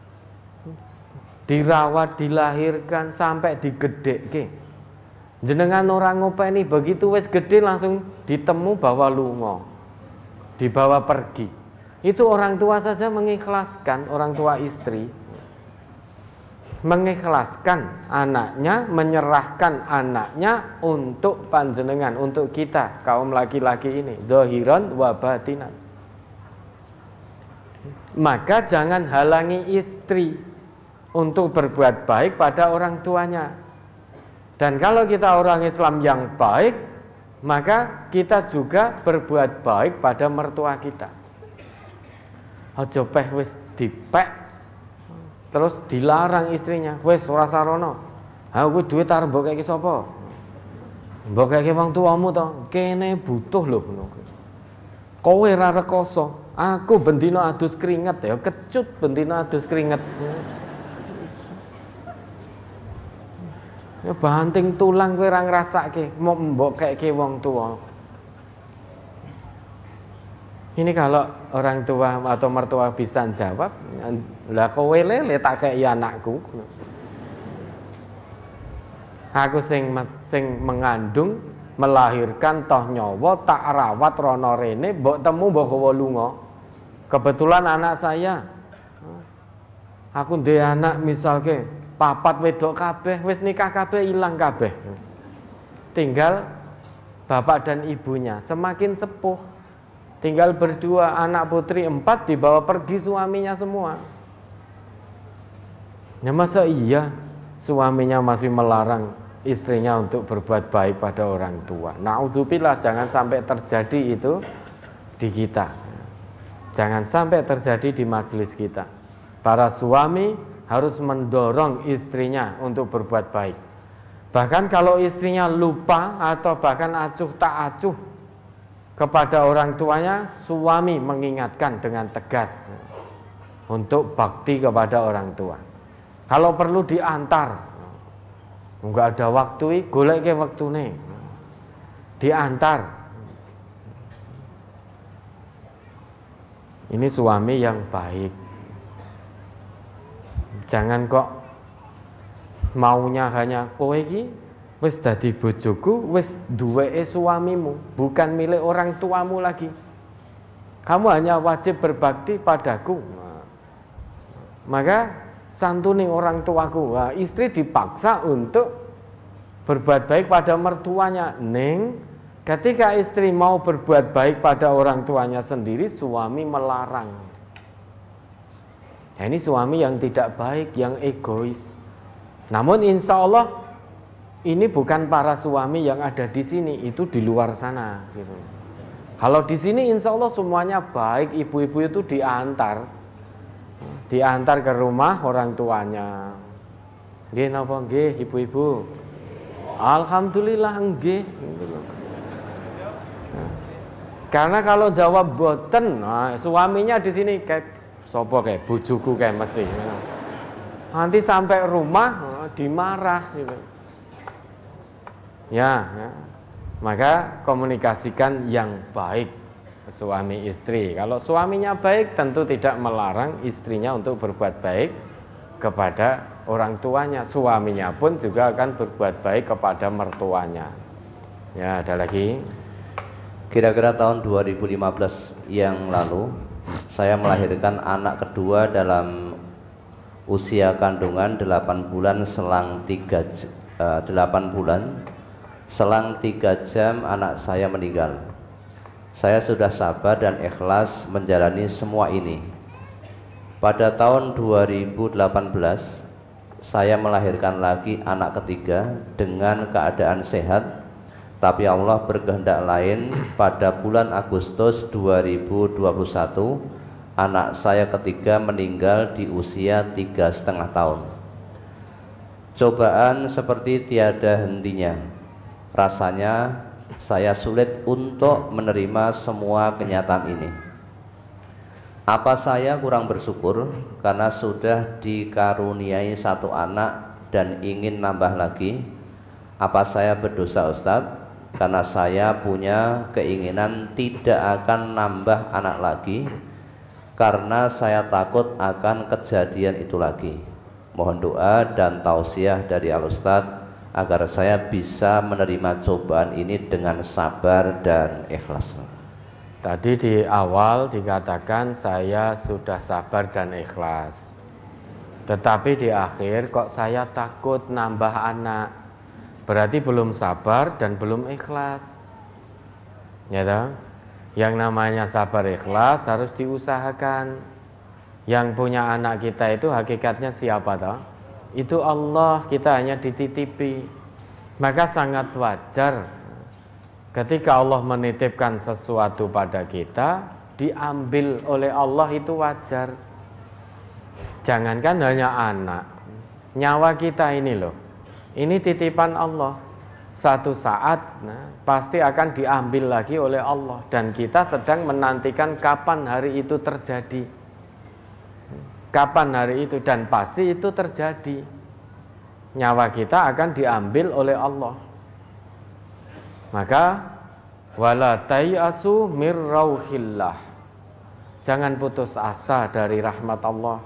dirawat, dilahirkan sampai digedheke. Jenengan orang ngopeni begitu wis gede langsung ditemu bawa lunga, dibawa pergi. Itu orang tua saja mengikhlaskan, orang tua istri mengikhlaskan anaknya, menyerahkan anaknya untuk panjenengan, untuk kita kaum laki-laki ini, zahiran wa batinan. Maka jangan halangi istri untuk berbuat baik pada orang tuanya. Dan kalau kita orang Islam yang baik, maka kita juga berbuat baik pada mertua kita. Aja peh wis dipek terus dilarang istrinya, wis ora sarono. Ha kuwi duit arep mbok keke sapa? Mbok keke wong tuamu to, kene butuh lho ngono. Kowe ora rekoso, aku bendino adus keringet ya, kecut bendino adus keringet. Ya banting tulang kowe ora ngrasake, mau mbok keke wong tua. Ini kalau orang tua atau mertua bisa jawab, lah kowe lele tak kei anakku. Aku sing mengandung, melahirkan toh nyawa, tak rawat rono rene, mbok temu mbok gawa lunga. Kebetulan anak saya, aku ndek anak misalke papat wedok kabeh, wis nikah kabeh, ilang kabeh. Tinggal bapak dan ibunya, semakin sepuh tinggal berdua, anak putri 4 dibawa pergi suaminya semua. Ya masa iya suaminya masih melarang istrinya untuk berbuat baik pada orang tua. Naudzubillah, jangan sampai terjadi itu di kita. Jangan sampai terjadi di majelis kita. Para suami harus mendorong istrinya untuk berbuat baik. Bahkan kalau istrinya lupa atau bahkan acuh tak acuh kepada orang tuanya, suami mengingatkan dengan tegas untuk bakti kepada orang tua. Kalau perlu diantar, enggak ada waktu, goleke waktune, diantar. Ini suami yang baik. Jangan kok maunya hanya kowe iki wis dadi bojoku, wis duweke suamimu, bukan milik orang tuamu lagi. Kamu hanya wajib berbakti padaku. Maka santuni orang tuaku. Istri dipaksa untuk berbuat baik pada mertuanya. Ketika istri mau berbuat baik pada orang tuanya sendiri, suami melarang. Ini suami yang tidak baik, yang egois. Namun insya Allah ini bukan para suami yang ada di sini, itu di luar sana gitu. Kalau di sini insya Allah semuanya baik, ibu-ibu itu diantar ke rumah orang tuanya. Nggih napa nggih ibu-ibu? Alhamdulillah nggih. Karena kalau jawab boten, suaminya di sini kayak sapa kayak bojoku kayak mesti. Nanti sampai rumah dimarah gitu. Ya, maka komunikasikan yang baik suami istri. Kalau suaminya baik, tentu tidak melarang istrinya untuk berbuat baik kepada orang tuanya. Suaminya pun juga akan berbuat baik kepada mertuanya. Ya, ada lagi. Kira-kira tahun 2015 yang lalu, saya melahirkan anak kedua dalam usia kandungan 8 bulan selang 8 bulan. Selang 3 jam anak saya meninggal. Saya sudah sabar dan ikhlas menjalani semua ini. Pada tahun 2018 saya melahirkan lagi anak ketiga dengan keadaan sehat, tapi Allah berkehendak lain. Pada bulan Agustus 2021 anak saya ketiga meninggal di usia 3,5 tahun. Cobaan seperti tiada hentinya. Rasanya saya sulit untuk menerima semua kenyataan ini. Apa saya kurang bersyukur karena sudah dikaruniai satu anak dan ingin nambah lagi? Apa saya berdosa, Ustadz, karena saya punya keinginan tidak akan nambah anak lagi karena saya takut akan kejadian itu lagi? Mohon doa dan tausiah dari Al-Ustadz agar saya bisa menerima cobaan ini dengan sabar dan ikhlas. Tadi di awal dikatakan saya sudah sabar dan ikhlas, tetapi di akhir kok saya takut nambah anak. Berarti belum sabar dan belum ikhlas, ya toh? Yang namanya sabar ikhlas harus diusahakan. Yang punya anak kita itu hakikatnya siapa toh? Itu Allah, kita hanya dititipi. Maka sangat wajar ketika Allah menitipkan sesuatu pada kita, diambil oleh Allah, itu wajar. Jangankan hanya anak, nyawa kita ini loh, ini titipan Allah. Satu saat pasti akan diambil lagi oleh Allah, dan kita sedang menantikan kapan hari itu terjadi. Kapan hari itu, dan pasti itu terjadi. Nyawa kita akan diambil oleh Allah. Maka wala tayasu mir rauhillah. Jangan putus asa dari rahmat Allah.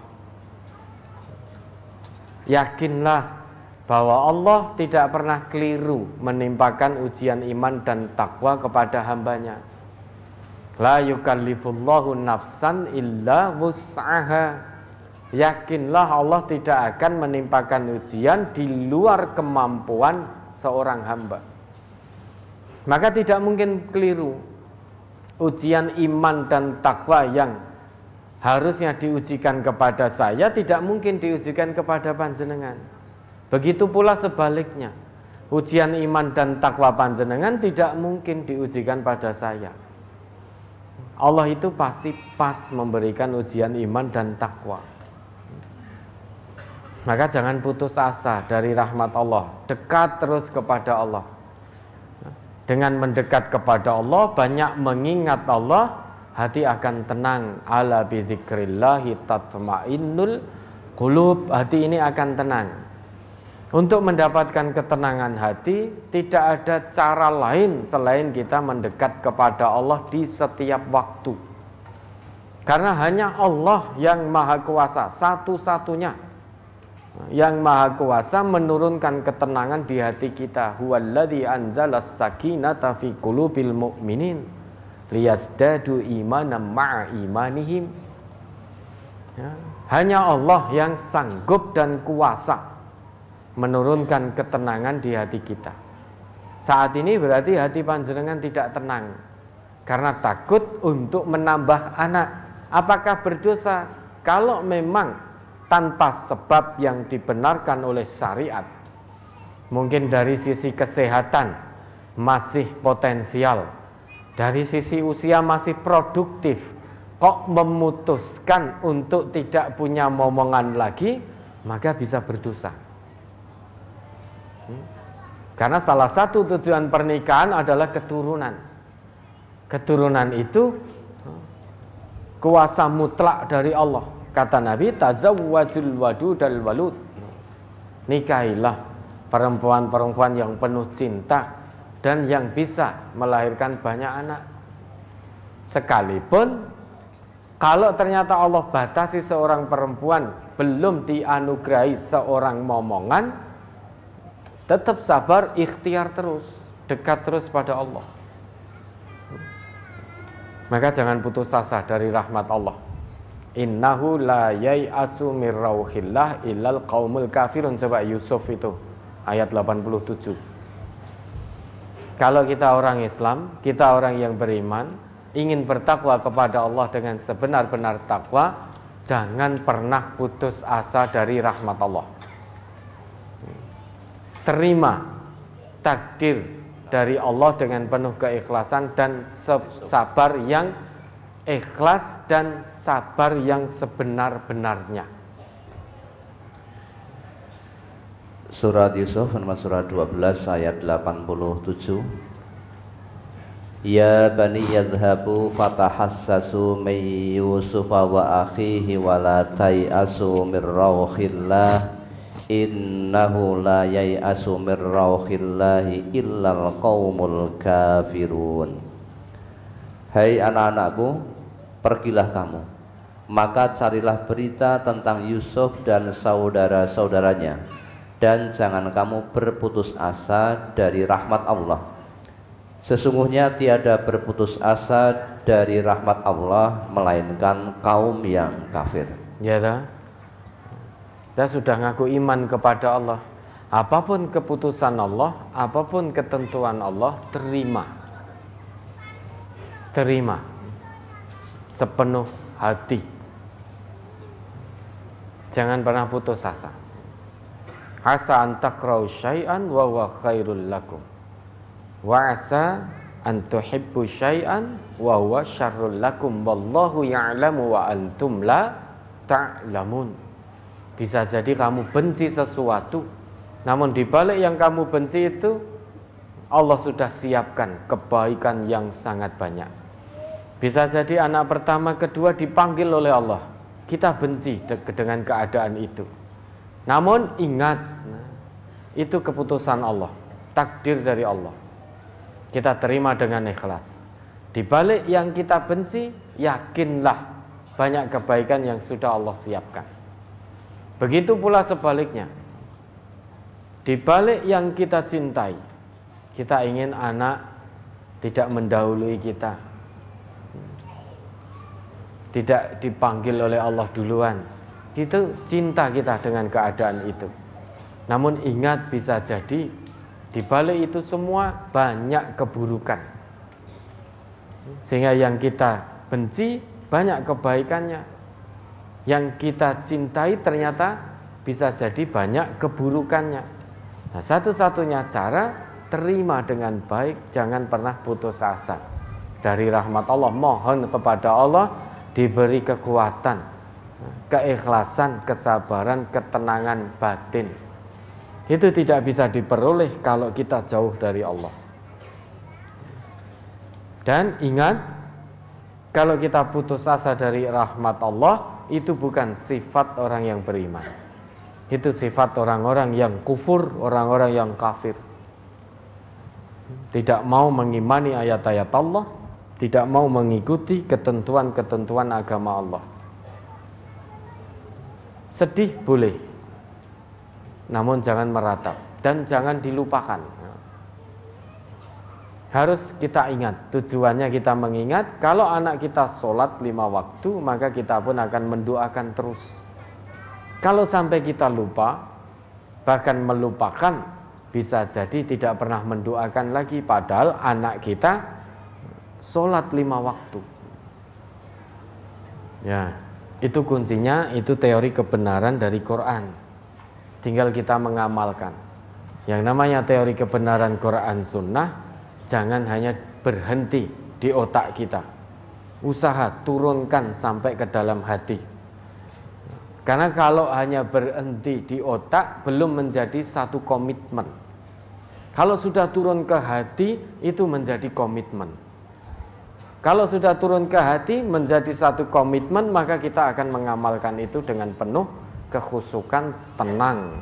Yakinlah bahwa Allah tidak pernah keliru menimpakan ujian iman dan takwa kepada hambanya. La yukallifullahu nafsan illa wus'aha. Yakinlah Allah tidak akan menimpakan ujian di luar kemampuan seorang hamba. Maka tidak mungkin keliru. Ujian iman dan takwa yang harusnya diujikan kepada saya tidak mungkin diujikan kepada panjenengan. Begitu pula sebaliknya, ujian iman dan takwa panjenengan tidak mungkin diujikan pada saya. Allah itu pasti pas memberikan ujian iman dan takwa. Maka jangan putus asa dari rahmat Allah. Dekat terus kepada Allah. Dengan mendekat kepada Allah, banyak mengingat Allah, hati akan tenang. Ala bidzikrillahi tatmainnul qulub. Hati ini akan tenang. Untuk mendapatkan ketenangan hati, tidak ada cara lain selain kita mendekat kepada Allah di setiap waktu. Karena hanya Allah yang maha kuasa, satu-satunya yang maha kuasa menurunkan ketenangan di hati kita. Huwallazi anzalas sakinata fi qulubil mu'minin liyazdadu imanan ma'a imanihim. Ya, hanya Allah yang sanggup dan kuasa menurunkan ketenangan di hati kita. Saat ini berarti hati panjenengan tidak tenang karena takut untuk menambah anak. Apakah berdosa? Kalau memang tanpa sebab yang dibenarkan oleh syariat, mungkin dari sisi kesehatan masih potensial, dari sisi usia masih produktif, kok memutuskan untuk tidak punya momongan lagi, maka bisa berdosa. Karena salah satu tujuan pernikahan adalah keturunan. Keturunan itu kuasa mutlak dari Allah. Kata Nabi, tazawwajul wadudal walud. Nikahilah perempuan-perempuan yang penuh cinta dan yang bisa melahirkan banyak anak. Sekalipun kalau ternyata Allah batasi seorang perempuan belum dianugerahi seorang momongan, tetap sabar, ikhtiar terus, dekat terus pada Allah. Maka jangan putus asa dari rahmat Allah. Innahu la yai'asu mir rauhillah illal qaumul kafirun. Coba Yusuf itu ayat 87. Kalau kita orang Islam, kita orang yang beriman, ingin bertakwa kepada Allah dengan sebenar-benar takwa, jangan pernah putus asa dari rahmat Allah. Terima takdir dari Allah dengan penuh keikhlasan dan sabar yang ikhlas dan sabar yang sebenar-benarnya. Surat Yusuf nomor surat 12 ayat 87. Ya bani yadhhabu fatahassasu min Yusufa wa akhihi wa la tai'asu mir rauhillah innahu la yai'asu mir rauhillahi illal qaumul kafirun. Hai anak-anakku, pergilah kamu, maka carilah berita tentang Yusuf dan saudara-saudaranya, dan jangan kamu berputus asa dari rahmat Allah. Sesungguhnya tiada berputus asa dari rahmat Allah melainkan kaum yang kafir. Ya dah. Kita sudah ngaku iman kepada Allah. Apapun keputusan Allah, apapun ketentuan Allah, terima. Terima sepenuh hati. Jangan pernah putus asa. Asa an takrahu syai'an wa huwa khairul lakum. Wa asa an tuhibbu syai'an wa huwa syarrul lakum wallahu ya'lamu wa antum la ta'lamun. Bisa jadi kamu benci sesuatu, namun di balik yang kamu benci itu Allah sudah siapkan kebaikan yang sangat banyak. Bisa jadi anak pertama, kedua dipanggil oleh Allah, kita benci dengan keadaan itu. Namun ingat, itu keputusan Allah, takdir dari Allah. Kita terima dengan ikhlas. Di balik yang kita benci, yakinlah banyak kebaikan yang sudah Allah siapkan. Begitu pula sebaliknya. Di balik yang kita cintai, kita ingin anak tidak mendahului kita, tidak dipanggil oleh Allah duluan. Itu cinta kita dengan keadaan itu. Namun ingat, bisa jadi di balik itu semua banyak keburukan, sehingga yang kita benci banyak kebaikannya. Yang kita cintai ternyata bisa jadi banyak keburukannya. Nah, satu-satunya cara, terima dengan baik, jangan pernah putus asa dari rahmat Allah. Mohon kepada Allah diberi kekuatan, keikhlasan, kesabaran, ketenangan batin. Itu tidak bisa diperoleh kalau kita jauh dari Allah. Dan ingat, kalau kita putus asa dari rahmat Allah, itu bukan sifat orang yang beriman. Itu sifat orang-orang yang kufur, orang-orang yang kafir. Tidak mau mengimani ayat-ayat Allah, tidak mau mengikuti ketentuan-ketentuan agama Allah. Sedih boleh, namun jangan meratap dan jangan dilupakan. Harus kita ingat, tujuannya kita mengingat. Kalau anak kita sholat 5 waktu, maka kita pun akan mendoakan terus. Kalau sampai kita lupa, bahkan melupakan, bisa jadi tidak pernah mendoakan lagi, padahal anak kita sholat 5 waktu. Ya, itu kuncinya, itu teori kebenaran dari Quran. Tinggal kita mengamalkan. Yang namanya teori kebenaran Quran Sunnah, jangan hanya berhenti di otak kita. Usaha turunkan sampai ke dalam hati. Karena kalau hanya berhenti di otak, belum menjadi satu komitmen. Kalau sudah turun ke hati, itu menjadi komitmen. Kalau sudah turun ke hati, menjadi satu komitmen, maka kita akan mengamalkan itu dengan penuh kekhusyukan, tenang.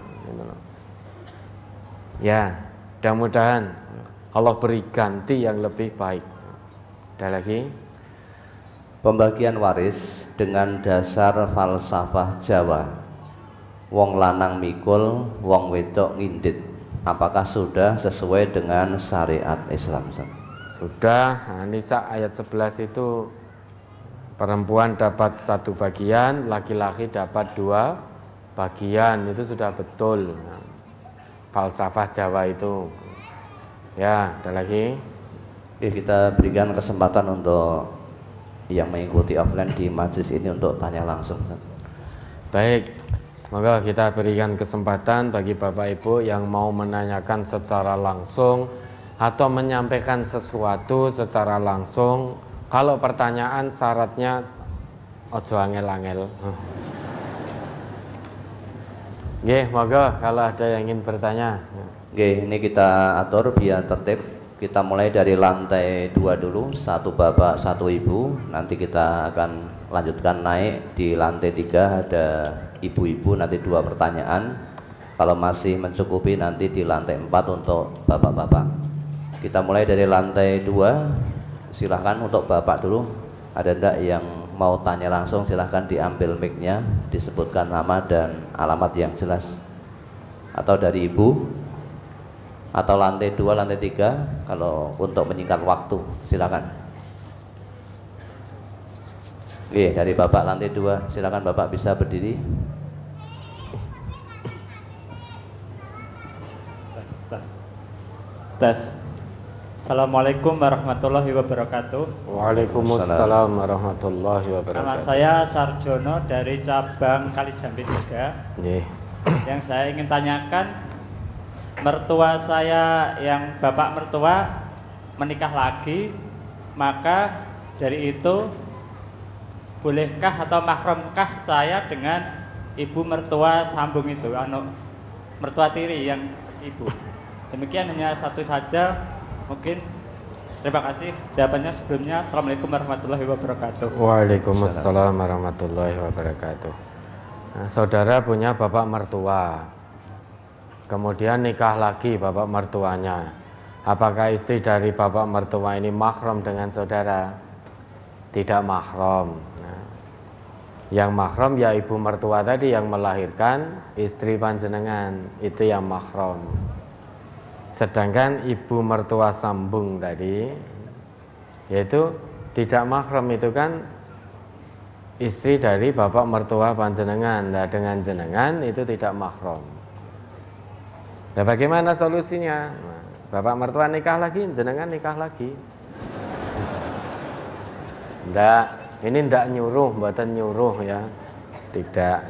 Ya, mudah-mudahan Allah beri ganti yang lebih baik. Ada lagi? Pembagian waris dengan dasar falsafah Jawa. Wong lanang mikul, wong wedok ngindit. Apakah sudah sesuai dengan syariat Islam? Sudah. Nisa ayat 11 itu perempuan dapat 1 bagian, laki-laki dapat 2 bagian. Itu sudah betul. Falsafah Jawa itu. Ya, ada lagi? Oke, kita berikan kesempatan untuk yang mengikuti offline di majelis ini untuk tanya langsung. Baik, maka kita berikan kesempatan bagi Bapak Ibu yang mau menanyakan secara langsung atau menyampaikan sesuatu secara langsung. Kalau pertanyaan syaratnya ojo angel-angel. Nggih, monggo kalau ada yang ingin bertanya. Oke, ini kita atur biar tertib. Kita mulai dari lantai 2 dulu, satu bapak, satu ibu. Nanti kita akan lanjutkan naik di lantai 3 ada ibu-ibu, nanti 2 pertanyaan. Kalau masih mencukupi nanti di lantai 4 untuk bapak-bapak. Kita mulai dari lantai 2. Silahkan untuk bapak dulu. Ada enggak yang mau tanya langsung? Silahkan diambil mic-nya, disebutkan nama dan alamat yang jelas. Atau dari ibu, atau lantai 2, lantai 3. Kalau untuk menyingkat waktu, silakan. Oke, dari bapak lantai 2, silakan bapak bisa berdiri. Tes. Assalamualaikum warahmatullahi wabarakatuh. Waalaikumsalam warahmatullahi wabarakatuh. Nama saya Sarjono dari cabang Kalijambi 3. Nggih. Yang saya ingin tanyakan, mertua saya yang bapak mertua menikah lagi, maka dari itu bolehkah atau mahramkah saya dengan ibu mertua sambung itu, mertua tiri yang ibu? Demikian, hanya satu saja mungkin. Terima kasih jawabannya sebelumnya. Assalamualaikum warahmatullahi wabarakatuh. Waalaikumsalam warahmatullahi wabarakatuh. Nah, saudara punya bapak mertua, kemudian nikah lagi bapak mertuanya. Apakah istri dari bapak mertua ini mahram dengan saudara? Tidak mahram. Nah, yang mahram ya ibu mertua tadi yang melahirkan, istri panjenengan, itu yang mahram. Sedangkan ibu mertua sambung tadi, yaitu tidak mahram, itu kan istri dari bapak mertua panjenengan. Nah, dengan jenengan itu tidak mahram. Nah, bagaimana solusinya? Nah, bapak mertua nikah lagi, jenengan nikah lagi. Enggak, ini enggak nyuruh, mboten nyuruh ya. Tidak.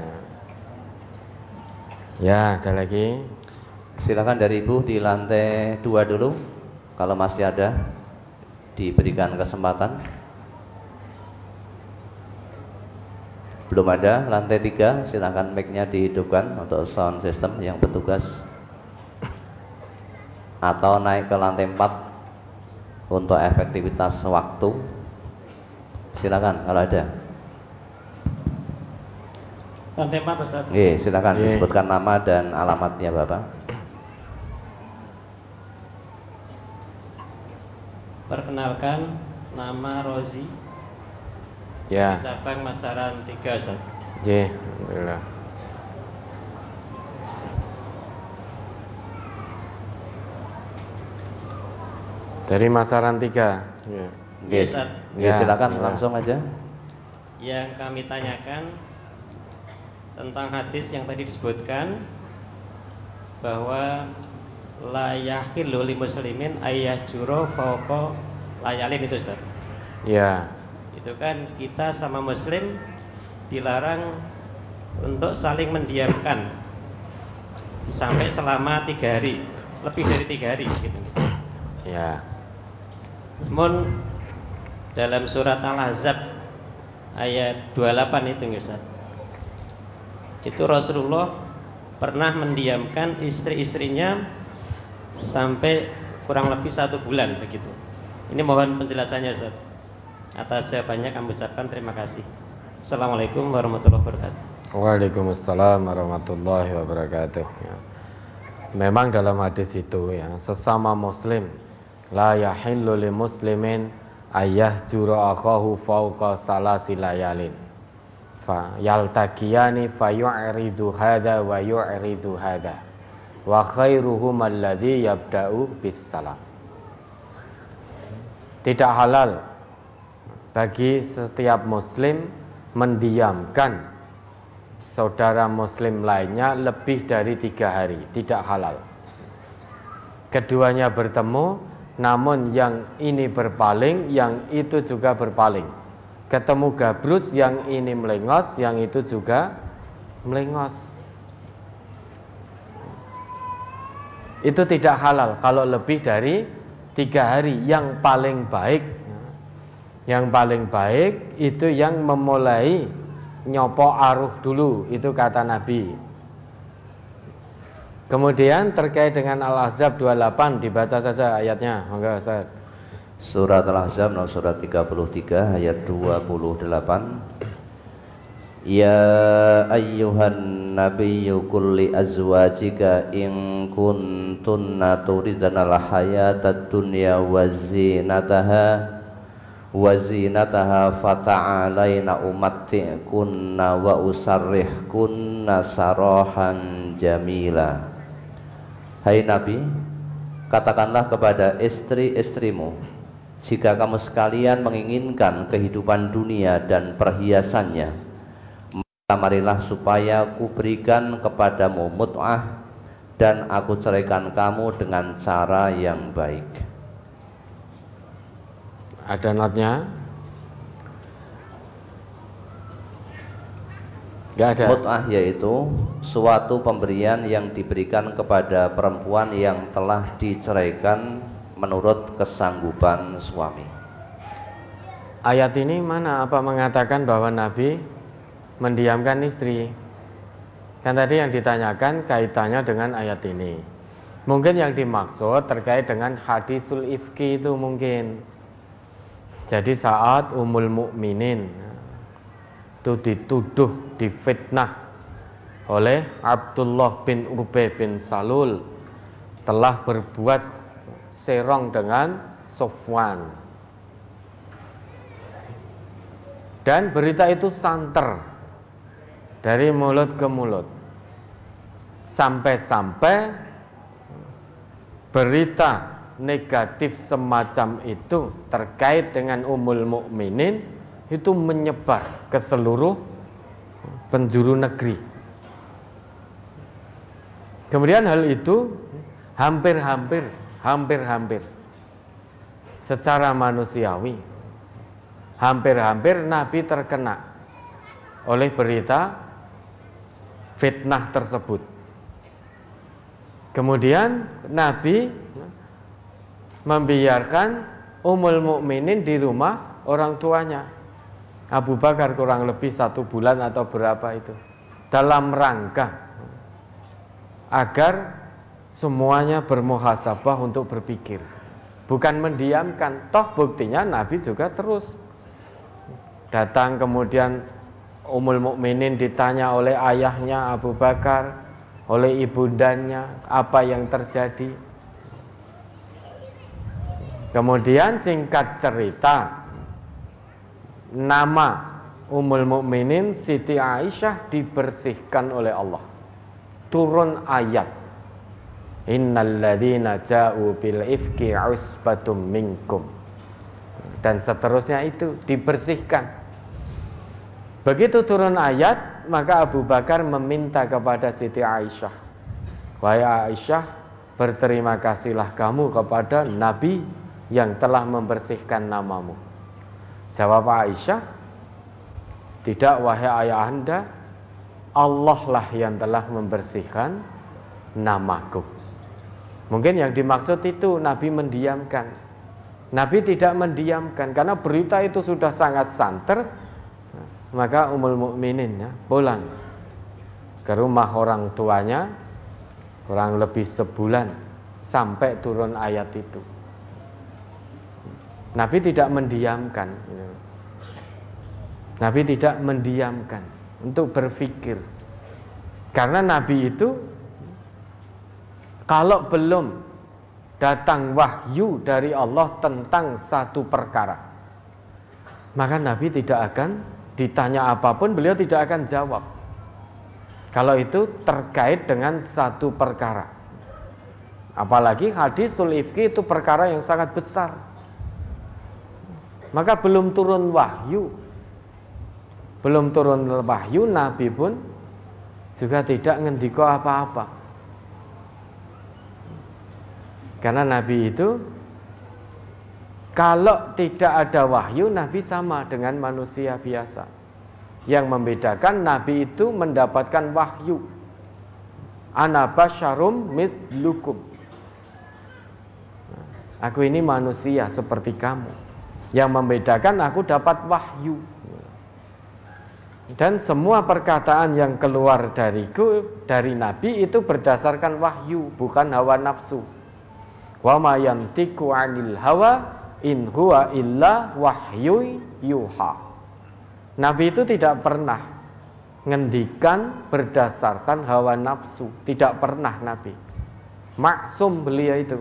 Ya, ada lagi. Silakan dari ibu di lantai 2 dulu. Kalau masih ada, diberikan kesempatan. Belum ada, lantai 3. Silakan mic-nya dihidupkan untuk sound system yang bertugas. Atau naik ke lantai 4 untuk efektivitas waktu. Silakan kalau ada. Lantai 4, Ustaz. Silakan disebutkan nama dan alamatnya Bapak. Perkenalkan, nama Rozi. Ya. Cabang Masaran 3, Ustaz. Alhamdulillah. Dari Masaran 3. Ya. Ustaz. Silakan langsung aja. Yang kami tanyakan tentang hadis yang tadi disebutkan bahwa la yahillu li muslimin ayyahjura fawqa layalin, itu Ustaz. Ya. Itu kan kita sama muslim dilarang untuk saling mendiamkan sampai selama 3 hari, lebih dari 3 hari gitu. Ya. Namun dalam surat Al-Ahzab ayat 28 itu Ustaz, itu Rasulullah pernah mendiamkan istri-istrinya sampai kurang lebih 1 bulan begitu. Ini mohon penjelasannya Ustaz. Atas jawabannya kami ucapkan terima kasih. Assalamualaikum warahmatullahi wabarakatuh. Waalaikumsalam warahmatullahi wabarakatuh. Ya. Memang dalam hadis itu ya, sesama muslim la yahillu li muslimin ayyahjura akahu fawqa salasi layalin. Fa yaltaqiyani fa yu'ridu hadza wa yu'ridu hadza. Wa khairuhum alladzi yabda'u bis salam. Tidak halal bagi setiap muslim mendiamkan saudara muslim lainnya lebih dari 3 hari. Tidak halal. Keduanya bertemu, namun yang ini berpaling, yang itu juga berpaling. ketemu gabrus, yang ini melengos, yang itu juga melengos. Itu tidak halal kalau lebih dari 3 hari. Yang paling baik itu yang memulai nyopo aruh dulu, itu kata Nabi. Kemudian terkait dengan Al-Ahzab 28, dibaca saja ayatnya. Monggo Ustaz. Surat Al-Ahzab surat 33 ayat 28. Ya ayyuhan nabiyyu qul li azwajika in kuntunna turidanal hayatad dunya wa zinataha fata'alaina umatti'kunna wa usarrihkunna sarahan jamila. Hai Nabi, katakanlah kepada istri-istrimu, jika kamu sekalian menginginkan kehidupan dunia dan perhiasannya, maka marilah supaya aku berikan kepadamu mut'ah dan aku ceraikan kamu dengan cara yang baik. Ada notnya? Enggak ada. Mut'ah yaitu suatu pemberian yang diberikan kepada perempuan yang telah diceraikan menurut kesanggupan suami. Ayat ini mana apa mengatakan bahwa Nabi mendiamkan istri? Kan tadi yang ditanyakan kaitannya dengan ayat ini. Mungkin yang dimaksud terkait dengan hadisul ifki itu mungkin. Jadi saat Ummul Mukminin itu dituduh, difitnah oleh Abdullah bin Ubay bin Salul telah berbuat serong dengan Sofwan, dan berita itu santer dari mulut ke mulut, sampai-sampai berita negatif semacam itu terkait dengan Ummul Mukminin itu menyebar ke seluruh penjuru negeri. Kemudian hal itu hampir secara manusiawi, hampir Nabi terkena oleh berita fitnah tersebut. Kemudian Nabi membiarkan Ummul Mukminin di rumah orang tuanya. Abu Bakar kurang lebih 1 bulan atau berapa itu, dalam rangka agar semuanya bermuhasabah untuk berpikir, bukan mendiamkan. Toh buktinya Nabi juga terus datang. Kemudian Ummul Mukminin ditanya oleh ayahnya Abu Bakar, oleh ibundanya, apa yang terjadi. Kemudian singkat cerita, nama Ummul Mukminin Siti Aisyah dibersihkan oleh Allah. Turun ayat, Innal ladzina ja'u bil ifki usbatum minkum, dan seterusnya itu dibersihkan. Begitu turun ayat, maka Abu Bakar meminta kepada Siti Aisyah, wahai Aisyah, berterima kasihlah kamu kepada Nabi yang telah membersihkan namamu. Jawab Aisyah, tidak wahai ayah anda, Allah lah yang telah membersihkan namaku. Mungkin yang dimaksud itu Nabi mendiamkan. Nabi tidak mendiamkan karena berita itu sudah sangat santer. Maka Ummul Mukminin pulang ke rumah orang tuanya kurang lebih sebulan sampai turun ayat itu. Nabi tidak mendiamkan. Nabi tidak mendiamkan untuk berpikir. Karena Nabi itu kalau belum datang wahyu dari Allah tentang satu perkara, maka Nabi tidak akan ditanya apapun, beliau tidak akan jawab. Kalau itu terkait dengan satu perkara. Apalagi hadisul ifki itu perkara yang sangat besar. Maka belum turun wahyu, Nabi pun juga tidak ngendiko apa-apa. Karena Nabi itu Kalau tidak ada wahyu, Nabi sama dengan manusia biasa. Yang membedakan Nabi itu mendapatkan wahyu. Ana basyarum mislukum. Aku ini manusia seperti kamu. Yang membedakan aku dapat wahyu. Dan semua perkataan yang keluar dari Nabi itu berdasarkan wahyu, bukan hawa nafsu. Wa ma yantiqu 'anil hawa in huwa illa wahyu yuha. Nabi itu tidak pernah ngendikan berdasarkan hawa nafsu, tidak pernah Nabi. Maksum beliau itu.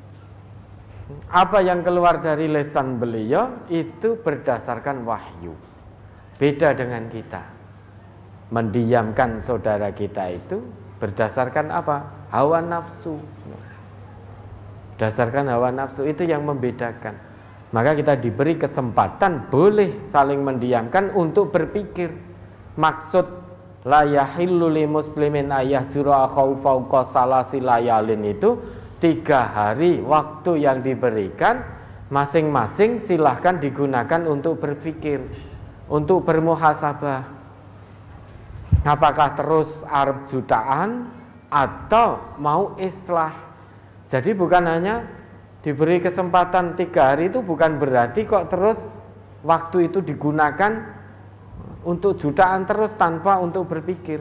Apa yang keluar dari lisan beliau itu berdasarkan wahyu. Beda dengan kita. Mendiamkan saudara kita itu berdasarkan apa? Hawa nafsu. Berdasarkan hawa nafsu, itu yang membedakan. Maka kita diberi kesempatan boleh saling mendiamkan untuk berpikir. Maksud la yahillu li muslimin ayyahjura akhahu fawqa salasi layalin itu 3 hari waktu yang diberikan, masing-masing silahkan digunakan untuk berpikir, untuk bermuhasabah. Apakah terus arep jutaan atau mau islah? Jadi bukan hanya diberi kesempatan 3 hari itu bukan berarti kok terus waktu itu digunakan untuk jutaan terus tanpa untuk berpikir.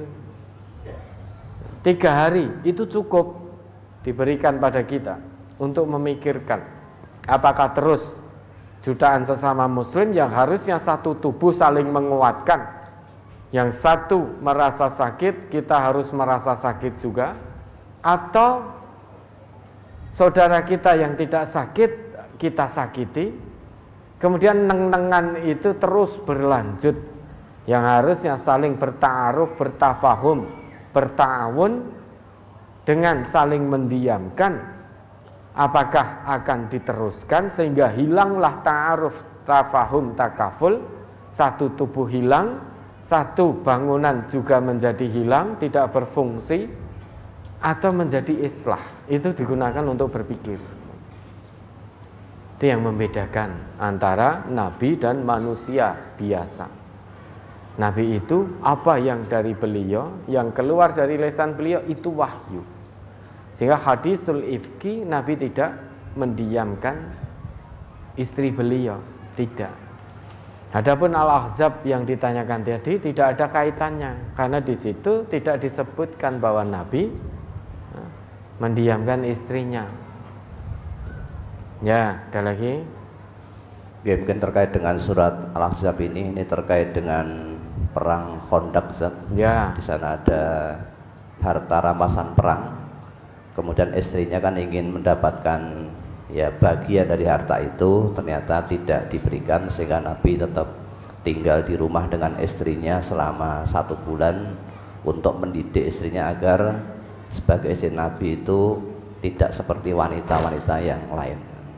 3 hari itu cukup diberikan pada kita untuk memikirkan. Apakah terus jutaan sesama muslim yang harusnya satu tubuh saling menguatkan. Yang satu merasa sakit, kita harus merasa sakit juga. Atau saudara kita yang tidak sakit, kita sakiti. Kemudian neng-nengan itu terus berlanjut. Yang harusnya saling berta'aruf, bertafahum, berta'awun dengan saling mendiamkan. Apakah akan diteruskan sehingga hilanglah ta'aruf, tafahum, takaful. Satu tubuh hilang, satu bangunan juga menjadi hilang, tidak berfungsi. Atau menjadi islah, itu digunakan untuk berpikir. Itu yang membedakan antara Nabi dan manusia biasa. Nabi itu apa yang dari beliau, yang keluar dari lisan beliau itu wahyu. Sehingga hadisul ifki, Nabi tidak mendiamkan istri beliau, tidak. Adapun Al-Ahzab yang ditanyakan tadi tidak ada kaitannya, karena di situ tidak disebutkan bahwa Nabi mendiamkan istrinya. Ya, ada lagi. Ya, mungkin terkait dengan surat Al-Ahzab ini terkait dengan perang Khandaq. Ya. Di sana ada harta rampasan perang. Kemudian istrinya kan ingin mendapatkan ya bagian dari harta itu, ternyata tidak diberikan sehingga Nabi tetap tinggal di rumah dengan istrinya selama 1 bulan untuk mendidik istrinya agar sebagai istri Nabi itu tidak seperti wanita-wanita yang lain.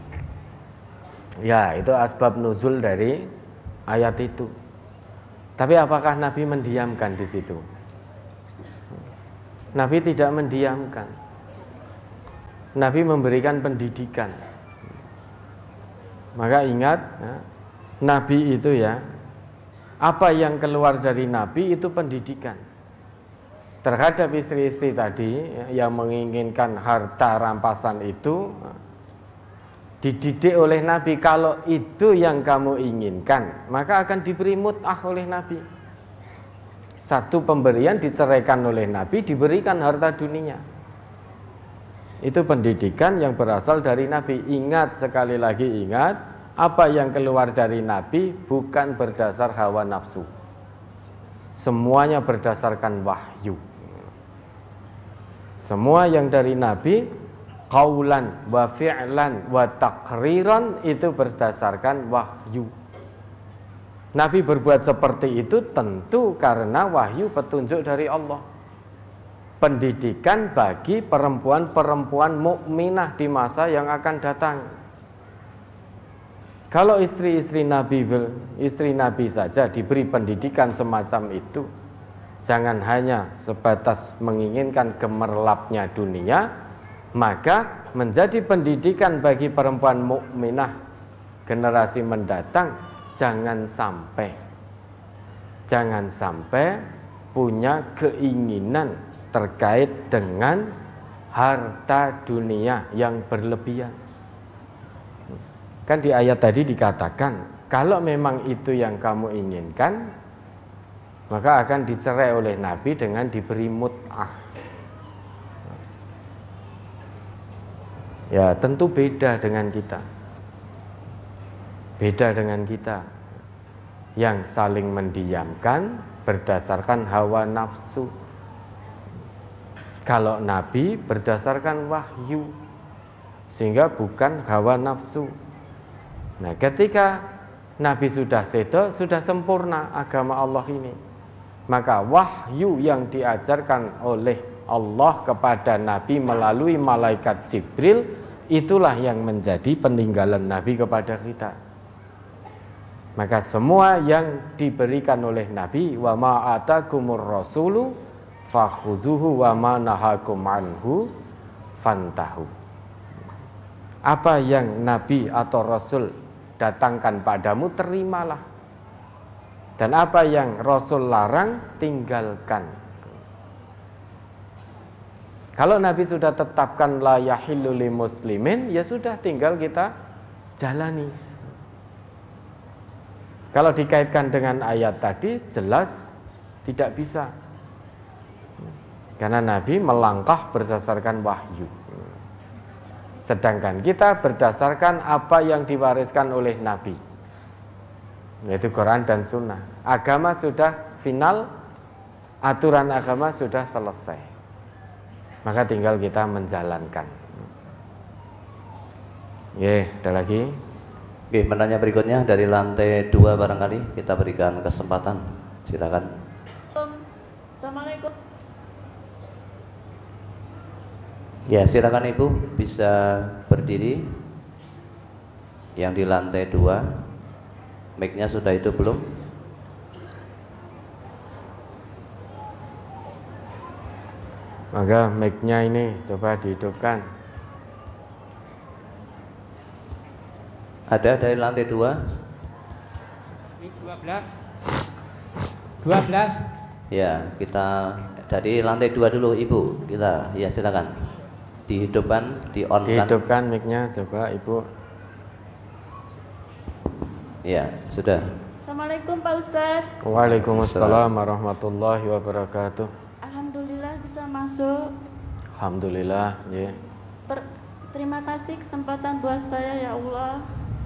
Ya, itu asbab nuzul dari ayat itu. Tapi apakah Nabi mendiamkan di situ? Nabi tidak mendiamkan. Nabi memberikan pendidikan. Maka ingat, Nabi itu ya, apa yang keluar dari Nabi itu pendidikan. Terhadap istri-istri tadi yang menginginkan harta rampasan itu, dididik oleh Nabi. Kalau itu yang kamu inginkan, maka akan diberi mut'ah oleh Nabi. Satu pemberian diceraikan oleh Nabi, diberikan harta dunia. Itu pendidikan yang berasal dari Nabi. Ingat, sekali lagi ingat, apa yang keluar dari Nabi bukan berdasar hawa nafsu. Semuanya berdasarkan wahyu. Semua yang dari Nabi, qaulan wa fi'lan wa taqriran, itu berdasarkan wahyu. Nabi berbuat seperti itu tentu karena wahyu petunjuk dari Allah. Pendidikan bagi perempuan-perempuan mukminah di masa yang akan datang. Kalau istri-istri Nabi, istri Nabi saja diberi pendidikan semacam itu, jangan hanya sebatas menginginkan gemerlapnya dunia, maka menjadi pendidikan bagi perempuan mukminah generasi mendatang jangan sampai punya keinginan terkait dengan harta dunia yang berlebihan. Kan di ayat tadi dikatakan, kalau memang itu yang kamu inginkan, maka akan dicerai oleh Nabi dengan diberi mut'ah. Ya, tentu beda dengan kita. Beda dengan kita yang saling mendiamkan berdasarkan hawa nafsu. Kalau Nabi berdasarkan wahyu, sehingga bukan hawa nafsu. Nah, ketika Nabi sudah sedo, sudah sempurna agama Allah ini, maka wahyu yang diajarkan oleh Allah kepada Nabi melalui malaikat Jibril, itulah yang menjadi peninggalan Nabi kepada kita. Maka semua yang diberikan oleh Nabi, wa ma atakumur rasulu fakhudhuhu wa ma nahakum anhu fantahu. Apa yang Nabi atau Rasul datangkan padamu, terimalah. Dan apa yang Rasul larang, tinggalkan. Kalau Nabi sudah tetapkan la yahillu li muslimin, ya sudah, tinggal kita jalani. Kalau dikaitkan dengan ayat tadi, jelas tidak bisa. Karena Nabi melangkah berdasarkan wahyu. Sedangkan kita berdasarkan apa yang diwariskan oleh Nabi, yaitu Quran dan Sunnah. Agama sudah final, aturan agama sudah selesai, maka tinggal kita menjalankan. Ada lagi? Menanya berikutnya dari lantai 2 barangkali kita berikan kesempatan. Silakan. Assalamualaikum. Ya, silakan Ibu, bisa berdiri. Yang di lantai 2, mic-nya sudah hidup belum? Maka mic-nya ini coba dihidupkan. Ada dari lantai 2? 12. Ya, kita dari lantai 2 dulu Ibu. Kita, ya silakan. Dihidupkan, di-on-kan. Dihidupkan mic-nya coba Ibu. Ya, sudah. Assalamualaikum Pak Ustadz. Waalaikumsalam warahmatullahi wabarakatuh. Alhamdulillah bisa masuk. Alhamdulillah, ya. Terima kasih kesempatan buat saya, ya Allah.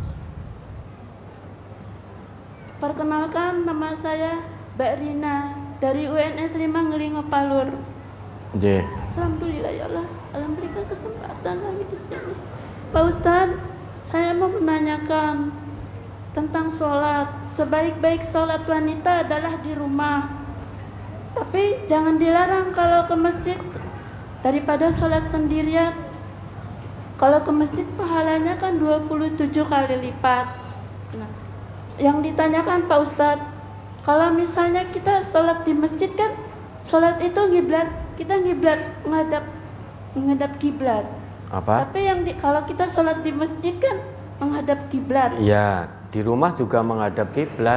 Perkenalkan, nama saya Mbak Rina dari UNS 5 Ngelingo Palur. J. Alhamdulillah ya Allah, alhamdulillah kesempatan lagi di sini. Pak Ustadz, saya mau menanyakan tentang sholat. Sebaik-baik sholat wanita adalah di rumah, tapi jangan dilarang kalau ke masjid daripada sholat sendirian. Kalau ke masjid pahalanya kan 27 kali lipat. Nah, yang ditanyakan Pak Ustadz, kalau misalnya kita sholat di masjid kan, sholat itu kita ngiblat menghadap kiblat. Apa? Tapi kalau kita sholat di masjid kan menghadap kiblat. Iya, di rumah juga menghadap kiblat.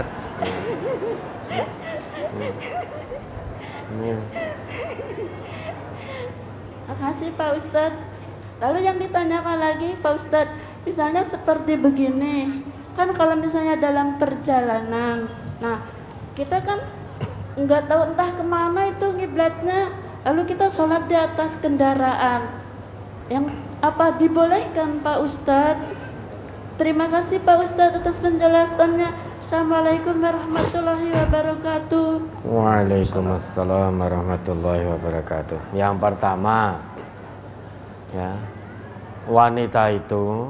Makasih Pak Ustadz. Lalu yang ditanyakan lagi Pak Ustadz, misalnya seperti begini, kan kalau misalnya dalam perjalanan, nah kita kan nggak tahu entah kemana itu kiblatnya, lalu kita sholat di atas kendaraan, yang apa dibolehkan Pak Ustadz? Terima kasih Pak Ustadz atas penjelasannya. Assalamualaikum warahmatullahi wabarakatuh. Waalaikumsalam warahmatullahi wabarakatuh. Yang pertama, ya, wanita itu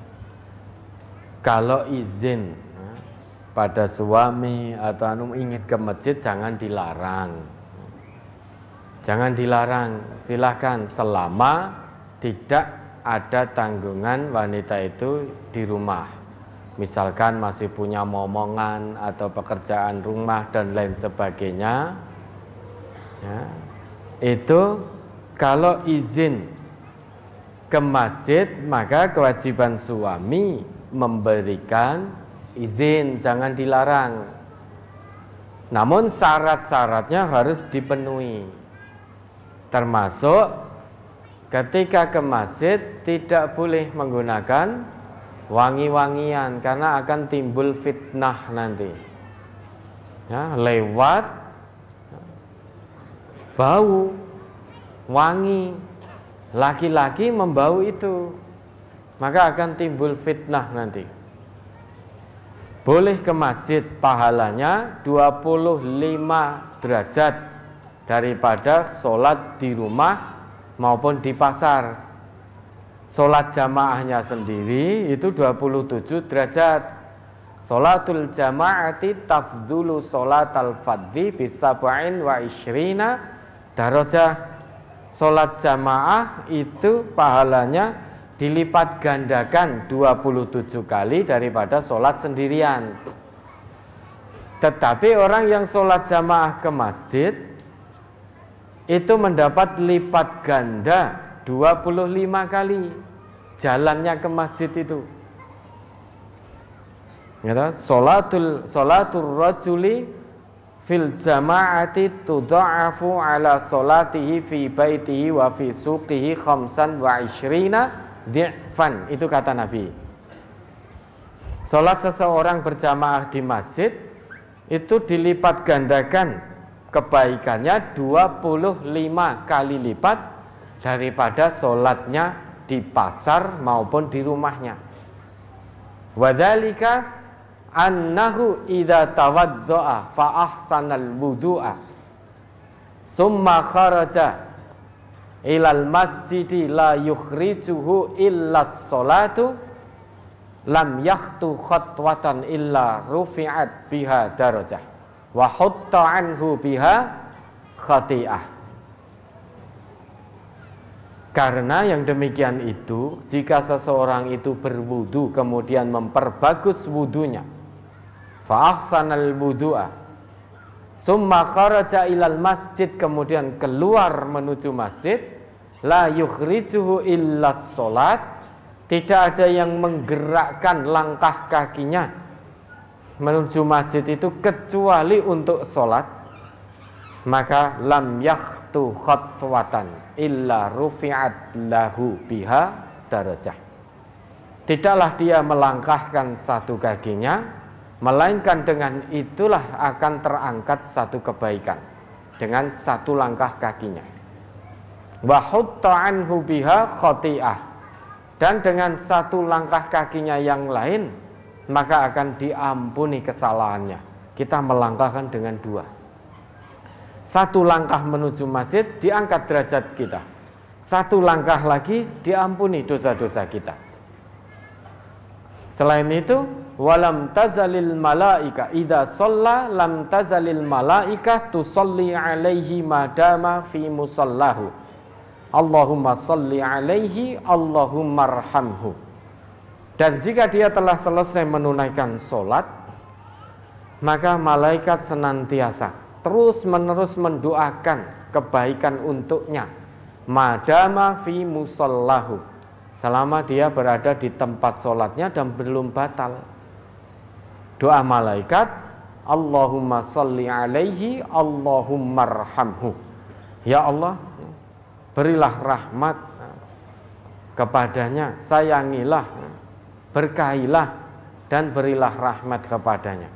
kalau izin pada suami atau ingin ke masjid jangan dilarang. Jangan dilarang, silakan selama tidak ada tanggungan wanita itu di rumah. Misalkan masih punya momongan atau pekerjaan rumah dan lain sebagainya, ya, itu kalau izin ke masjid, maka kewajiban suami memberikan izin, jangan dilarang. Namun syarat-syaratnya harus dipenuhi. Termasuk ketika ke masjid tidak boleh menggunakan wangi-wangian karena akan timbul fitnah nanti. Ya, lewat bau wangi, laki-laki membau itu, maka akan timbul fitnah nanti. Boleh ke masjid, pahalanya 25 derajat daripada sholat di rumah maupun di pasar. Sholat jamaahnya sendiri itu 27 derajat. Sholatul jama'ati tafdhulu sholatal fadhi bisab'in wa ishrina darajah. Sholat jamaah itu pahalanya dilipat gandakan 27 kali daripada sholat sendirian. Tetapi orang yang sholat jamaah ke masjid itu mendapat lipat ganda 25 kali jalannya ke masjid itu. Sholatul rajuli fil jama'ati tudha'afu ala sholatihi fi baitihi wa fi suqihi khamsan wa ishrina di'fan. Itu kata Nabi. Sholat seseorang berjamaah di masjid itu dilipat gandakan kebaikannya 25 kali lipat daripada sholatnya di pasar maupun di rumahnya. Wadzalika annahu idza tawaddaa fa ahsanal wudu'a summa kharaja ilal masjidi la yukhrijuhu illa sholatu lam yakhtu khatwatan illa rufi'at biha darajah wa hutta anhu biha khati'ah. Karena yang demikian itu, jika seseorang itu berwudu kemudian memperbagus wudunya, fa ahsanal wudu'a summa kharaja ilal masjid, kemudian keluar menuju masjid, la yukhrijuhu illas sholat, tidak ada yang menggerakkan langkah kakinya menuju masjid itu kecuali untuk sholat, maka lam yakhtu khatwatan illa rufi'at lahu biha darajah. Tidaklah dia melangkahkan satu kakinya, melainkan dengan itulah akan terangkat satu kebaikan dengan satu langkah kakinya. Wa hutta anhu biha khati'ah, dan dengan satu langkah kakinya yang lain maka akan diampuni kesalahannya. Kita melangkahkan dengan dua. Satu langkah menuju masjid diangkat derajat kita. Satu langkah lagi diampuni dosa-dosa kita. Selain itu, walam tazalil malaika idza shalla lam tazalil malaika tusalli alaihi madama fi musallahu. Allahumma salli alaihi, Allahumma arhamhu. Dan jika dia telah selesai menunaikan sholat, maka malaikat senantiasa terus menerus mendoakan kebaikan untuknya, madama fi musallahu, selama dia berada di tempat sholatnya dan belum batal. Doa malaikat, Allahumma salli alaihi, Allahumma arhamhu. Ya Allah, berilah rahmat kepadanya, sayangilah, berkahilah, dan berilah rahmat kepadanya.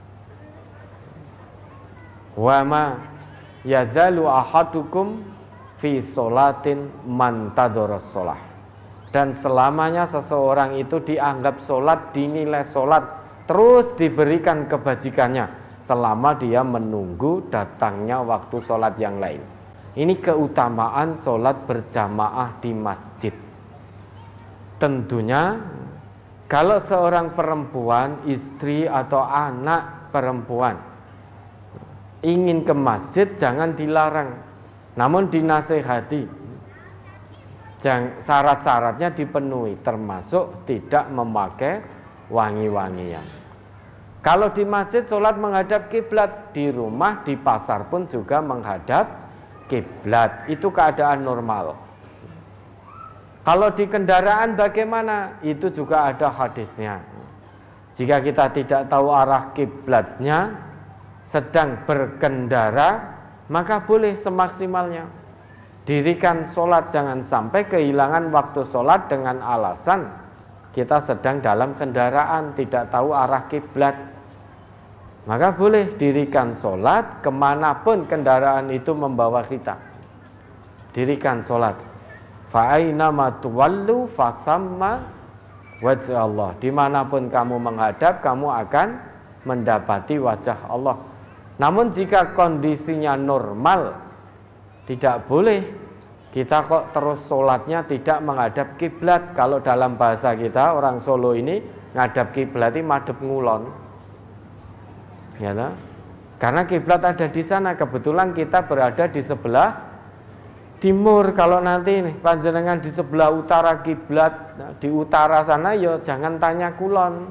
Wa ma yazalu ahadukum fi sholatin man tadharas sholah. Dan selamanya seseorang itu dianggap sholat, dinilai sholat, terus diberikan kebajikannya selama dia menunggu datangnya waktu sholat yang lain. Ini keutamaan sholat berjamaah di masjid. Tentunya kalau seorang perempuan, istri atau anak perempuan ingin ke masjid, jangan dilarang, namun dinasehati. Syarat-syaratnya dipenuhi, termasuk tidak memakai wangi-wangian. Kalau di masjid sholat menghadap kiblat, di rumah, di pasar pun juga menghadap kiblat. Itu keadaan normal. Kalau di kendaraan bagaimana? Itu juga ada hadisnya. Jika kita tidak tahu arah kiblatnya, sedang berkendara, maka boleh semaksimalnya. Dirikan sholat, jangan sampai kehilangan waktu sholat dengan alasan kita sedang dalam kendaraan, tidak tahu arah kiblat. Maka boleh dirikan sholat kemanapun kendaraan itu membawa kita. Dirikan sholat. Fa'ainama tuwallu fathamma wajh Allah. Dimanapun kamu menghadap, kamu akan mendapati wajah Allah. Namun jika kondisinya normal, tidak boleh kita kok terus sholatnya tidak menghadap kiblat. Kalau dalam bahasa kita orang Solo ini ngadap kiblat ini madhep ngulon, ya toh? Karena kiblat ada di sana. Kebetulan kita berada di sebelah timur. Kalau nanti nih panjenengan di sebelah utara kiblat, di utara sana, ya jangan tanya kulon.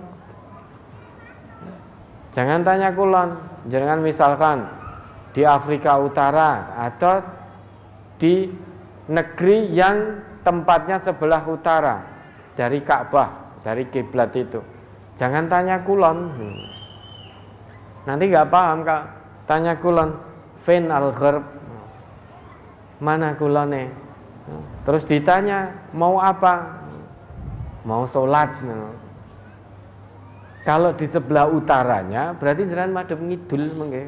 Jangan tanya kulon. Jangan misalkan di Afrika Utara atau di negeri yang tempatnya sebelah utara dari Ka'bah, dari kiblat itu. Jangan tanya kulon. Nanti nggak paham Kak. Tanya kulon, fin al-gharb, mana kulone? Terus ditanya mau apa? Mau sholat. Kalau di sebelah utaranya berarti jenengan madhep ngidul mengke.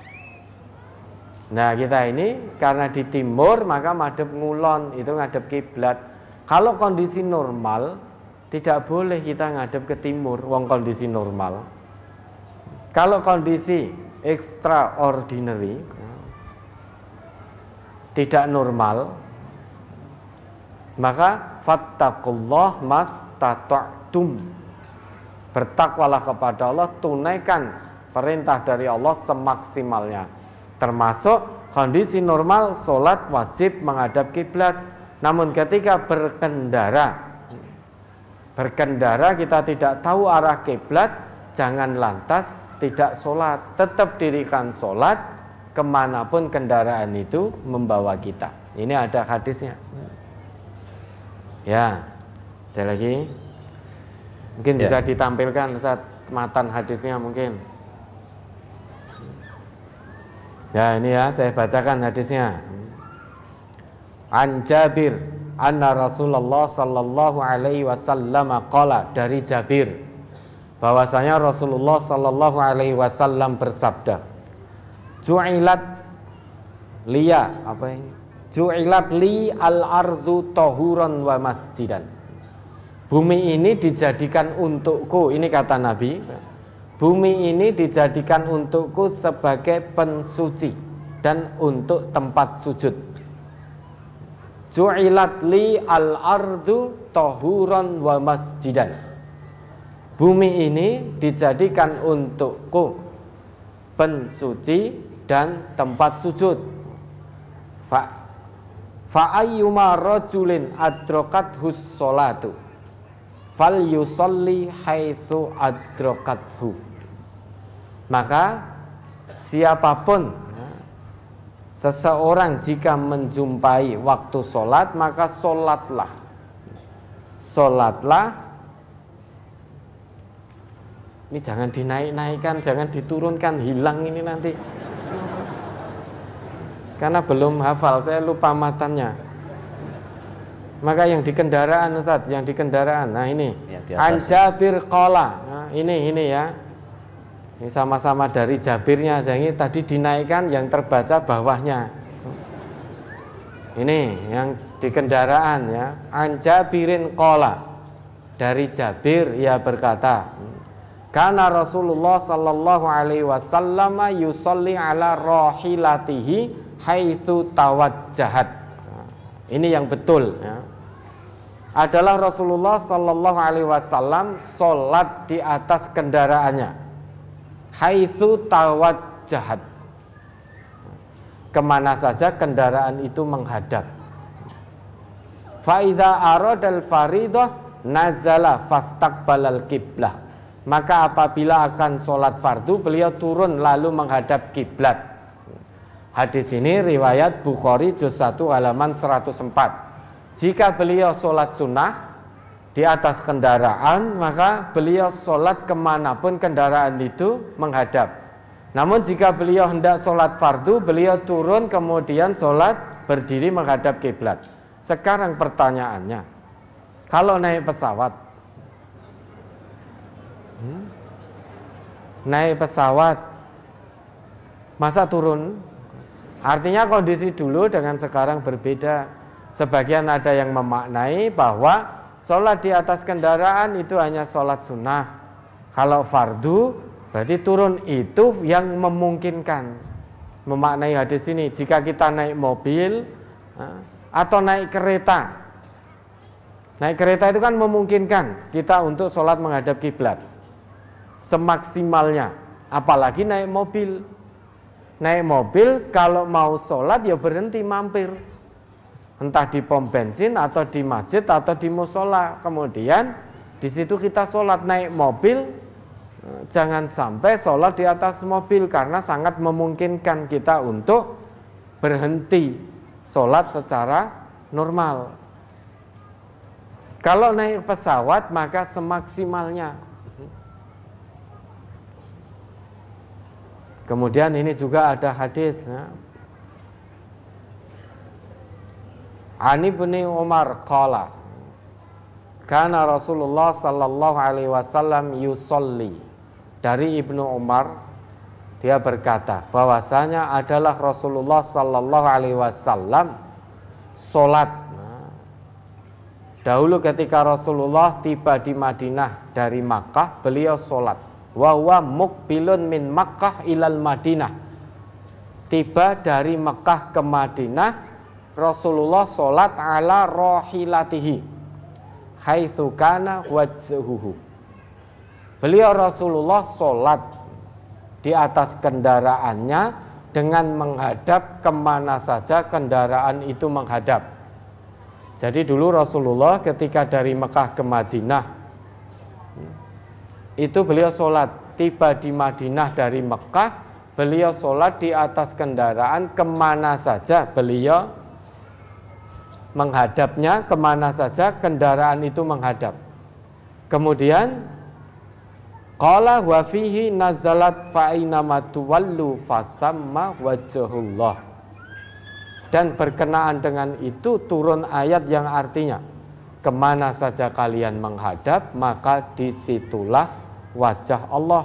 Nah kita ini karena di timur maka madhep ngulon, itu ngadep kiblat. Kalau kondisi normal tidak boleh kita ngadep ke timur, wong kondisi normal. Kalau kondisi extraordinary, tidak normal, maka fattaqullah mastata'tum. Bertakwalah kepada Allah, tunaikan perintah dari Allah semaksimalnya. Termasuk kondisi normal sholat wajib menghadap kiblat. Namun ketika berkendara kita tidak tahu arah kiblat, jangan lantas tidak sholat. Tetap dirikan sholat kemanapun kendaraan itu membawa kita. Ini ada hadisnya. Ya, ada lagi. Mungkin bisa ditampilkan saat matan hadisnya mungkin. Ya ini ya, saya bacakan hadisnya. An Jabir anna Rasulullah sallallahu alaihi wasallam qala, dari Jabir bahwasanya Rasulullah sallallahu alaihi wasallam bersabda, Ju'ilat liya, apa ini? Ju'ilat li al-ardu tahuran wa masjidan. Bumi ini dijadikan untukku, ini kata Nabi. Bumi ini dijadikan untukku sebagai pensuci dan untuk tempat sujud. Ju'ilat li al-ardu tahuran wa masjidan. Bumi ini dijadikan untukku pensuci dan tempat sujud. Fa ayyuma rajulin adrakathu sholatu fal yusalli haitsu adrakathu. Maka siapapun seseorang jika menjumpai waktu sholat, maka sholatlah. Sholatlah. Ini jangan dinaik-naikkan, jangan diturunkan, hilang ini nanti. Karena belum hafal, saya lupa matannya. Maka yang di kendaraan Ustaz, yang di kendaraan. Nah ini An Jabir qala. Nah, ini ya. Ini sama-sama dari Jabirnya. Ini tadi dinaikkan, yang terbaca bawahnya. Ini yang di kendaraan ya. An Jabirin qala. Dari Jabir ia berkata, kana Rasulullah sallallahu alaihi wasallam yusalli ala rahilatihi haitsu tawajjahat. Ini yang betul ya. Adalah Rasulullah sallallahu alaihi wasallam salat di atas kendaraannya. Haitsu tawajjahat. Kemana saja kendaraan itu menghadap. Fa idza aradal faridah nazala fastaqbalal qiblah. Maka apabila akan sholat fardu, beliau turun lalu menghadap kiblat. Hadis ini riwayat Bukhari juz 1 halaman 104. Jika beliau sholat sunnah di atas kendaraan, maka beliau sholat kemanapun kendaraan itu menghadap. Namun jika beliau hendak sholat fardu, beliau turun kemudian sholat berdiri menghadap kiblat. Sekarang pertanyaannya, kalau naik pesawat, masa turun? Artinya kondisi dulu dengan sekarang berbeda. Sebagian ada yang memaknai bahwa sholat di atas kendaraan itu hanya sholat sunnah. Kalau fardu berarti turun itu yang memungkinkan. Memaknai hadis ini, jika kita naik mobil atau naik kereta. Naik kereta itu kan memungkinkan kita untuk sholat menghadap kiblat semaksimalnya. Apalagi naik mobil. Naik mobil kalau mau sholat ya berhenti mampir, entah di pom bensin atau di masjid atau di musola. Kemudian di situ kita sholat. Naik mobil jangan sampai sholat di atas mobil, karena sangat memungkinkan kita untuk berhenti sholat secara normal. Kalau naik pesawat maka semaksimalnya. Kemudian ini juga ada hadis Ani bin Umar qala kana Rasulullah sallallahu alaihi wasallam yusolli. Dari Ibnu Umar, dia berkata bahwasanya adalah Rasulullah sallallahu alaihi wasallam salat. Dahulu ketika Rasulullah tiba di Madinah dari Makkah, beliau salat. Wa huwa muqbilun min Makkah ilal Madinah. Tiba dari Makkah ke Madinah, Rasulullah sholat ala rohilatihi haitsu kana wajhuhu. Beliau Rasulullah sholat di atas kendaraannya dengan menghadap kemana saja kendaraan itu menghadap. Jadi dulu Rasulullah ketika dari Mekah ke Madinah itu beliau sholat. Tiba di Madinah dari Mekah, beliau sholat di atas kendaraan kemana saja beliau menghadapnya, kemana saja kendaraan itu menghadap. Kemudian qala wa fihi nazalat fa aina matuwallu fathamma wajhullah. Dan berkenaan dengan itu turun ayat yang artinya kemana saja kalian menghadap, maka disitulah wajah Allah.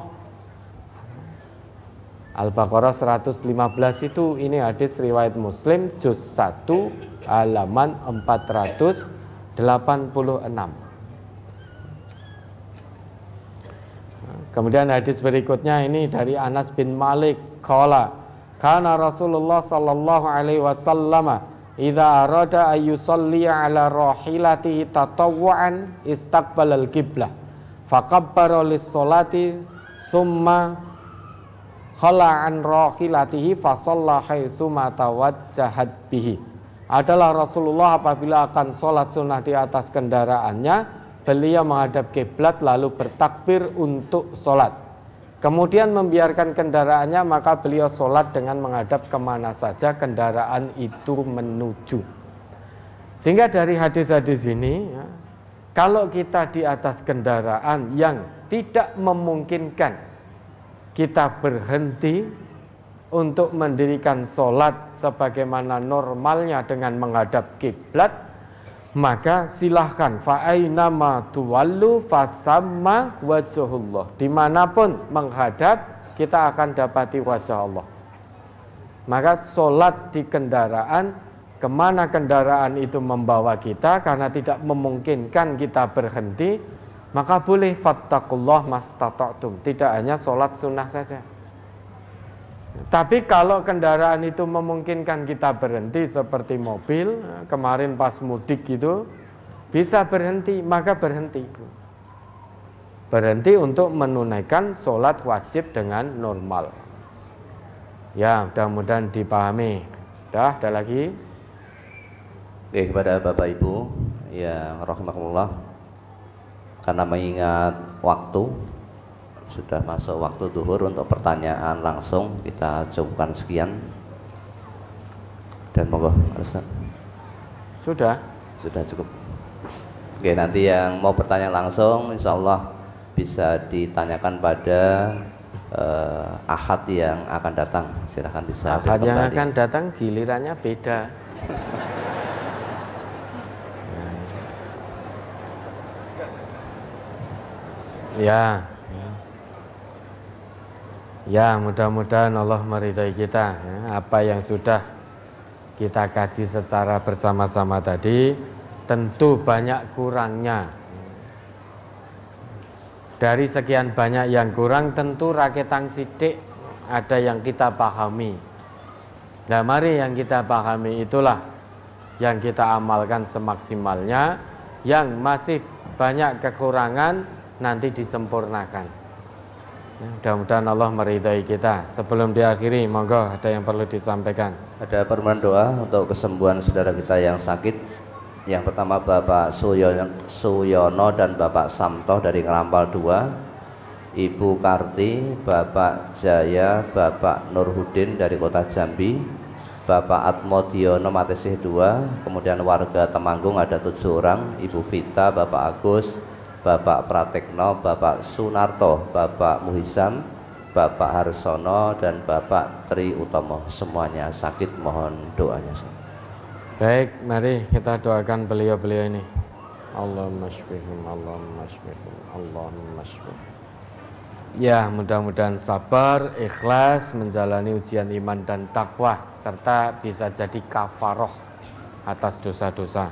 Al-Baqarah 115 itu, ini hadis riwayat Muslim juz 1 halaman 486. Kemudian hadis berikutnya ini dari Anas bin Malik qala kana Rasulullah sallallahu alaihi wasallam idza arada ayyusalli ala rahilatihi tatawwuan istaqbalal qiblah faqabbara lis-sholati summa khala an rahilatihi fa shalla haitsu ma tawajjahat bihi. Adalah Rasulullah apabila akan sholat sunnah di atas kendaraannya, beliau menghadap kiblat lalu bertakbir untuk sholat. Kemudian membiarkan kendaraannya, maka beliau sholat dengan menghadap kemana saja kendaraan itu menuju. Sehingga dari hadis-hadis ini, kalau kita di atas kendaraan yang tidak memungkinkan kita berhenti untuk mendirikan sholat sebagaimana normalnya dengan menghadap kiblat, maka silahkan fa'ainama tuwallu fasamma wajhullah. Dimanapun menghadap, kita akan dapati wajah Allah. Maka sholat di kendaraan, kemana kendaraan itu membawa kita, karena tidak memungkinkan kita berhenti, maka boleh fattaqullah mastata'tum. Tidak hanya sholat sunnah saja. Tapi kalau kendaraan itu memungkinkan kita berhenti seperti mobil, kemarin pas mudik gitu, bisa berhenti, maka berhenti. Berhenti untuk menunaikan sholat wajib dengan normal. Ya, mudah-mudahan dipahami. Sudah, ada lagi? Oke, kepada Bapak Ibu yang rahimakumullah, karena mengingat waktu, sudah masuk waktu zuhur, untuk pertanyaan langsung kita cukupkan sekian. Dan monggo Ustaz. Sudah. Sudah cukup. Oke, nanti yang mau bertanya langsung insya Allah bisa ditanyakan pada Ahad yang akan datang. Silahkan bisa. Ahad yang akan datang gilirannya beda. Ya, mudah-mudahan Allah meridai kita. Apa yang sudah kita kaji secara bersama-sama tadi, tentu banyak kurangnya. Dari sekian banyak yang kurang, tentu raketang sidik ada yang kita pahami. Nah, mari yang kita pahami itulah yang kita amalkan semaksimalnya. Yang masih banyak kekurangan nanti disempurnakan. Mudah-mudahan Allah meridai kita. Sebelum diakhiri, monggo ada yang perlu disampaikan. Ada permohonan doa untuk kesembuhan saudara kita yang sakit. Yang pertama Bapak Suyono dan Bapak Samto dari Ngerampal 2, Ibu Karti, Bapak Jaya, Bapak Nurhudin dari Kota Jambi, Bapak Atmodiono Matesih 2, kemudian warga Temanggung ada 7 orang, Ibu Vita, Bapak Agus, Bapak Pratekno, Bapak Sunarto, Bapak Muhisam, Bapak Harsono dan Bapak Tri Utomo. Semuanya sakit, mohon doanya. Baik, mari kita doakan beliau-beliau ini. Allahumma shfihim, Allahumma shfihim, Allahumma shfihim. Ya, mudah-mudahan sabar, ikhlas menjalani ujian iman dan takwa, serta bisa jadi kafaroh atas dosa-dosa.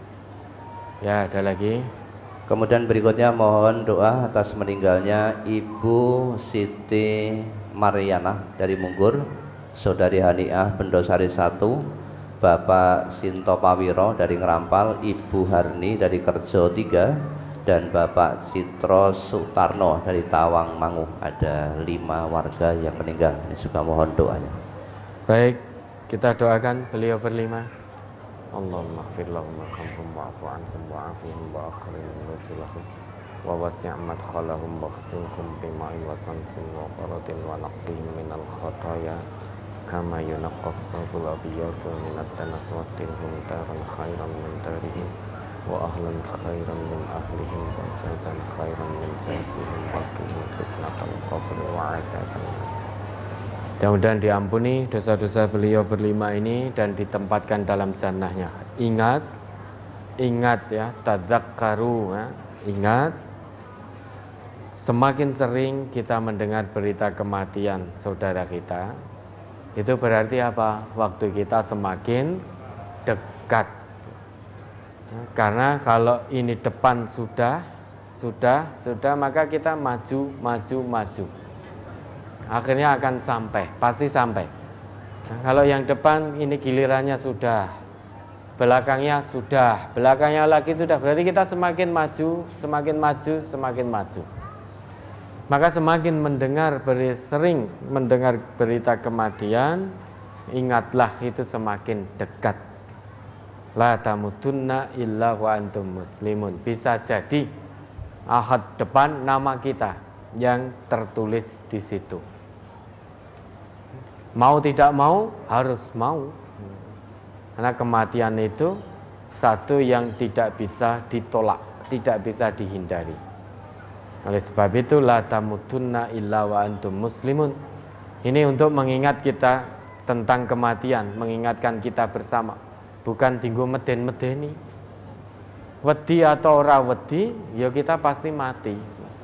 Ya, ada lagi. Kemudian berikutnya mohon doa atas meninggalnya Ibu Siti Mariana dari Munggur, Saudari Haniah Bendosari 1, Bapak Sinto Pawiro dari Ngerampal, Ibu Harni dari Kerjo 3, dan Bapak Citro Sutarno dari Tawang Mangu. Ada 5 warga yang meninggal. Ini juga mohon doanya. Baik, kita doakan beliau berlima. Allahumma ighfir lahum warhamhum wa'fu anhum wa'afihim wa akhrim nusulahum wa wasi' madkhalahum waghsilhum bima'in wa samtin wa baradin wa naqqihim minal khataya kama yunaqqas sabul abyadu minat danas wa tilhum daran khairan min darihim wa ahlan khairan min ahlihim wa zawjan khairan min zawjihim wa qihim fitnatal qabri wa azaban. Mudah-mudahan diampuni dosa-dosa beliau berlima ini dan ditempatkan dalam jannahnya. Ingat ya, tadzakkaru ya. Ingat, semakin sering kita mendengar berita kematian saudara kita, itu berarti apa? Waktu kita semakin dekat. Karena kalau ini depan sudah, maka kita maju. Akhirnya akan sampai, pasti sampai. Nah, kalau yang depan ini gilirannya sudah, belakangnya lagi sudah, berarti kita semakin maju. Maka semakin sering mendengar berita kematian, ingatlah itu semakin dekat. La tamutunna illa wa antum muslimun. Bisa jadi Ahad depan nama kita yang tertulis di situ. Mau tidak mau, harus mau. Karena kematian itu satu yang tidak bisa ditolak, tidak bisa dihindari. Oleh sebab itu, la tamutunna illa wa antum muslimun. Ini untuk mengingat kita tentang kematian, mengingatkan kita bersama. Bukan tinggu meden-medeni. Wedi atau ora wedi, ya kita pasti mati.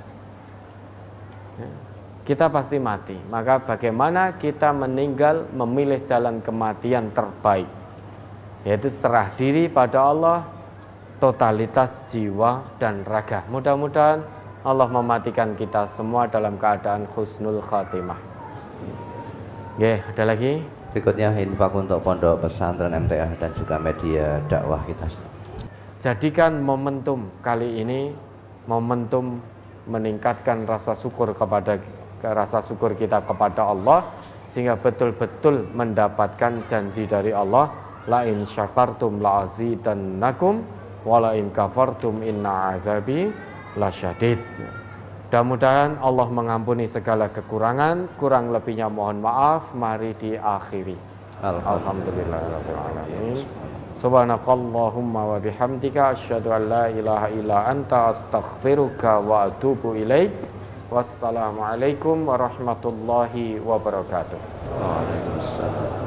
Kita pasti mati. Maka bagaimana kita meninggal memilih jalan kematian terbaik, yaitu serah diri pada Allah, totalitas jiwa dan raga. Mudah-mudahan Allah mematikan kita semua dalam keadaan husnul khatimah. Oke, ada lagi? Berikutnya infak untuk pondok pesantren MTA dan juga media dakwah kita. Jadikan momentum kali ini momentum meningkatkan rasa syukur kita kepada Allah, sehingga betul-betul mendapatkan janji dari Allah, la in syakartum la azidannakum wa la in kafartum inna azabi lasyadid. Mudah-mudahan Allah mengampuni segala kekurangan, kurang lebihnya mohon maaf. Mari diakhiri. Alhamdulillahirabbil alamin. Subhanakallahumma wa bihamdika asyhadu an la ilaha illa anta astaghfiruka wa atubu ilaik. Wassalamualaikum warahmatullahi wabarakatuh. Waalaikumsalam.